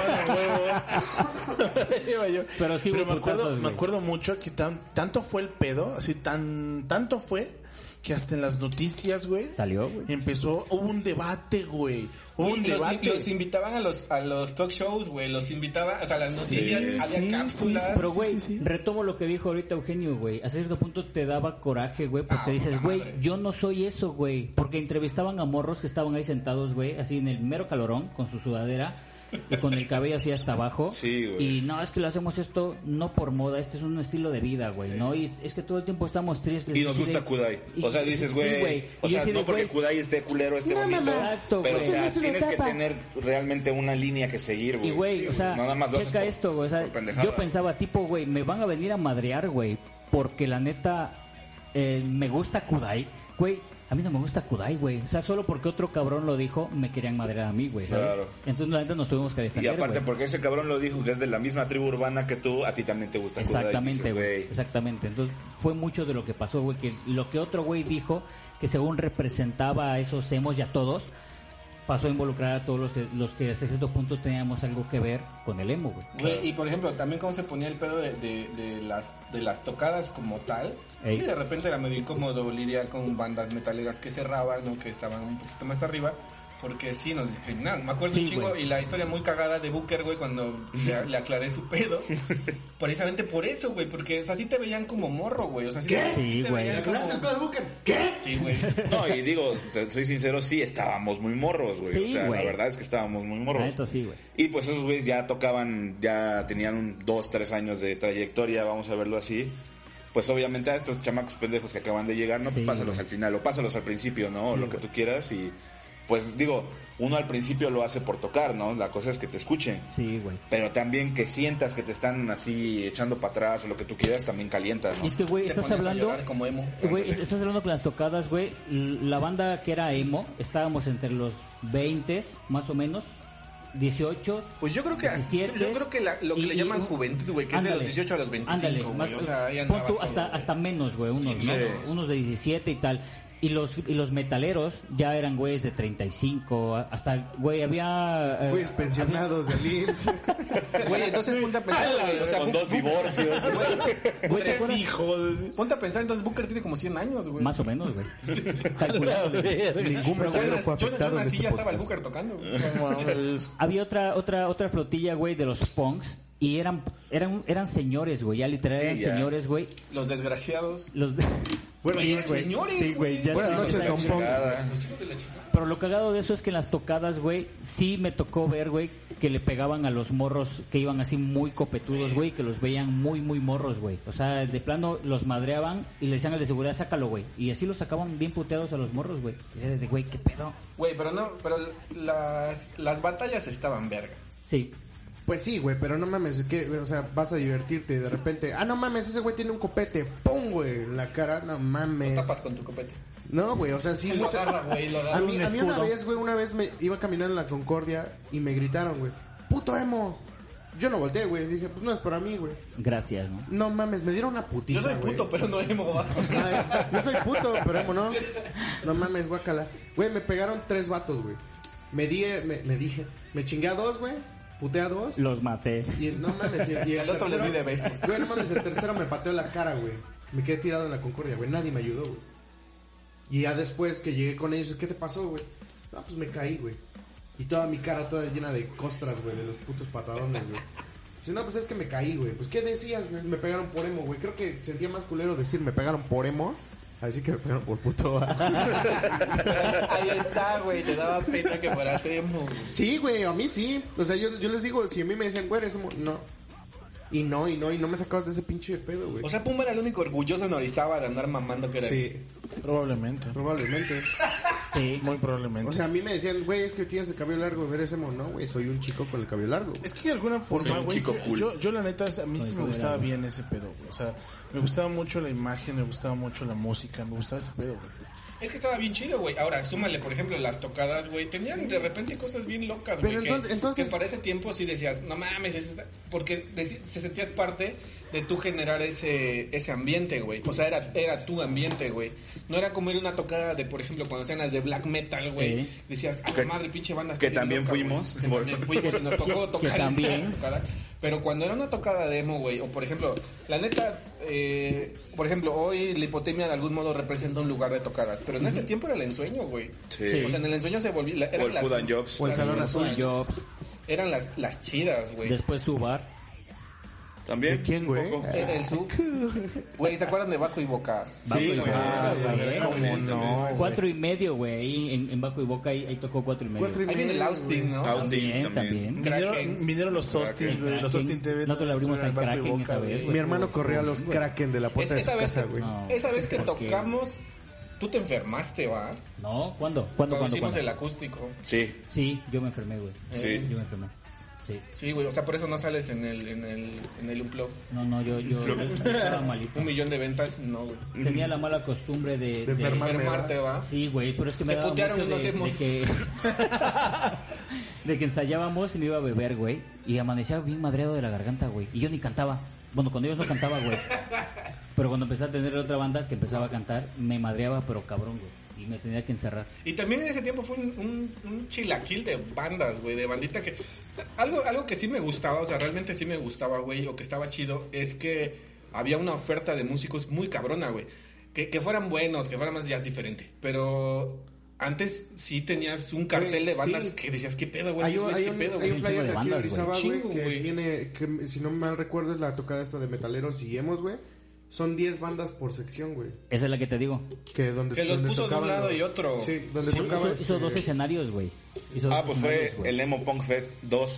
[SPEAKER 2] Iba yo.
[SPEAKER 5] Pero sí,
[SPEAKER 2] Pero
[SPEAKER 5] hubo
[SPEAKER 2] me acuerdo,
[SPEAKER 5] putazos,
[SPEAKER 2] me
[SPEAKER 5] güey.
[SPEAKER 2] acuerdo mucho que tan, tanto fue el pedo, así tan, tanto fue que hasta en las noticias, güey,
[SPEAKER 5] Salió, güey.
[SPEAKER 2] empezó, hubo un debate, güey, hubo un
[SPEAKER 4] Y los,
[SPEAKER 2] debate.
[SPEAKER 4] los invitaban a los a los talk shows, güey. Los invitaban, o sea, las
[SPEAKER 2] Sí,
[SPEAKER 4] noticias,
[SPEAKER 2] sí,
[SPEAKER 4] había
[SPEAKER 2] sí,
[SPEAKER 4] cápsulas.
[SPEAKER 2] sí,
[SPEAKER 5] Pero, güey,
[SPEAKER 2] sí, sí.
[SPEAKER 5] retomo lo que dijo ahorita Eugenio, güey. A cierto punto te daba coraje, güey, porque
[SPEAKER 4] Ah,
[SPEAKER 5] dices,
[SPEAKER 4] puta
[SPEAKER 5] güey,
[SPEAKER 4] madre.
[SPEAKER 5] yo no soy eso, güey. Porque entrevistaban a morros que estaban ahí sentados, güey, así en el mero calorón, con su sudadera y con el cabello así hasta abajo.
[SPEAKER 6] Sí, güey.
[SPEAKER 5] Y no, es que lo hacemos esto no por moda, este es un estilo de vida, güey, ¿no? Y es que todo el tiempo estamos tristes.
[SPEAKER 6] Y nos
[SPEAKER 5] así
[SPEAKER 6] gusta
[SPEAKER 5] de-
[SPEAKER 6] Kudai.
[SPEAKER 5] y-
[SPEAKER 6] O sea, dices,
[SPEAKER 5] sí,
[SPEAKER 6] güey. O
[SPEAKER 5] Y
[SPEAKER 6] sea,
[SPEAKER 5] así de,
[SPEAKER 6] no porque
[SPEAKER 5] güey,
[SPEAKER 6] Kudai esté culero, esté
[SPEAKER 3] No,
[SPEAKER 6] bonito.
[SPEAKER 3] mamá.
[SPEAKER 5] Exacto,
[SPEAKER 6] pero, o
[SPEAKER 5] güey.
[SPEAKER 6] sea,
[SPEAKER 3] Es una
[SPEAKER 6] tienes que
[SPEAKER 3] etapa.
[SPEAKER 6] tener realmente una línea que seguir, güey.
[SPEAKER 5] Y, güey, o sea,
[SPEAKER 6] Nada más lo haces
[SPEAKER 5] checa
[SPEAKER 6] por-
[SPEAKER 5] esto, güey. O sea,
[SPEAKER 6] por pendejada.
[SPEAKER 5] yo pensaba, tipo, güey, me van a venir a madrear, güey, porque la neta eh, me gusta Kudai. Güey, a mí no me gusta Kudai, güey. O sea, solo porque otro cabrón lo dijo, me querían madrear a mí, güey, ¿sabes?
[SPEAKER 6] Claro.
[SPEAKER 5] Entonces, la neta, nos tuvimos que
[SPEAKER 6] Y
[SPEAKER 5] defender,
[SPEAKER 6] aparte,
[SPEAKER 5] güey.
[SPEAKER 6] porque ese cabrón lo dijo, que es de la misma tribu urbana que tú, a ti también te gusta Kudai.
[SPEAKER 5] Exactamente,
[SPEAKER 6] Dices,
[SPEAKER 5] güey. Exactamente. Entonces, fue mucho de lo que pasó, güey, que lo que otro güey dijo, que según representaba a esos emos y a todos, pasó a involucrar a todos los que, los que hasta cierto punto teníamos algo que ver con el emo, güey.
[SPEAKER 4] Güey, y por ejemplo, también cómo se ponía el pedo de, de, de las de las tocadas como tal.
[SPEAKER 5] Ey.
[SPEAKER 4] Sí, de repente era medio incómodo lidiar con bandas metaleras que cerraban o que estaban un poquito más arriba. Porque sí nos discriminaban. Me acuerdo
[SPEAKER 5] Sí,
[SPEAKER 4] un chingo
[SPEAKER 5] güey.
[SPEAKER 4] y la historia muy cagada de Booker, güey, cuando le, le aclaré su pedo. Precisamente por eso, güey, porque o sea, sí te veían como morro, güey. O sea, sí,
[SPEAKER 3] ¿Qué?
[SPEAKER 4] te-
[SPEAKER 5] Sí,
[SPEAKER 4] te
[SPEAKER 5] güey.
[SPEAKER 4] veían
[SPEAKER 3] ¿Le aclaraste el
[SPEAKER 4] como...
[SPEAKER 3] pedo al Booker? ¿Qué?
[SPEAKER 4] Sí, güey.
[SPEAKER 6] No, y digo, te soy sincero, sí estábamos muy morros, güey.
[SPEAKER 5] Sí,
[SPEAKER 6] o sea,
[SPEAKER 5] güey.
[SPEAKER 6] la verdad es que estábamos muy morros.
[SPEAKER 5] La neta, sí, güey.
[SPEAKER 6] Y pues esos güeyes ya tocaban, ya tenían un dos, tres años de trayectoria, vamos a verlo así. Pues obviamente a estos chamacos pendejos que acaban de llegar, no, pues
[SPEAKER 5] Sí,
[SPEAKER 6] pásalos
[SPEAKER 5] güey.
[SPEAKER 6] al final o pásalos al principio, ¿no? O
[SPEAKER 5] Sí,
[SPEAKER 6] lo que
[SPEAKER 5] güey.
[SPEAKER 6] tú quieras y pues digo, uno al principio lo hace por tocar, ¿no? La cosa es que te escuchen.
[SPEAKER 5] Sí, güey.
[SPEAKER 6] Pero también que sientas que te están así echando para atrás o lo que tú quieras, también calienta, ¿no?
[SPEAKER 5] Y es que, güey,
[SPEAKER 4] Te
[SPEAKER 5] estás
[SPEAKER 4] pones a
[SPEAKER 5] hablando...
[SPEAKER 4] llorar como emo.
[SPEAKER 5] Güey, estás hablando con las tocadas, güey. La banda que era emo, estábamos entre los veinte, más o menos, dieciocho.
[SPEAKER 4] Pues yo creo que
[SPEAKER 5] diecisiete,
[SPEAKER 4] yo creo que la- lo que
[SPEAKER 5] y-
[SPEAKER 4] le llaman
[SPEAKER 5] y-
[SPEAKER 4] juventud, güey, que es de
[SPEAKER 5] ándale,
[SPEAKER 4] los dieciocho a los
[SPEAKER 5] ándale,
[SPEAKER 4] veinticinco, güey.
[SPEAKER 5] más-
[SPEAKER 4] O sea, ahí
[SPEAKER 5] pon
[SPEAKER 4] andaba
[SPEAKER 5] tú
[SPEAKER 4] todo,
[SPEAKER 5] hasta,
[SPEAKER 4] güey.
[SPEAKER 5] hasta menos, güey, unos,
[SPEAKER 6] Sí,
[SPEAKER 5] ¿no?
[SPEAKER 6] sí.
[SPEAKER 5] unos de diecisiete y tal. Y los y los metaleros ya eran güeyes de treinta y cinco, hasta, güey, había... eh,
[SPEAKER 3] Güeyes pensionados del I M S S.
[SPEAKER 4] Güey, entonces ponte a pensar, güey, o sea,
[SPEAKER 6] Con
[SPEAKER 4] Bu-
[SPEAKER 6] dos
[SPEAKER 4] Bu-
[SPEAKER 6] divorcios.
[SPEAKER 5] Güey, ¿te
[SPEAKER 2] Tres
[SPEAKER 5] acuerdas?
[SPEAKER 2] hijos.
[SPEAKER 4] Ponte a pensar, entonces Booker tiene como cien años, güey.
[SPEAKER 5] Más o menos, güey. Calculado.
[SPEAKER 3] Ningún
[SPEAKER 4] Yo
[SPEAKER 3] metalero
[SPEAKER 4] nací-
[SPEAKER 3] fue
[SPEAKER 4] yo-
[SPEAKER 3] afectado
[SPEAKER 4] yo
[SPEAKER 3] en
[SPEAKER 4] nací
[SPEAKER 3] este
[SPEAKER 4] ya estaba el
[SPEAKER 3] podcast.
[SPEAKER 4] Booker tocando, güey.
[SPEAKER 2] No mames.
[SPEAKER 5] Había otra otra otra flotilla, güey, de los punks y eran eran eran señores, güey, ya literal
[SPEAKER 6] Sí,
[SPEAKER 5] eran
[SPEAKER 6] ya.
[SPEAKER 5] señores, güey.
[SPEAKER 4] Los desgraciados.
[SPEAKER 5] Los de-
[SPEAKER 3] Bueno,
[SPEAKER 4] Sí,
[SPEAKER 3] güey,
[SPEAKER 4] señores,
[SPEAKER 5] sí, güey, ya
[SPEAKER 3] Buenas
[SPEAKER 5] sí,
[SPEAKER 3] noches,
[SPEAKER 5] está
[SPEAKER 3] Don
[SPEAKER 5] chido.
[SPEAKER 3] Pong.
[SPEAKER 6] Chingada.
[SPEAKER 5] Pero lo cagado de eso es que en las tocadas, güey, sí me tocó ver, güey, que le pegaban a los morros que iban así muy copetudos, güey, que los veían muy, muy morros, güey. O sea, de plano los madreaban y le decían al de seguridad, sácalo, güey. Y así los sacaban bien puteados a los morros, güey. Y era de, güey, ¿qué pedo?
[SPEAKER 4] Güey, pero no, pero las, las batallas estaban verga.
[SPEAKER 5] Sí.
[SPEAKER 3] Pues sí, güey, pero no mames, es que, o sea, vas a divertirte y de repente, ah, no mames, ese güey tiene un copete, ¡pum, güey! En la cara, no
[SPEAKER 4] Lo
[SPEAKER 3] mames.
[SPEAKER 4] tapas con tu copete.
[SPEAKER 3] No, güey, o sea, sí,
[SPEAKER 4] Y lo
[SPEAKER 3] mucha-
[SPEAKER 4] agarra, güey, lo agarra.
[SPEAKER 3] A mí,
[SPEAKER 5] un
[SPEAKER 3] a mí una
[SPEAKER 5] escudo.
[SPEAKER 3] vez, güey, una vez me iba caminando en la Concordia y me gritaron, güey, ¡puto emo! Yo no volteé, güey, dije, pues no es para mí, güey.
[SPEAKER 5] Gracias, ¿no?
[SPEAKER 3] No mames, me dieron una putiza,
[SPEAKER 4] Yo soy
[SPEAKER 3] güey.
[SPEAKER 4] puto, pero no emo, va.
[SPEAKER 3] Ay, yo soy puto, pero emo no. No mames, guácala. Güey, me pegaron tres vatos, güey. Me di, me, me dije, me chingué a dos, güey. Puté a dos.
[SPEAKER 5] Los maté.
[SPEAKER 3] Y no mames, y, y el
[SPEAKER 4] Al otro le
[SPEAKER 3] tercero-
[SPEAKER 4] di de besos.
[SPEAKER 3] Güey, no mames, el tercero me pateó la cara, güey. Me quedé tirado en la Concordia, güey. Nadie me ayudó, güey. Y ya después que llegué con ellos, ¿qué te pasó, güey? No, pues me caí, güey. Y toda mi cara toda llena de costras, güey, de los putos patadones, güey. Dice, no, pues es que me caí, güey. Pues, ¿qué decías, güey? Me pegaron por emo, güey. Creo que sentía más culero decir me pegaron por emo. Así que me pegaron por puto.
[SPEAKER 4] Ahí está, güey, te daba pena que fueras emo, güey.
[SPEAKER 3] Sí, güey, a mí sí. O sea, yo, yo les digo, si a mí me decían, güey, eres emo, no. Y no, y no, y no me sacabas de ese pinche pedo, güey.
[SPEAKER 4] O sea, Puma era el único orgulloso en Orizaba de andar mamando que era.
[SPEAKER 3] Sí,
[SPEAKER 2] Probablemente.
[SPEAKER 3] probablemente.
[SPEAKER 5] Sí.
[SPEAKER 2] Muy probablemente.
[SPEAKER 3] O sea, a mí me decían, güey, es que tienes el cabello largo, eres emo. No, güey, soy un chico con el cabello largo.
[SPEAKER 2] Es que de alguna forma,
[SPEAKER 6] un
[SPEAKER 2] güey,
[SPEAKER 6] chico cool.
[SPEAKER 2] yo, yo la neta, a mí sí
[SPEAKER 5] Ay,
[SPEAKER 2] me
[SPEAKER 5] qué
[SPEAKER 2] gustaba
[SPEAKER 5] verga.
[SPEAKER 2] bien ese pedo, güey. O sea, me gustaba mucho la imagen, me gustaba mucho la música, me gustaba ese pedo, güey.
[SPEAKER 4] Es que estaba bien chido, güey. Ahora, súmale, por ejemplo, las tocadas, güey. Tenían de repente cosas bien locas, güey.
[SPEAKER 3] Pero
[SPEAKER 4] Que,
[SPEAKER 3] entonces- entonces-
[SPEAKER 4] que para ese tiempo sí decías, no mames, es esta-", porque deci- se sentías parte de tú generar ese ese ambiente, güey. O sea, era, era tu ambiente, güey. No era como ir a una tocada de, por ejemplo, cuando hacían las de black metal, güey.
[SPEAKER 5] Sí.
[SPEAKER 4] Decías, a la
[SPEAKER 6] Que-
[SPEAKER 4] madre, pinche banda. está
[SPEAKER 6] que
[SPEAKER 4] bien
[SPEAKER 6] también
[SPEAKER 4] loca, güey".
[SPEAKER 6] fuimos.
[SPEAKER 4] Que también fuimos y nos tocó tocar. en
[SPEAKER 5] también.
[SPEAKER 4] esa tocada. Pero cuando era una tocada de emo, güey, o por ejemplo, la neta, eh, por ejemplo, hoy la hipotemia de algún modo representa un lugar de tocadas, pero en ese tiempo era el ensueño, güey.
[SPEAKER 6] Sí.
[SPEAKER 4] O sea, en el ensueño se volvió... la-
[SPEAKER 6] O
[SPEAKER 4] eran
[SPEAKER 6] el
[SPEAKER 4] las-
[SPEAKER 6] Food and Jobs.
[SPEAKER 3] O el Salón
[SPEAKER 4] las-
[SPEAKER 3] Azul.
[SPEAKER 5] Jobs.
[SPEAKER 4] Eran las, las chidas, güey.
[SPEAKER 5] Después su bar.
[SPEAKER 6] También.
[SPEAKER 3] ¿De quién, güey?
[SPEAKER 6] un poco.
[SPEAKER 4] El, el sub. Güey, ¿se acuerdan de Baco y Boca?
[SPEAKER 6] Sí, güey.
[SPEAKER 3] Ah,
[SPEAKER 5] güey.
[SPEAKER 3] ¿cómo no, güey?
[SPEAKER 5] Cuatro y medio, güey. Ahí en, en Baco y Boca ahí, ahí tocó cuatro y medio.
[SPEAKER 3] Cuatro y
[SPEAKER 4] Ahí viene el
[SPEAKER 3] medio,
[SPEAKER 4] Austin, ¿no?
[SPEAKER 6] Austin
[SPEAKER 5] También,
[SPEAKER 6] también.
[SPEAKER 5] también.
[SPEAKER 4] Kraken.
[SPEAKER 2] Vinieron, vinieron los Austin,
[SPEAKER 6] Kraken.
[SPEAKER 2] güey, los Austin T V.
[SPEAKER 5] Nosotros le abrimos al
[SPEAKER 2] estuvieron en Baco y
[SPEAKER 5] Kraken
[SPEAKER 2] Boca,
[SPEAKER 5] esa vez,
[SPEAKER 2] güey.
[SPEAKER 5] güey.
[SPEAKER 3] Mi hermano corría a los Kraken de la
[SPEAKER 4] Es-
[SPEAKER 3] puerta de
[SPEAKER 4] esa,
[SPEAKER 3] su
[SPEAKER 4] vez
[SPEAKER 3] casa,
[SPEAKER 4] que,
[SPEAKER 3] güey.
[SPEAKER 5] No.
[SPEAKER 4] esa vez que
[SPEAKER 5] ¿Por qué?
[SPEAKER 4] tocamos, tú te enfermaste, ¿va?
[SPEAKER 5] No, ¿cuándo? ¿Cuándo,
[SPEAKER 4] Cuando
[SPEAKER 5] cuándo,
[SPEAKER 4] hicimos
[SPEAKER 5] cuándo?
[SPEAKER 4] el acústico.
[SPEAKER 6] Sí.
[SPEAKER 5] Sí, yo me enfermé, güey.
[SPEAKER 6] Sí.
[SPEAKER 5] Yo me enfermé. Sí.
[SPEAKER 4] Sí, güey, o sea, por eso no sales en el, en el, en el Unplug.
[SPEAKER 5] No, no, yo, yo estaba malito.
[SPEAKER 4] Un millón de ventas, no, güey.
[SPEAKER 5] Tenía la mala costumbre de...
[SPEAKER 3] De enfermarme.
[SPEAKER 4] Enfermarte, ¿va?
[SPEAKER 5] Sí, güey, pero es que me
[SPEAKER 4] Te
[SPEAKER 5] daba
[SPEAKER 4] putearon
[SPEAKER 5] mucho
[SPEAKER 4] y no
[SPEAKER 5] de,
[SPEAKER 4] hacemos.
[SPEAKER 5] de que... de que ensayábamos y me iba a beber, güey. Y amanecía bien madreado de la garganta, güey. Y yo ni cantaba. Bueno, cuando yo no cantaba, güey. Pero cuando empecé a tener otra banda que empezaba a cantar, me madreaba, pero cabrón, güey. Y me tenía que encerrar.
[SPEAKER 4] Y también en ese tiempo fue un, un, un chilaquil de bandas, güey, de bandita que... Algo, algo que sí me gustaba, o sea, realmente sí me gustaba, güey, o que estaba chido, es que había una oferta de músicos muy cabrona, güey. Que, que fueran buenos, que fueran más jazz diferente. Pero antes sí tenías un cartel de
[SPEAKER 3] Güey,
[SPEAKER 4] bandas
[SPEAKER 3] sí.
[SPEAKER 4] que decías, ¿qué pedo, güey?
[SPEAKER 3] Hay
[SPEAKER 4] Estos
[SPEAKER 3] un,
[SPEAKER 4] güeyes,
[SPEAKER 3] hay
[SPEAKER 4] ¿qué
[SPEAKER 3] un,
[SPEAKER 4] pedo,
[SPEAKER 3] hay
[SPEAKER 4] güey?
[SPEAKER 3] un
[SPEAKER 5] Un
[SPEAKER 3] flyer
[SPEAKER 5] chingo de
[SPEAKER 3] de aquí de
[SPEAKER 5] bandas, güey.
[SPEAKER 3] Orizaba, güey,
[SPEAKER 4] Chingo,
[SPEAKER 3] que
[SPEAKER 4] güey.
[SPEAKER 3] tiene, que si no mal recuerdo es la tocada esta de metaleros y emos, güey. Son diez bandas por sección, güey.
[SPEAKER 5] Esa es la que te digo.
[SPEAKER 3] Que, donde,
[SPEAKER 4] Que los
[SPEAKER 3] donde
[SPEAKER 4] puso de un
[SPEAKER 3] tocaban
[SPEAKER 4] lado
[SPEAKER 3] los-
[SPEAKER 4] y otro.
[SPEAKER 3] Sí, donde
[SPEAKER 4] Sí,
[SPEAKER 3] tocaban...
[SPEAKER 5] Hizo, hizo
[SPEAKER 3] este,
[SPEAKER 5] dos escenarios, güey. Hizo
[SPEAKER 6] Ah,
[SPEAKER 5] dos
[SPEAKER 6] pues fue
[SPEAKER 5] escenarios, güey.
[SPEAKER 6] el Emo Punk Fest dos.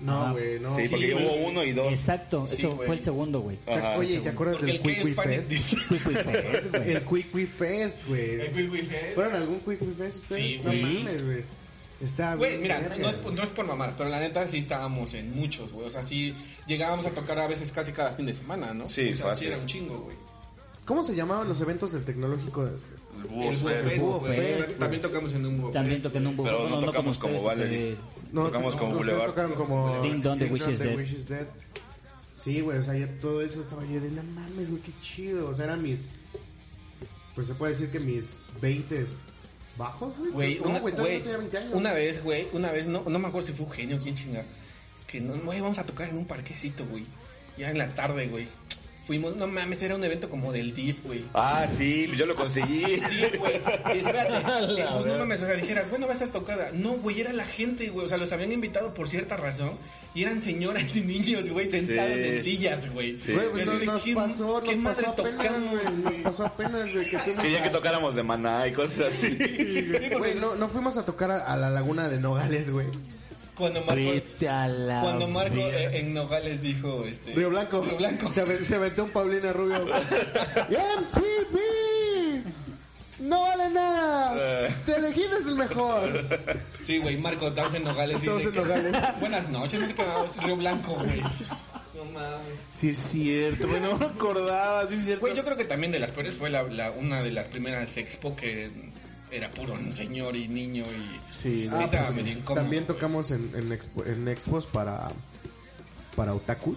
[SPEAKER 3] No, güey, no.
[SPEAKER 6] Sí, porque
[SPEAKER 4] Sí,
[SPEAKER 6] hubo
[SPEAKER 4] güey.
[SPEAKER 6] uno y dos.
[SPEAKER 5] Exacto,
[SPEAKER 4] Sí,
[SPEAKER 5] eso
[SPEAKER 4] güey.
[SPEAKER 5] fue el segundo, güey.
[SPEAKER 6] Ajá.
[SPEAKER 3] Oye, ¿te acuerdas
[SPEAKER 4] Porque
[SPEAKER 3] del
[SPEAKER 4] el
[SPEAKER 3] Quick
[SPEAKER 4] que
[SPEAKER 3] Wii
[SPEAKER 4] es pan-
[SPEAKER 3] Fest?
[SPEAKER 5] Quick Wii Fest, güey.
[SPEAKER 3] El Quick Wii Fest, güey.
[SPEAKER 4] El Quick Wii Fest.
[SPEAKER 3] ¿Fueron a algún Quick Wii Fest ustedes?
[SPEAKER 4] Sí,
[SPEAKER 3] no
[SPEAKER 4] güey.
[SPEAKER 3] mames, güey. Está
[SPEAKER 4] Güey,
[SPEAKER 3] bien
[SPEAKER 4] mira,
[SPEAKER 3] verga,
[SPEAKER 4] no es,
[SPEAKER 3] güey.
[SPEAKER 4] no es por mamar, pero la neta sí estábamos en muchos, güey. O sea, sí llegábamos a tocar a veces casi cada fin de semana, ¿no?
[SPEAKER 6] Sí,
[SPEAKER 4] o sea,
[SPEAKER 6] fácil.
[SPEAKER 4] sí era un chingo, güey.
[SPEAKER 3] ¿Cómo se llamaban los eventos del tecnológico?
[SPEAKER 6] El Búho
[SPEAKER 4] El Búho
[SPEAKER 6] Fest.
[SPEAKER 4] Fest,
[SPEAKER 3] Búho
[SPEAKER 4] güey.
[SPEAKER 3] Fest, güey.
[SPEAKER 4] También tocamos en un Búho
[SPEAKER 5] También
[SPEAKER 4] Fest.
[SPEAKER 5] toqué en un bujo.
[SPEAKER 6] Pero no tocamos como Valerie. Tocamos como
[SPEAKER 3] ustedes
[SPEAKER 6] Boulevard.
[SPEAKER 3] tocaron como
[SPEAKER 5] Ding Dong, The Wish is Dead.
[SPEAKER 3] Wish is Dead. Sí, güey, o sea, ya todo eso estaba yo de no mames, güey, qué chido. O sea, eran mis, pues se puede decir que mis veintes bajos, güey.
[SPEAKER 4] Güey,
[SPEAKER 3] No,
[SPEAKER 4] una,
[SPEAKER 3] güey, todavía
[SPEAKER 4] güey,
[SPEAKER 3] no tenía veinte años.
[SPEAKER 4] una vez, güey, una vez, no, no me acuerdo si fue Eugenio o quién chinga, que no, güey, vamos a tocar en un parquecito, güey, ya en la tarde, güey. Fuimos, no mames, era un evento como del D I F, güey.
[SPEAKER 6] Ah, sí, yo lo conseguí.
[SPEAKER 4] Sí, güey. Y espérate, eh, pues no mames, o sea, dijera, bueno, va a estar tocada. No, güey, era la gente, güey. O sea, los habían invitado por cierta razón. Y eran señoras y niños, güey, sentados
[SPEAKER 6] Sí.
[SPEAKER 4] en sillas, güey.
[SPEAKER 6] Sí.
[SPEAKER 3] Güey, pues
[SPEAKER 4] Y así
[SPEAKER 3] no-
[SPEAKER 4] de,
[SPEAKER 3] nos
[SPEAKER 4] ¿qué-
[SPEAKER 3] pasó,
[SPEAKER 4] qué
[SPEAKER 3] nos
[SPEAKER 4] madre
[SPEAKER 3] pasó apenas,
[SPEAKER 4] tocamos,
[SPEAKER 3] güey. Nos
[SPEAKER 4] güey?
[SPEAKER 3] pasó apenas, güey, que fuimos
[SPEAKER 6] Quería
[SPEAKER 3] a-
[SPEAKER 6] que tocáramos de Maná y cosas así.
[SPEAKER 4] Sí, porque
[SPEAKER 3] Güey, no, no fuimos a tocar a, a la laguna de Nogales, güey.
[SPEAKER 4] cuando Marco,
[SPEAKER 2] Vete a la
[SPEAKER 4] cuando Marco
[SPEAKER 2] verga.
[SPEAKER 4] eh, en Nogales dijo, este...
[SPEAKER 3] Río Blanco.
[SPEAKER 4] Río Blanco.
[SPEAKER 3] Se, ave- se aventó un Paulina Rubio. M T V. No vale nada. Telequín es el mejor.
[SPEAKER 4] Sí, güey, Marco, estamos en Nogales y
[SPEAKER 3] Estamos
[SPEAKER 4] dice
[SPEAKER 3] en
[SPEAKER 4] que-
[SPEAKER 3] Nogales.
[SPEAKER 4] Buenas noches, no sé qué, es Río Blanco, güey. No mames.
[SPEAKER 2] Sí, es cierto, güey, no me acordaba, sí, es cierto.
[SPEAKER 4] Güey, yo creo que también de las peores fue la, la- una de las primeras expo que era puro señor y niño y...
[SPEAKER 2] Sí,
[SPEAKER 4] Sí,
[SPEAKER 2] no,
[SPEAKER 4] estaba
[SPEAKER 2] pues,
[SPEAKER 4] medio incómodo.
[SPEAKER 3] También tocamos en, en, expo- en expos para para otakus.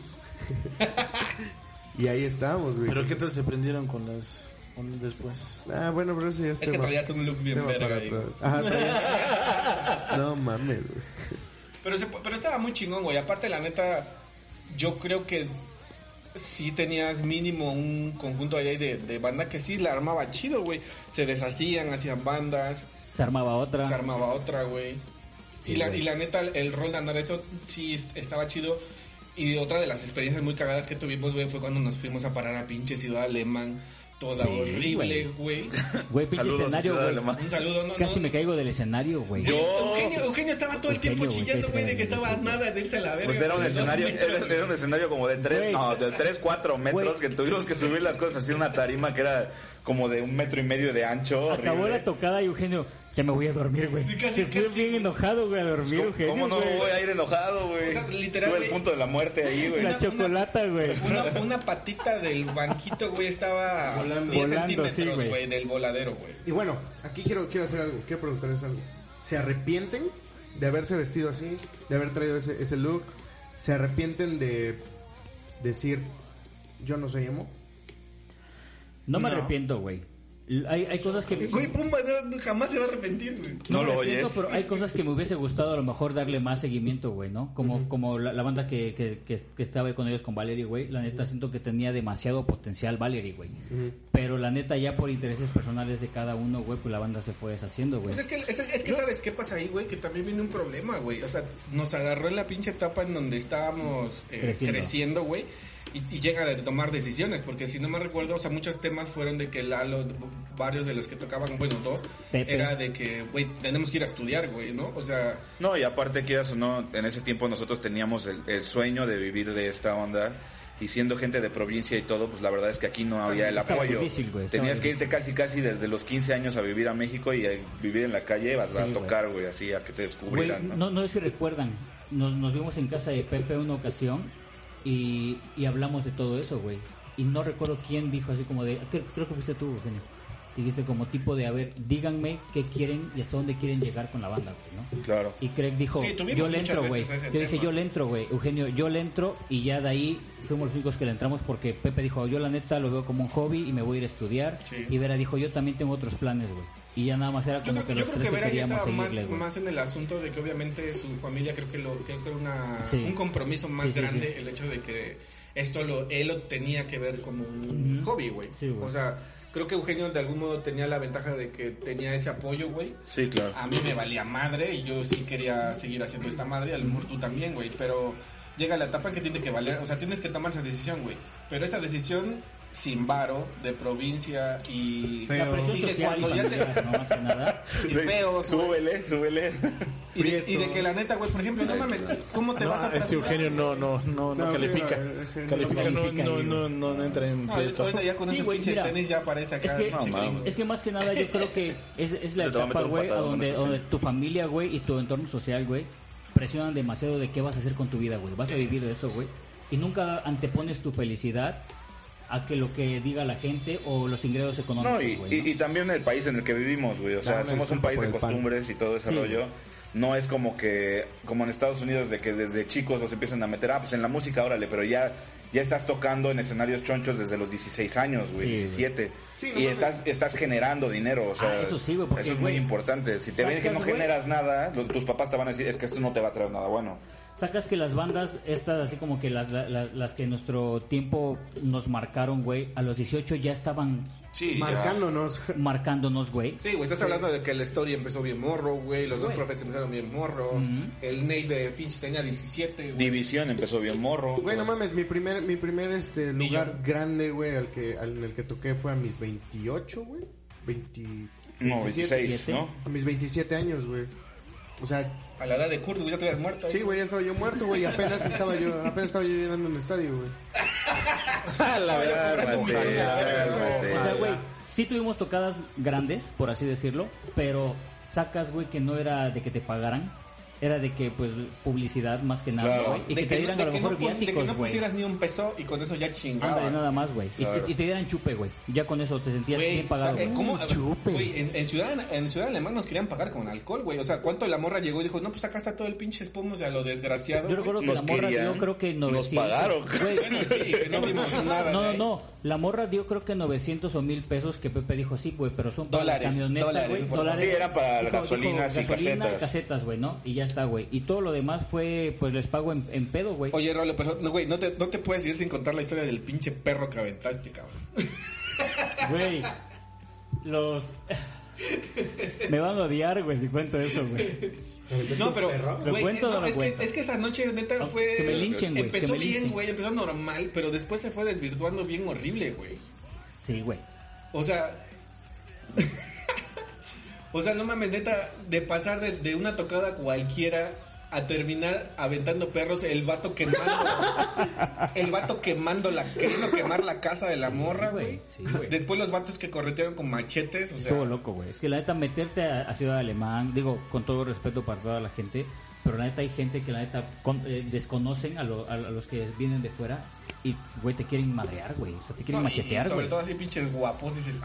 [SPEAKER 3] Y ahí estábamos, güey.
[SPEAKER 2] Pero ¿qué te sorprendieron con las con después?
[SPEAKER 3] Ah, bueno, pero eso ya es
[SPEAKER 4] Es que
[SPEAKER 3] tema-
[SPEAKER 4] traías un look bien
[SPEAKER 3] tema
[SPEAKER 4] verga
[SPEAKER 3] para
[SPEAKER 4] ahí.
[SPEAKER 3] otro- Ajá, traía- No mames, güey.
[SPEAKER 4] Pero, se- pero estaba muy chingón, güey. Aparte, la neta, yo creo que sí tenías mínimo un conjunto ahí de, de banda que sí la armaba chido, güey. Se deshacían, hacían bandas,
[SPEAKER 5] Se armaba otra.
[SPEAKER 4] se armaba otra, güey. y, la, y la neta, el rol de andar eso sí est- estaba chido. Y otra de las experiencias muy cagadas que tuvimos, güey, fue cuando nos fuimos a parar a pinche Ciudad Alemán. Toda
[SPEAKER 5] Sí,
[SPEAKER 4] horrible, güey.
[SPEAKER 5] Güey, pinche
[SPEAKER 6] Saludos,
[SPEAKER 5] escenario,
[SPEAKER 6] Ciudad
[SPEAKER 5] güey.
[SPEAKER 6] Alemán.
[SPEAKER 4] Un saludo, no,
[SPEAKER 5] Casi
[SPEAKER 4] no.
[SPEAKER 5] me caigo del escenario, güey.
[SPEAKER 6] Yo-
[SPEAKER 4] Eugenio, Eugenio estaba todo el tiempo
[SPEAKER 5] Eugenio, güey,
[SPEAKER 4] chillando,
[SPEAKER 5] que
[SPEAKER 4] güey, de
[SPEAKER 5] se
[SPEAKER 4] que estaba
[SPEAKER 5] ve-
[SPEAKER 4] nada de irse a la verga.
[SPEAKER 6] Pues era un
[SPEAKER 4] güey, dos
[SPEAKER 6] escenario,
[SPEAKER 4] metros,
[SPEAKER 6] era,
[SPEAKER 4] güey.
[SPEAKER 6] era un escenario como de tres,
[SPEAKER 5] Güey.
[SPEAKER 6] no, de tres, cuatro metros
[SPEAKER 5] Güey.
[SPEAKER 6] que tuvimos que subir las cosas así una tarima que era como de un metro y medio de ancho.
[SPEAKER 5] Acabó
[SPEAKER 6] horrible.
[SPEAKER 5] la tocada y Eugenio, ya me voy a dormir, güey.
[SPEAKER 4] Sí, casi,
[SPEAKER 5] Se fue
[SPEAKER 4] casi,
[SPEAKER 5] bien
[SPEAKER 4] güey.
[SPEAKER 5] enojado, güey, a dormir,
[SPEAKER 6] ¿Cómo,
[SPEAKER 5] Eugenio,
[SPEAKER 6] cómo no
[SPEAKER 5] güey.
[SPEAKER 6] voy a ir enojado, güey?
[SPEAKER 4] O sea, literal,
[SPEAKER 6] Tuve el
[SPEAKER 4] güey.
[SPEAKER 6] punto de la muerte ahí, güey.
[SPEAKER 5] La
[SPEAKER 4] Una-
[SPEAKER 5] chocolata, güey.
[SPEAKER 4] Una, una patita del banquito, güey, estaba
[SPEAKER 3] Volando.
[SPEAKER 4] diez
[SPEAKER 5] Volando, sí,
[SPEAKER 4] centímetros,
[SPEAKER 5] güey.
[SPEAKER 4] güey, del voladero, güey.
[SPEAKER 3] Y bueno, aquí quiero, quiero hacer algo, quiero preguntarles algo. ¿Se arrepienten de haberse vestido así, de haber traído ese, ese look? ¿Se arrepienten de decir, yo no soy emo?
[SPEAKER 5] No me
[SPEAKER 4] No.
[SPEAKER 5] arrepiento, güey. L- Hay, hay cosas que...
[SPEAKER 4] Güey, Pumba no, jamás se va a arrepentir, güey.
[SPEAKER 6] No
[SPEAKER 5] me
[SPEAKER 6] lo
[SPEAKER 5] arrepiento,
[SPEAKER 6] oyes.
[SPEAKER 5] pero hay cosas que me hubiese gustado a lo mejor darle más seguimiento, güey, ¿no? Como, como la, la banda que, que, que, que estaba ahí con ellos, con Valerie, güey. La neta siento que tenía demasiado potencial Valerie, güey. Pero la neta ya por intereses personales de cada uno, güey, pues la banda se fue deshaciendo, güey.
[SPEAKER 4] Pues es que, es, es que ¿sabes qué pasa ahí, güey? Que también viene un problema, güey. O sea, nos agarró en la pinche etapa en donde estábamos eh,
[SPEAKER 5] Creciendo.
[SPEAKER 4] creciendo, güey. Y, y llega a tomar decisiones, porque si no me recuerdo, o sea, muchos temas fueron de que Lalo, varios de los que tocaban, bueno, dos,
[SPEAKER 5] Pepe.
[SPEAKER 4] era de que, güey, tenemos que ir a estudiar, güey, ¿no? O sea,
[SPEAKER 6] No, y aparte, quieras o no, en ese tiempo nosotros teníamos el, el sueño de vivir de esta onda. Y siendo gente de provincia y todo, pues la verdad es que aquí no había el
[SPEAKER 5] Estaba
[SPEAKER 6] apoyo.
[SPEAKER 5] difícil, güey, estaba
[SPEAKER 6] Tenías que
[SPEAKER 5] difícil.
[SPEAKER 6] irte casi casi desde los quince años a vivir a México y a vivir en la calle, vas a
[SPEAKER 5] Sí,
[SPEAKER 6] tocar, güey, así a que te
[SPEAKER 5] Güey,
[SPEAKER 6] descubrieran, ¿no?
[SPEAKER 5] no, no sé si recuerdan, nos, nos vimos en casa de Pepe una ocasión y, y hablamos de todo eso, güey. Y no recuerdo quién dijo así como de, creo, creo que fuiste tú, Eugenio. Dijiste como tipo de, a ver, díganme qué quieren y hasta dónde quieren llegar con la banda, güey, ¿no?
[SPEAKER 6] Claro.
[SPEAKER 5] Y Craig dijo,
[SPEAKER 4] Sí, tuvimos
[SPEAKER 5] yo le
[SPEAKER 4] muchas
[SPEAKER 5] entro, güey.
[SPEAKER 4] veces ese
[SPEAKER 5] Yo dije,
[SPEAKER 4] tema.
[SPEAKER 5] yo le entro, güey. Eugenio, yo le entro y ya de ahí fuimos los únicos que le entramos porque Pepe dijo, yo la neta lo veo como un hobby y me voy a ir a estudiar.
[SPEAKER 4] Sí.
[SPEAKER 5] Y Vera dijo, yo también tengo otros planes, güey. Y ya nada más era
[SPEAKER 4] yo
[SPEAKER 5] como
[SPEAKER 4] creo,
[SPEAKER 5] que
[SPEAKER 4] yo
[SPEAKER 5] los
[SPEAKER 4] creo
[SPEAKER 5] tres
[SPEAKER 4] que
[SPEAKER 5] que
[SPEAKER 4] Vera ya
[SPEAKER 5] queríamos
[SPEAKER 4] estaba más,
[SPEAKER 5] seguirle, güey.
[SPEAKER 4] más en el asunto de que obviamente su familia creo que lo creo que era una,
[SPEAKER 5] Sí.
[SPEAKER 4] un compromiso más
[SPEAKER 5] Sí, sí,
[SPEAKER 4] grande
[SPEAKER 5] sí.
[SPEAKER 4] el hecho de que esto lo él lo tenía que ver como un
[SPEAKER 5] Ujú.
[SPEAKER 4] hobby, güey.
[SPEAKER 5] Sí, güey.
[SPEAKER 4] O sea, creo que Eugenio de algún modo tenía la ventaja de que tenía ese apoyo, güey.
[SPEAKER 6] Sí, claro.
[SPEAKER 4] A mí me valía madre y yo sí quería seguir haciendo esta madre, a lo mejor tú también, güey, pero llega la etapa en que tiene que valer, o sea, tienes que tomar esa decisión, güey. Pero esa decisión sin varo, de provincia y...
[SPEAKER 5] La presión
[SPEAKER 4] y que
[SPEAKER 5] social y
[SPEAKER 4] cuando ya te...
[SPEAKER 5] familiar, no más que nada.
[SPEAKER 4] Y feos, güey.
[SPEAKER 6] Súbele, súbele.
[SPEAKER 4] Y de, y de que la neta, güey, por ejemplo, no mames, ¿cómo te
[SPEAKER 2] No,
[SPEAKER 4] vas a
[SPEAKER 2] ese
[SPEAKER 4] trasladar?
[SPEAKER 2] Eugenio no, no, no, no,
[SPEAKER 3] No,
[SPEAKER 2] califica.
[SPEAKER 3] mira, ese
[SPEAKER 2] Califica, no,
[SPEAKER 5] califica
[SPEAKER 2] no,
[SPEAKER 5] ahí,
[SPEAKER 2] no, no, no entra en
[SPEAKER 4] No,
[SPEAKER 2] pleito.
[SPEAKER 4] ahorita ya con
[SPEAKER 5] Sí,
[SPEAKER 4] esos
[SPEAKER 5] güey,
[SPEAKER 4] pinches
[SPEAKER 5] mira,
[SPEAKER 4] tenis ya parece acá.
[SPEAKER 5] Es que,
[SPEAKER 6] No,
[SPEAKER 4] pinche
[SPEAKER 6] mames.
[SPEAKER 4] gringo.
[SPEAKER 5] es que más que nada yo creo que es, es la
[SPEAKER 6] Se te va a
[SPEAKER 5] etapa,
[SPEAKER 6] meter un
[SPEAKER 5] güey, a
[SPEAKER 6] patadón
[SPEAKER 5] donde,
[SPEAKER 6] este.
[SPEAKER 5] donde tu familia, güey, y tu entorno social, güey, presionan demasiado de qué vas a hacer con tu vida, güey. Vas a vivir de esto, güey. Y nunca antepones tu felicidad a que lo que diga la gente o los ingresos económicos,
[SPEAKER 6] No, y,
[SPEAKER 5] güey, ¿no?
[SPEAKER 6] y, y también el país en el que vivimos, güey. O sea,
[SPEAKER 3] Dame
[SPEAKER 6] somos un
[SPEAKER 3] disculpa
[SPEAKER 6] país
[SPEAKER 3] por
[SPEAKER 6] de
[SPEAKER 3] el pan.
[SPEAKER 6] costumbres y todo ese
[SPEAKER 5] Sí,
[SPEAKER 6] rollo.
[SPEAKER 5] güey.
[SPEAKER 6] No es como que, como en Estados Unidos, de que desde chicos los empiezan a meter, ah, pues en la música, órale, pero ya, ya estás tocando en escenarios chonchos desde los dieciséis años, güey,
[SPEAKER 5] Sí,
[SPEAKER 6] diecisiete.
[SPEAKER 3] Sí, no
[SPEAKER 6] y
[SPEAKER 3] mames.
[SPEAKER 6] estás, estás generando dinero, o sea,
[SPEAKER 5] Ah, eso sí, güey, porque,
[SPEAKER 6] eso es muy
[SPEAKER 5] güey,
[SPEAKER 6] importante. Si te ven que no
[SPEAKER 5] sacas, güey.
[SPEAKER 6] generas nada, los- tus papás te van a decir, es que esto no te va a traer nada bueno.
[SPEAKER 5] Sacas que las bandas, estas así como que las, las, las que en nuestro tiempo nos marcaron, güey, a los dieciocho ya estaban
[SPEAKER 6] Sí,
[SPEAKER 3] Marcándonos.
[SPEAKER 5] marcándonos, güey.
[SPEAKER 4] Sí, güey, estás hablando de que el Story empezó bien morro, güey, los dos
[SPEAKER 5] Güey.
[SPEAKER 4] Prophets empezaron bien morros, el Nate de Finch tenía diecisiete, güey.
[SPEAKER 6] División empezó bien morro.
[SPEAKER 3] Güey, no mames, mi primer, mi primer este,
[SPEAKER 4] Ni
[SPEAKER 3] lugar
[SPEAKER 4] yo.
[SPEAKER 3] grande, güey, al que, al, en el que toqué fue a mis veintiocho, güey. veinte,
[SPEAKER 6] No,
[SPEAKER 3] veintisiete,
[SPEAKER 6] veintiséis, ¿no?
[SPEAKER 3] A mis veintisiete años, güey. O sea,
[SPEAKER 4] A la edad de Kurt, güey, ya te habías muerto.
[SPEAKER 3] sí, güey, ya estaba yo muerto, güey, y apenas estaba yo, apenas estaba yo llenando un estadio, güey.
[SPEAKER 2] La verdad,
[SPEAKER 6] Cálmate, cálmate.
[SPEAKER 5] O sea, güey, sí tuvimos tocadas grandes, por así decirlo, pero sacas, güey, que no era de que te pagaran, era de que, pues, publicidad más que nada,
[SPEAKER 6] Claro.
[SPEAKER 5] güey. Y
[SPEAKER 4] de
[SPEAKER 5] que te dieran
[SPEAKER 4] no,
[SPEAKER 5] a lo
[SPEAKER 4] de que
[SPEAKER 5] mejor
[SPEAKER 4] no pon- de que
[SPEAKER 5] viáticos,
[SPEAKER 4] no
[SPEAKER 5] güey.
[SPEAKER 4] pusieras ni un peso y con eso ya chingabas.
[SPEAKER 5] Ándale, nada más, güey. Y,
[SPEAKER 6] Claro.
[SPEAKER 5] y- y te dieran chupe, güey. Ya con eso te sentías
[SPEAKER 4] Güey,
[SPEAKER 5] bien pagado,
[SPEAKER 4] eh,
[SPEAKER 5] güey.
[SPEAKER 4] ¿cómo?
[SPEAKER 3] chupe.
[SPEAKER 4] Güey, en, en Ciudad en Ciudad Alemán nos querían pagar con alcohol, güey. O sea, ¿cuánto la morra llegó y dijo, no, pues acá está todo el pinche espuma, o sea, lo desgraciado,
[SPEAKER 5] Yo
[SPEAKER 4] güey?
[SPEAKER 5] recuerdo que
[SPEAKER 6] Nos
[SPEAKER 5] la morra
[SPEAKER 6] querían,
[SPEAKER 5] dio, creo que
[SPEAKER 6] nos
[SPEAKER 5] novecientos.
[SPEAKER 6] pagaron.
[SPEAKER 5] Güey,
[SPEAKER 4] Bueno, sí, que no vimos nada.
[SPEAKER 5] No,
[SPEAKER 4] de
[SPEAKER 5] no,
[SPEAKER 4] ahí.
[SPEAKER 5] no. La morra dio creo que novecientos o mil pesos que Pepe dijo, sí, güey, pero son para
[SPEAKER 4] Dólares,
[SPEAKER 5] la camioneta,
[SPEAKER 4] dólares,
[SPEAKER 5] güey.
[SPEAKER 4] por-
[SPEAKER 5] Dólares.
[SPEAKER 6] Sí, era para
[SPEAKER 5] Dijo-
[SPEAKER 6] gasolinas
[SPEAKER 5] dijo,
[SPEAKER 6] y
[SPEAKER 5] gasolina,
[SPEAKER 6] casetas.
[SPEAKER 5] casetas, güey, ¿no? Y ya está, güey. Y todo lo demás fue, pues les pago en, en pedo, güey.
[SPEAKER 4] Oye, Rolo, pero, no, güey, no te, no te puedes ir sin contar la historia del pinche perro que aventaste, cabrón.
[SPEAKER 5] Güey, los... Me van a odiar, güey, si cuento eso, güey.
[SPEAKER 4] No, pero,
[SPEAKER 5] ¿Lo
[SPEAKER 4] güey,
[SPEAKER 5] cuento o
[SPEAKER 4] no,
[SPEAKER 5] no lo
[SPEAKER 4] es, que,
[SPEAKER 5] cuento?
[SPEAKER 4] es que esa noche, neta,
[SPEAKER 5] No,
[SPEAKER 4] fue...
[SPEAKER 5] que me linchen, güey,
[SPEAKER 4] Empezó
[SPEAKER 5] que me
[SPEAKER 4] bien,
[SPEAKER 5] linchen.
[SPEAKER 4] güey, empezó normal, pero después se fue desvirtuando bien horrible, güey.
[SPEAKER 5] Sí, güey.
[SPEAKER 4] O sea... o sea, no mames, neta, de pasar de, de una tocada cualquiera a terminar aventando perros, el vato quemando... el vato quemando la... queriendo quemar la casa de la morra, güey.
[SPEAKER 5] Sí, güey.
[SPEAKER 4] Después los vatos que corretearon con machetes, o sea...
[SPEAKER 5] Estuvo loco, güey. Es que la neta, meterte a, a Ciudad Alemán, digo, con todo respeto para toda la gente, pero la neta hay gente que la neta con- eh, desconocen a, lo- a, a los que vienen de fuera y, güey, te quieren madrear, güey. O sea, te quieren
[SPEAKER 4] No, y-
[SPEAKER 5] machetear,
[SPEAKER 4] y sobre
[SPEAKER 5] güey.
[SPEAKER 4] todo así pinches guapos, dices...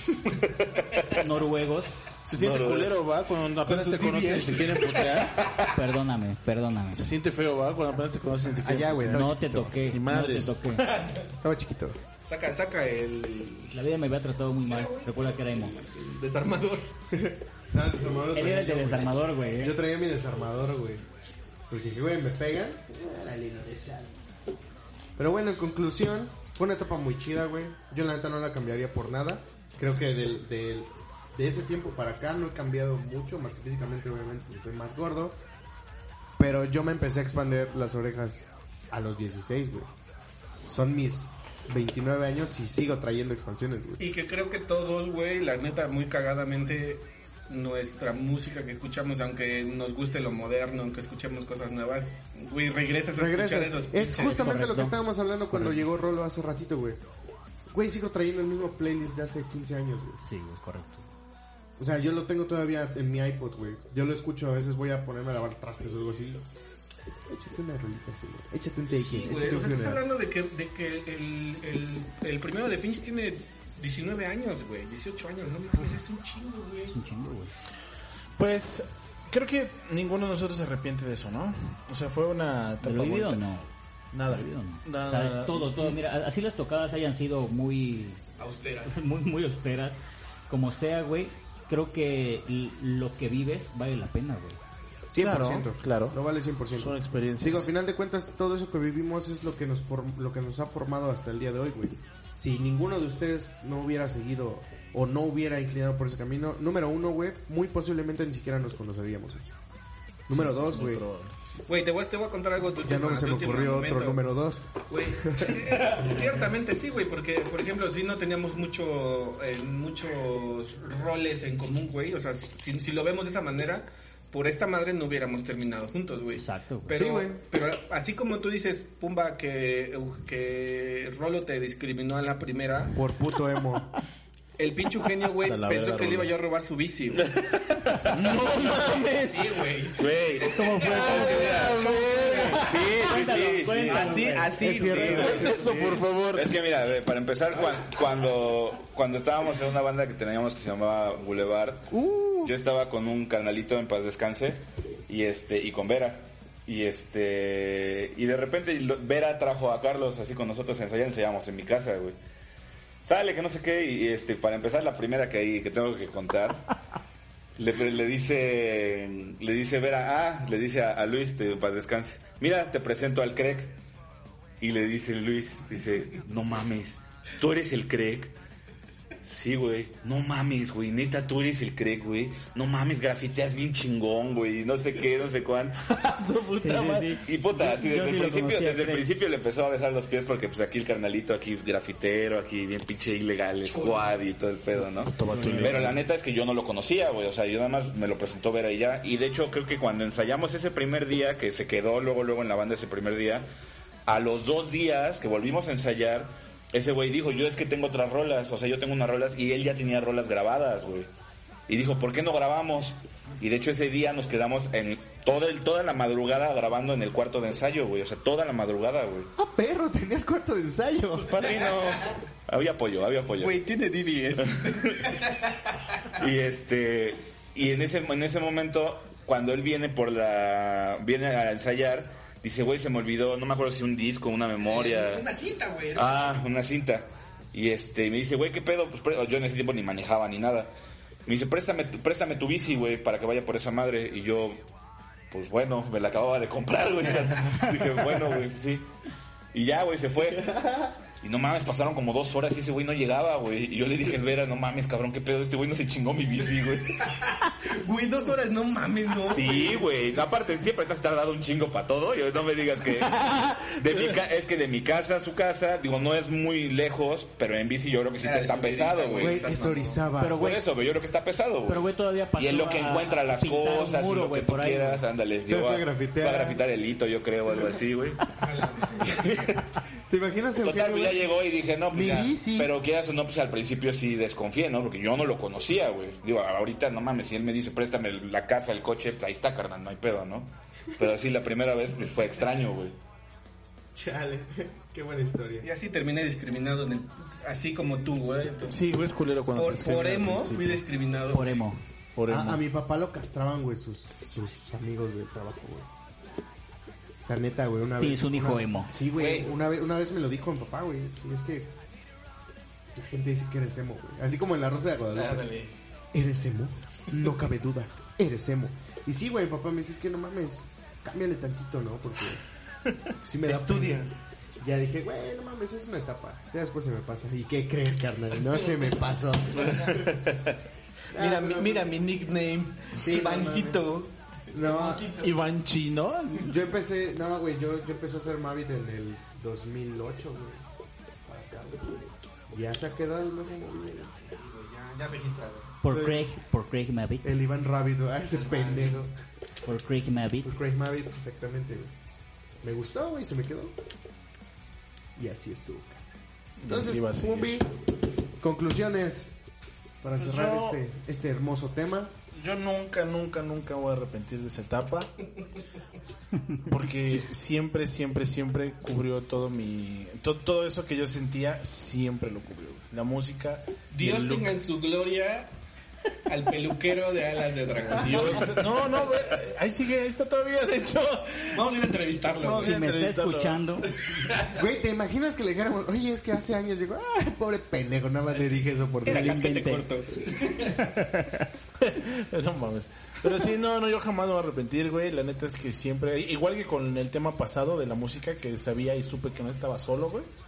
[SPEAKER 4] Ah,
[SPEAKER 5] Noruegos,
[SPEAKER 2] Se siente
[SPEAKER 6] No, no,
[SPEAKER 2] culero, va, cuando apenas
[SPEAKER 4] Con
[SPEAKER 2] te
[SPEAKER 4] sus
[SPEAKER 2] conocen y
[SPEAKER 4] D
[SPEAKER 2] te
[SPEAKER 4] B S.
[SPEAKER 2] quieren putear.
[SPEAKER 5] perdóname, perdóname.
[SPEAKER 2] Se siente feo, va, cuando apenas te conocen y te quieren
[SPEAKER 3] Allá, güey,
[SPEAKER 2] putear.
[SPEAKER 5] No te
[SPEAKER 3] chiquito.
[SPEAKER 5] toqué.
[SPEAKER 2] Ni madres.
[SPEAKER 5] No te toqué.
[SPEAKER 3] Estaba chiquito.
[SPEAKER 4] saca, saca el
[SPEAKER 5] La vida me había tratado muy mal. Recuerda que era emo.
[SPEAKER 4] desarmador.
[SPEAKER 3] No, el desarmador
[SPEAKER 5] Él era el de desarmador, güey.
[SPEAKER 3] Yo
[SPEAKER 5] ¿eh?
[SPEAKER 3] traía mi desarmador, güey. Porque, güey, me pegan. Órale, lo desarmo. Pero bueno, en conclusión, fue una etapa muy chida, güey. Yo la neta no la cambiaría por nada. Creo que del, del, de ese tiempo para acá no he cambiado mucho, más que físicamente, obviamente, estoy más gordo. Pero yo me empecé a expandir las orejas a los dieciséis, güey. Son mis veintinueve años y sigo trayendo expansiones, güey.
[SPEAKER 4] Y que creo que todos, güey, la neta, muy cagadamente, nuestra música que escuchamos, aunque nos guste lo moderno, aunque escuchemos cosas nuevas, güey, regresas a
[SPEAKER 3] Regresas.
[SPEAKER 4] escuchar esos
[SPEAKER 3] Es
[SPEAKER 4] pinches-
[SPEAKER 3] justamente lo
[SPEAKER 5] Correcto.
[SPEAKER 3] que estábamos hablando cuando llegó Rolo hace ratito, güey. Güey, sigo trayendo el mismo playlist de hace quince años, güey.
[SPEAKER 5] Sí, es correcto.
[SPEAKER 3] O sea, yo lo tengo todavía en mi iPod, güey. Yo lo escucho, a veces voy a ponerme a lavar trastes o algo así. Échate una rolita así, güey. Échate un take,
[SPEAKER 4] Sí, güey,
[SPEAKER 3] échate
[SPEAKER 4] o
[SPEAKER 3] un
[SPEAKER 4] sea, estás
[SPEAKER 3] funeral.
[SPEAKER 4] hablando de que, de que el, el, el primero de Finch tiene diecinueve años, güey, dieciocho años, no mames, es un chingo, güey.
[SPEAKER 5] Es un chingo, güey.
[SPEAKER 2] Pues creo que ninguno de nosotros se arrepiente de eso, ¿no? O sea, fue una
[SPEAKER 5] ¿De
[SPEAKER 2] etapa
[SPEAKER 5] lo vivido o
[SPEAKER 2] bonita.
[SPEAKER 5] no?
[SPEAKER 2] Nada.
[SPEAKER 5] ¿De lo vivido o no?
[SPEAKER 2] Nada,
[SPEAKER 5] O sea,
[SPEAKER 2] nada.
[SPEAKER 5] todo, todo. Mira, así las tocadas hayan sido muy,
[SPEAKER 4] Austera.
[SPEAKER 5] muy, muy austeras. Como sea, güey, creo que l- lo que vives vale la pena, güey.
[SPEAKER 3] cien por ciento.
[SPEAKER 2] Claro, claro.
[SPEAKER 3] Lo vale cien por ciento.
[SPEAKER 2] Son experiencias.
[SPEAKER 3] Digo, a final de cuentas, todo eso que vivimos es lo que nos form- lo que nos ha formado hasta el día de hoy, güey. Si ninguno de ustedes no hubiera seguido o no hubiera inclinado por ese camino, número uno, güey, muy posiblemente ni siquiera nos conoceríamos, güey. Número dos, güey.
[SPEAKER 4] Güey, te voy, te voy a contar algo de tu
[SPEAKER 3] Ya no
[SPEAKER 4] última-
[SPEAKER 3] se
[SPEAKER 4] tu
[SPEAKER 3] me
[SPEAKER 4] último
[SPEAKER 3] ocurrió
[SPEAKER 4] momento.
[SPEAKER 3] otro número dos.
[SPEAKER 4] Güey, ciertamente sí, güey, porque, por ejemplo, sí no teníamos mucho, eh, muchos roles en común, güey. O sea, si, si lo vemos de esa manera, por esta madre no hubiéramos terminado juntos, güey.
[SPEAKER 5] Exacto, güey.
[SPEAKER 4] Pero,
[SPEAKER 3] Sí, güey.
[SPEAKER 4] pero así como tú dices, Pumba, que, que Rolo te discriminó en la primera,
[SPEAKER 3] Por puto emo.
[SPEAKER 4] el pinche Eugenio, güey,
[SPEAKER 2] Hasta la
[SPEAKER 4] pensó
[SPEAKER 2] verga,
[SPEAKER 4] que le iba
[SPEAKER 2] Rolo.
[SPEAKER 4] yo a robar su bici, güey.
[SPEAKER 2] ¡No mames!
[SPEAKER 4] Sí, güey.
[SPEAKER 6] Güey.
[SPEAKER 5] ¿Cómo fue?
[SPEAKER 6] Sí, sí, sí, sí.
[SPEAKER 5] Cuéntalo,
[SPEAKER 4] Así,
[SPEAKER 5] güey.
[SPEAKER 4] así,
[SPEAKER 3] Es
[SPEAKER 4] sí,
[SPEAKER 3] cierto.
[SPEAKER 4] güey.
[SPEAKER 2] Eso, por favor.
[SPEAKER 6] Es que mira, ve, para empezar, cuan- cuando, cuando estábamos en una banda que teníamos que se llamaba Boulevard, yo estaba con un canalito en paz descanse y este y con Vera. Y este y de repente lo- Vera trajo a Carlos así con nosotros a ensayar, ensayamos en mi casa, güey. Sale que no sé qué y, y, este para empezar la primera que ahí que tengo que contar. Le, le dice le dice Vera, ah, le dice a, a Luis de en paz descanse. Mira, te presento al Craig. Y le dice Luis, dice, no mames, ¿tú eres el Craig? Sí, güey, no mames, güey, neta, tú eres el Craig, güey. No mames, grafiteas bien chingón, güey, no sé qué, no sé cuán.
[SPEAKER 2] Su puta
[SPEAKER 5] Sí, sí,
[SPEAKER 2] madre.
[SPEAKER 5] sí.
[SPEAKER 6] Y puta, así
[SPEAKER 5] Yo
[SPEAKER 6] desde
[SPEAKER 5] sí
[SPEAKER 6] el
[SPEAKER 5] lo
[SPEAKER 6] principio,
[SPEAKER 5] conocía,
[SPEAKER 6] desde el
[SPEAKER 5] Craig.
[SPEAKER 6] principio le empezó a besar los pies porque pues aquí el carnalito, aquí grafitero, aquí bien pinche ilegal, squad y todo el pedo, ¿no?
[SPEAKER 2] vato ilegal.
[SPEAKER 6] Pero la neta es que yo no lo conocía, güey, o sea, yo nada más me lo presentó Vera y ya. Y de hecho creo que cuando ensayamos ese primer día, que se quedó luego, luego en la banda ese primer día, a los dos días que volvimos a ensayar, ese güey dijo, yo es que tengo otras rolas, o sea, yo tengo unas rolas, y él ya tenía rolas grabadas, güey. Y dijo, ¿por qué no grabamos? Y de hecho ese día nos quedamos en toda, el, toda la madrugada grabando en el cuarto de ensayo, güey, o sea, toda la madrugada, güey.
[SPEAKER 3] Ah, perro, tenías cuarto de ensayo.
[SPEAKER 6] Padrino, había apoyo, había apoyo.
[SPEAKER 4] Güey, tiene D V S.
[SPEAKER 6] Y este, y en ese, en ese momento, cuando él viene por la, viene a ensayar, dice, güey, se me olvidó, no me acuerdo si un disco, una memoria.
[SPEAKER 4] Una cinta, güey. ¿no?
[SPEAKER 6] Ah, una cinta. Y este, me dice, güey, ¿qué pedo? Pues, pre- yo en ese tiempo ni manejaba ni nada. Me dice, préstame, tu- préstame tu bici, güey, para que vaya por esa madre. Y yo, pues bueno, me la acababa de comprar, güey. Dije, bueno, güey, sí. Y ya, güey, se fue. Y no mames, pasaron como dos horas y ese güey no llegaba, güey. Y yo le dije al Vera, no mames, cabrón, qué pedo, este güey no se chingó mi bici, güey.
[SPEAKER 4] Güey, dos horas, no mames, no.
[SPEAKER 6] Sí, güey. Aparte, siempre te has tardado un chingo para todo. Y no me digas que. De mi ca- es que de mi casa a su casa, digo, no es muy lejos, pero en bici yo creo que sí
[SPEAKER 4] Era
[SPEAKER 6] te
[SPEAKER 4] de
[SPEAKER 6] está
[SPEAKER 4] subidita,
[SPEAKER 6] pesado,
[SPEAKER 4] güey.
[SPEAKER 6] güey.
[SPEAKER 3] Güey, es Orizaba.
[SPEAKER 5] Pero,
[SPEAKER 6] Por
[SPEAKER 5] güey,
[SPEAKER 6] eso, pero yo creo que está pesado, güey.
[SPEAKER 5] pero güey, todavía pasó
[SPEAKER 6] Y en lo que
[SPEAKER 5] a-
[SPEAKER 6] encuentra
[SPEAKER 5] a
[SPEAKER 6] las
[SPEAKER 5] pintar un
[SPEAKER 6] cosas
[SPEAKER 5] muro,
[SPEAKER 6] y lo
[SPEAKER 5] güey,
[SPEAKER 6] que tú
[SPEAKER 5] por ahí,
[SPEAKER 6] quieras,
[SPEAKER 5] güey.
[SPEAKER 6] ándale.
[SPEAKER 3] Fue
[SPEAKER 6] Llegó
[SPEAKER 3] a
[SPEAKER 6] a,
[SPEAKER 3] grafitear.
[SPEAKER 6] fue a grafitar el hito, yo creo, algo así, güey.
[SPEAKER 3] ¿Te imaginas el
[SPEAKER 6] Total, pues ya
[SPEAKER 3] güey?
[SPEAKER 6] llegó y dije, no, pues
[SPEAKER 3] Mi
[SPEAKER 6] ya.
[SPEAKER 3] bici.
[SPEAKER 6] Pero quieras o no, pues al principio sí desconfié, ¿no? Porque yo no lo conocía, güey. Digo, ahorita no mames, si él me dice, préstame la casa, el coche, pues ahí está, carnal, no hay pedo, ¿no? Pero así la primera vez, pues fue extraño, güey.
[SPEAKER 3] Chale, qué buena historia.
[SPEAKER 4] Y así terminé discriminado, en el, así como tú, güey. Entonces,
[SPEAKER 2] Sí, güey, es culero cuando
[SPEAKER 4] por,
[SPEAKER 2] te escriben
[SPEAKER 4] por
[SPEAKER 2] al
[SPEAKER 4] emo
[SPEAKER 2] principio.
[SPEAKER 4] fui discriminado.
[SPEAKER 5] Por emo.
[SPEAKER 2] Por emo.
[SPEAKER 3] A, a mi papá lo castraban, güey, sus, sus amigos del trabajo, güey. O sea, neta, güey, una vez...
[SPEAKER 5] Tienes un hijo
[SPEAKER 3] una-
[SPEAKER 5] emo.
[SPEAKER 3] Sí, güey,
[SPEAKER 4] Güey.
[SPEAKER 3] una vez, una vez me lo dijo mi papá, güey. Sí, es que la gente dice que eres emo, güey. Así como en La Rosa de Guadalupe.
[SPEAKER 4] Ándale.
[SPEAKER 3] ¿Eres emo? No cabe duda, eres emo. Y sí, güey, papá me dice, es que no mames, cámbiale tantito, ¿no? Porque sí me da...
[SPEAKER 4] Estudia.
[SPEAKER 3] pena. Ya dije, güey, no mames, es una etapa. Ya después se me pasa. ¿Y qué crees, carnal? No se me pasó.
[SPEAKER 4] Mira,
[SPEAKER 3] Ah,
[SPEAKER 4] mi,
[SPEAKER 3] no,
[SPEAKER 4] mira
[SPEAKER 3] no.
[SPEAKER 4] mi nickname.
[SPEAKER 3] Sí,
[SPEAKER 4] Ivancito.
[SPEAKER 3] No,
[SPEAKER 2] Iván Chino.
[SPEAKER 3] yo empecé, no, güey, yo, yo empecé a hacer Mavit en el dos mil ocho, güey. Para acá, güey. Ya se ha quedado, no se movió.
[SPEAKER 4] Ya, ya registrado.
[SPEAKER 5] Por
[SPEAKER 3] Sí.
[SPEAKER 5] Craig, por Craig Mavitt.
[SPEAKER 3] El Iván Rápido, ah, ese pendejo.
[SPEAKER 5] Por Craig Mavitt.
[SPEAKER 3] Pues Craig Mavitt, exactamente, güey. Me gustó, güey, se me quedó. Y así estuvo. Entonces,
[SPEAKER 2] así va a seguir.
[SPEAKER 3] Pumbi, conclusiones para
[SPEAKER 2] Pues
[SPEAKER 3] cerrar
[SPEAKER 2] yo-
[SPEAKER 3] este, este hermoso tema.
[SPEAKER 2] Yo nunca, nunca, nunca voy a arrepentir de esa etapa. Porque siempre, siempre, siempre cubrió todo mi... to- todo eso que yo sentía, siempre lo cubrió. La música. y
[SPEAKER 4] Dios
[SPEAKER 2] el look.
[SPEAKER 4] tenga en su gloria al peluquero de Alas de Dragón.
[SPEAKER 2] Dios. No, no, ve, ahí sigue, ahí está todavía, de hecho.
[SPEAKER 4] Vamos a ir a entrevistarlo.
[SPEAKER 2] Vamos
[SPEAKER 4] güey.
[SPEAKER 5] Si me está
[SPEAKER 2] entrevistarlo.
[SPEAKER 5] escuchando,
[SPEAKER 3] Güey, ¿te imaginas que le dijéramos, oye, es que hace años llegó, ay, pobre pendejo, nada más le dije eso por
[SPEAKER 4] Era
[SPEAKER 3] ti"?
[SPEAKER 4] casquete
[SPEAKER 5] inventé.
[SPEAKER 4] corto.
[SPEAKER 2] No mames. Pero sí, no, no, yo jamás me voy a arrepentir, güey. La neta es que siempre, igual que con el tema pasado de la música, que sabía y supe que no estaba solo, güey.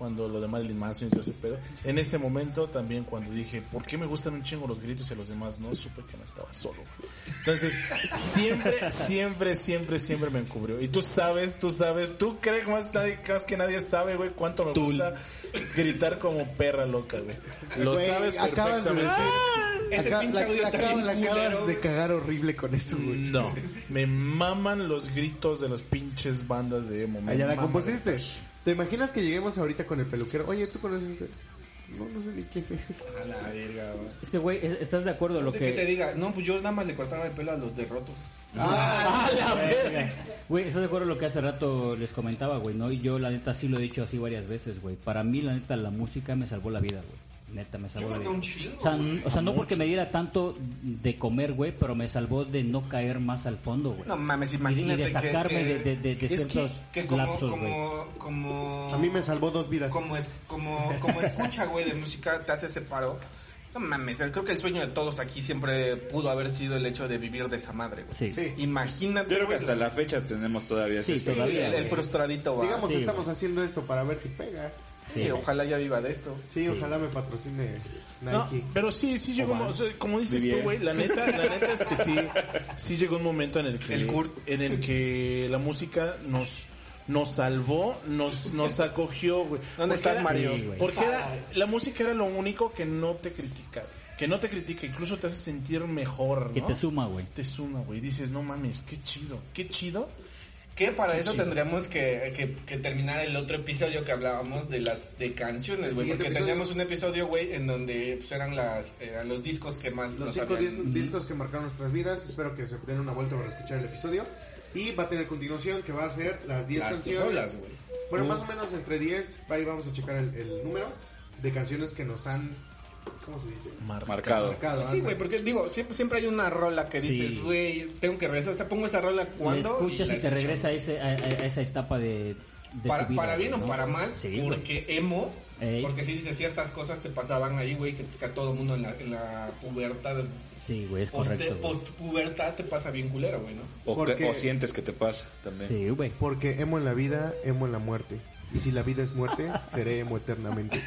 [SPEAKER 2] cuando lo de Marilyn Manson y todo ese pedo. En ese momento también cuando dije, ¿por qué me gustan un chingo los gritos y a los demás no? Supe que no estaba solo. Entonces, siempre, siempre, siempre, siempre me encubrió. Y tú sabes, tú sabes, tú crees que más, nadie, más que nadie sabe, güey, cuánto me gusta gritar como perra loca, güey. Lo
[SPEAKER 3] Güey,
[SPEAKER 2] sabes
[SPEAKER 3] acabas de
[SPEAKER 2] perfectamente.
[SPEAKER 3] decir-
[SPEAKER 4] Ese
[SPEAKER 3] Acá-
[SPEAKER 4] pinche
[SPEAKER 3] la-
[SPEAKER 4] audio
[SPEAKER 3] la
[SPEAKER 4] está
[SPEAKER 3] acabas-
[SPEAKER 4] bien
[SPEAKER 3] la acabas
[SPEAKER 4] culero,
[SPEAKER 3] de
[SPEAKER 4] güey.
[SPEAKER 3] cagar horrible con eso, güey.
[SPEAKER 2] No, me maman los gritos de las pinches bandas de emo. me
[SPEAKER 3] Allá la
[SPEAKER 2] maman.
[SPEAKER 3] compusiste. ¿Te imaginas que lleguemos ahorita con el peluquero? Oye, ¿tú conoces este? No, no sé ni quién es.
[SPEAKER 4] A la verga, güey.
[SPEAKER 5] Es que, güey, es- ¿estás de acuerdo lo
[SPEAKER 4] De
[SPEAKER 5] que...
[SPEAKER 4] que te diga, no, pues yo nada más le cortaba el pelo a los derrotos.
[SPEAKER 2] ¡Ah, la verga!
[SPEAKER 5] Güey, ¿estás de acuerdo lo que hace rato les comentaba, güey? ¿No? Y yo, la neta, sí lo he dicho así varias veces, güey. Para mí, la neta, la música me salvó la vida, güey. Neta, me salvó
[SPEAKER 4] Yo
[SPEAKER 5] la
[SPEAKER 4] creo
[SPEAKER 5] vida.
[SPEAKER 4] que un chingo,
[SPEAKER 5] O sea,
[SPEAKER 4] güey.
[SPEAKER 5] n- o sea, no porque me diera tanto de comer, güey, pero me salvó de no caer más al fondo, güey.
[SPEAKER 4] No mames,
[SPEAKER 5] Y
[SPEAKER 4] imagínate
[SPEAKER 5] de sacarme
[SPEAKER 4] que, que-
[SPEAKER 5] de, de, de, de
[SPEAKER 4] es
[SPEAKER 5] ciertos
[SPEAKER 4] que, que como,
[SPEAKER 5] lapsos, güey.
[SPEAKER 4] como, como,
[SPEAKER 3] A mí me salvó dos vidas.
[SPEAKER 4] como es, como, como escucha, güey, de música te hace ese paro. No mames, creo que el sueño de todos aquí siempre pudo haber sido el hecho de vivir de esa madre, güey.
[SPEAKER 5] Sí.
[SPEAKER 3] Sí.
[SPEAKER 4] Imagínate,
[SPEAKER 6] Yo creo que
[SPEAKER 4] güey,
[SPEAKER 6] hasta la fecha tenemos todavía
[SPEAKER 5] Sí,
[SPEAKER 6] ese
[SPEAKER 5] todavía.
[SPEAKER 4] el, el
[SPEAKER 5] güey.
[SPEAKER 4] frustradito, va.
[SPEAKER 3] Digamos,
[SPEAKER 5] Sí,
[SPEAKER 3] estamos
[SPEAKER 5] güey.
[SPEAKER 3] haciendo esto para ver si pega.
[SPEAKER 4] Sí, ojalá ya viva de esto.
[SPEAKER 3] Sí, ojalá me patrocine
[SPEAKER 2] No,
[SPEAKER 3] Nike.
[SPEAKER 2] pero sí, sí llegó,
[SPEAKER 3] Van.
[SPEAKER 2] o sea, como dices
[SPEAKER 6] Vivier.
[SPEAKER 2] tú, güey, la neta, la neta es que sí, sí llegó un momento en el que,
[SPEAKER 4] El Kurt.
[SPEAKER 2] en el que la música nos, nos salvó, nos, nos acogió, güey.
[SPEAKER 4] ¿Dónde
[SPEAKER 2] Porque
[SPEAKER 4] estás,
[SPEAKER 2] era-
[SPEAKER 4] Mario?
[SPEAKER 5] Sí, güey.
[SPEAKER 2] Porque era, la música era lo único que no te critica, que no te critica, incluso te hace sentir mejor, ¿no?
[SPEAKER 5] Que te suma, güey.
[SPEAKER 2] Te suma, güey, dices, no mames, qué chido, qué chido.
[SPEAKER 4] Que para eso
[SPEAKER 2] chido.
[SPEAKER 4] tendríamos que, que, que terminar el otro episodio que hablábamos de las de canciones, güey.
[SPEAKER 3] Siguiente
[SPEAKER 4] Porque
[SPEAKER 3] episodio.
[SPEAKER 4] teníamos un episodio, güey, en donde pues, eran las, eran los discos que más
[SPEAKER 3] Los
[SPEAKER 4] nos
[SPEAKER 3] cinco
[SPEAKER 4] habían-
[SPEAKER 3] dis- discos que marcaron nuestras vidas. Espero que se den una vuelta para escuchar el episodio. Y va a tener continuación que va a ser las diez
[SPEAKER 4] Las
[SPEAKER 3] canciones.
[SPEAKER 4] rolas, güey.
[SPEAKER 3] Bueno, más o menos entre diez. Ahí vamos a checar el, el número de canciones que nos han. ¿Cómo se dice?
[SPEAKER 6] marcado.
[SPEAKER 3] Marcado.
[SPEAKER 4] Sí,
[SPEAKER 3] ¿no?
[SPEAKER 4] güey, porque digo, siempre, siempre hay una rola que dices,
[SPEAKER 5] Sí.
[SPEAKER 4] güey, tengo que regresar. O sea, pongo esa rola
[SPEAKER 5] La
[SPEAKER 4] cuando.
[SPEAKER 5] escuchas
[SPEAKER 4] la
[SPEAKER 5] y te
[SPEAKER 4] escucho.
[SPEAKER 5] regresa a, ese, a, a- a esa etapa de, de
[SPEAKER 4] Para,
[SPEAKER 5] tu vida,
[SPEAKER 4] para bien
[SPEAKER 5] güey,
[SPEAKER 4] o
[SPEAKER 5] ¿no?
[SPEAKER 4] para mal,
[SPEAKER 5] Sí, güey.
[SPEAKER 4] porque emo,
[SPEAKER 5] Ey.
[SPEAKER 4] porque si dices ciertas cosas te pasaban ahí, güey, que, que a todo mundo en la, en la pubertad,
[SPEAKER 5] Sí, güey, es
[SPEAKER 4] post,
[SPEAKER 5] correcto, güey.
[SPEAKER 4] post pubertad te pasa bien culero, güey, ¿no?
[SPEAKER 6] O,
[SPEAKER 3] Porque-
[SPEAKER 6] que- o sientes que te pasa también.
[SPEAKER 5] Sí, güey.
[SPEAKER 3] Porque emo en la vida, emo en la muerte. Y si la vida es muerte, seré emo eternamente.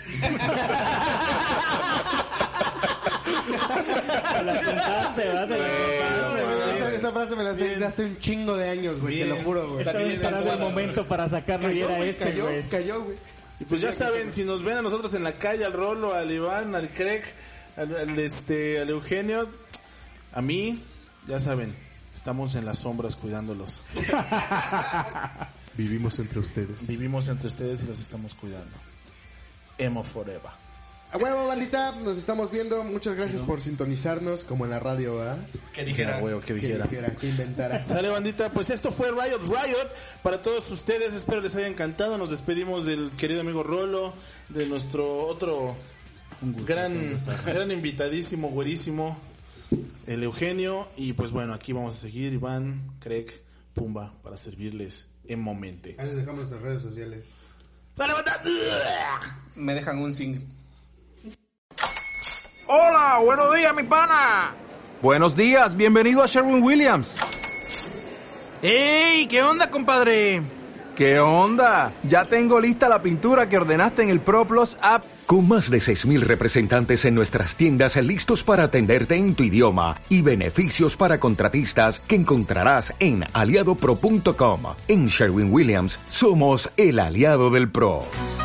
[SPEAKER 5] Te la contaste, ¿verdad? Te la contaste, güey.
[SPEAKER 3] esa, esa frase me la sé desde hace un chingo de años, güey. Te lo
[SPEAKER 2] Bien.
[SPEAKER 3] juro, güey.
[SPEAKER 5] Estaba
[SPEAKER 2] También
[SPEAKER 5] esperando el
[SPEAKER 2] en el-
[SPEAKER 5] momento para sacarlo y
[SPEAKER 3] Cayó,
[SPEAKER 5] era
[SPEAKER 3] güey,
[SPEAKER 5] este,
[SPEAKER 3] cayó,
[SPEAKER 5] güey.
[SPEAKER 3] cayó, güey.
[SPEAKER 2] Y pues ya saben, si nos ven a nosotros en la calle, al Rolo, al Iván, al Craig, al, al, este, al Eugenio, a mí, ya saben, estamos en las sombras cuidándolos.
[SPEAKER 3] Vivimos entre ustedes.
[SPEAKER 2] Vivimos entre ustedes y los estamos cuidando. Emo Forever.
[SPEAKER 3] A huevo, bandita, nos estamos viendo. Muchas gracias por sintonizarnos, como en la radio, ¿ah?
[SPEAKER 4] Que dijera,
[SPEAKER 2] Qué huevo, que
[SPEAKER 3] Que
[SPEAKER 2] dijera.
[SPEAKER 3] dijera, que inventara.
[SPEAKER 2] Sale, bandita, pues esto fue Riot Riot para todos ustedes, espero les haya encantado. Nos despedimos del querido amigo Rolo, de nuestro otro
[SPEAKER 5] Un gusto, un
[SPEAKER 2] gran
[SPEAKER 5] gusto.
[SPEAKER 2] gran invitadísimo, güerísimo, el Eugenio. Y pues bueno, aquí vamos a seguir, Iván, Craig, Pumba, para servirles en momento.
[SPEAKER 3] Ahí les dejamos nuestras redes sociales.
[SPEAKER 2] ¡Sale, bandita!
[SPEAKER 4] me dejan un single.
[SPEAKER 7] Hola, buenos días, mi pana. Buenos días, bienvenido a Sherwin Williams. ¡Ey! ¿Qué onda, compadre? ¿Qué onda? Ya tengo lista la pintura que ordenaste en el ProPlus app.
[SPEAKER 8] Con más de seis mil representantes en nuestras tiendas listos para atenderte en tu idioma y beneficios para contratistas que encontrarás en aliado pro punto com. En Sherwin Williams somos el aliado del pro.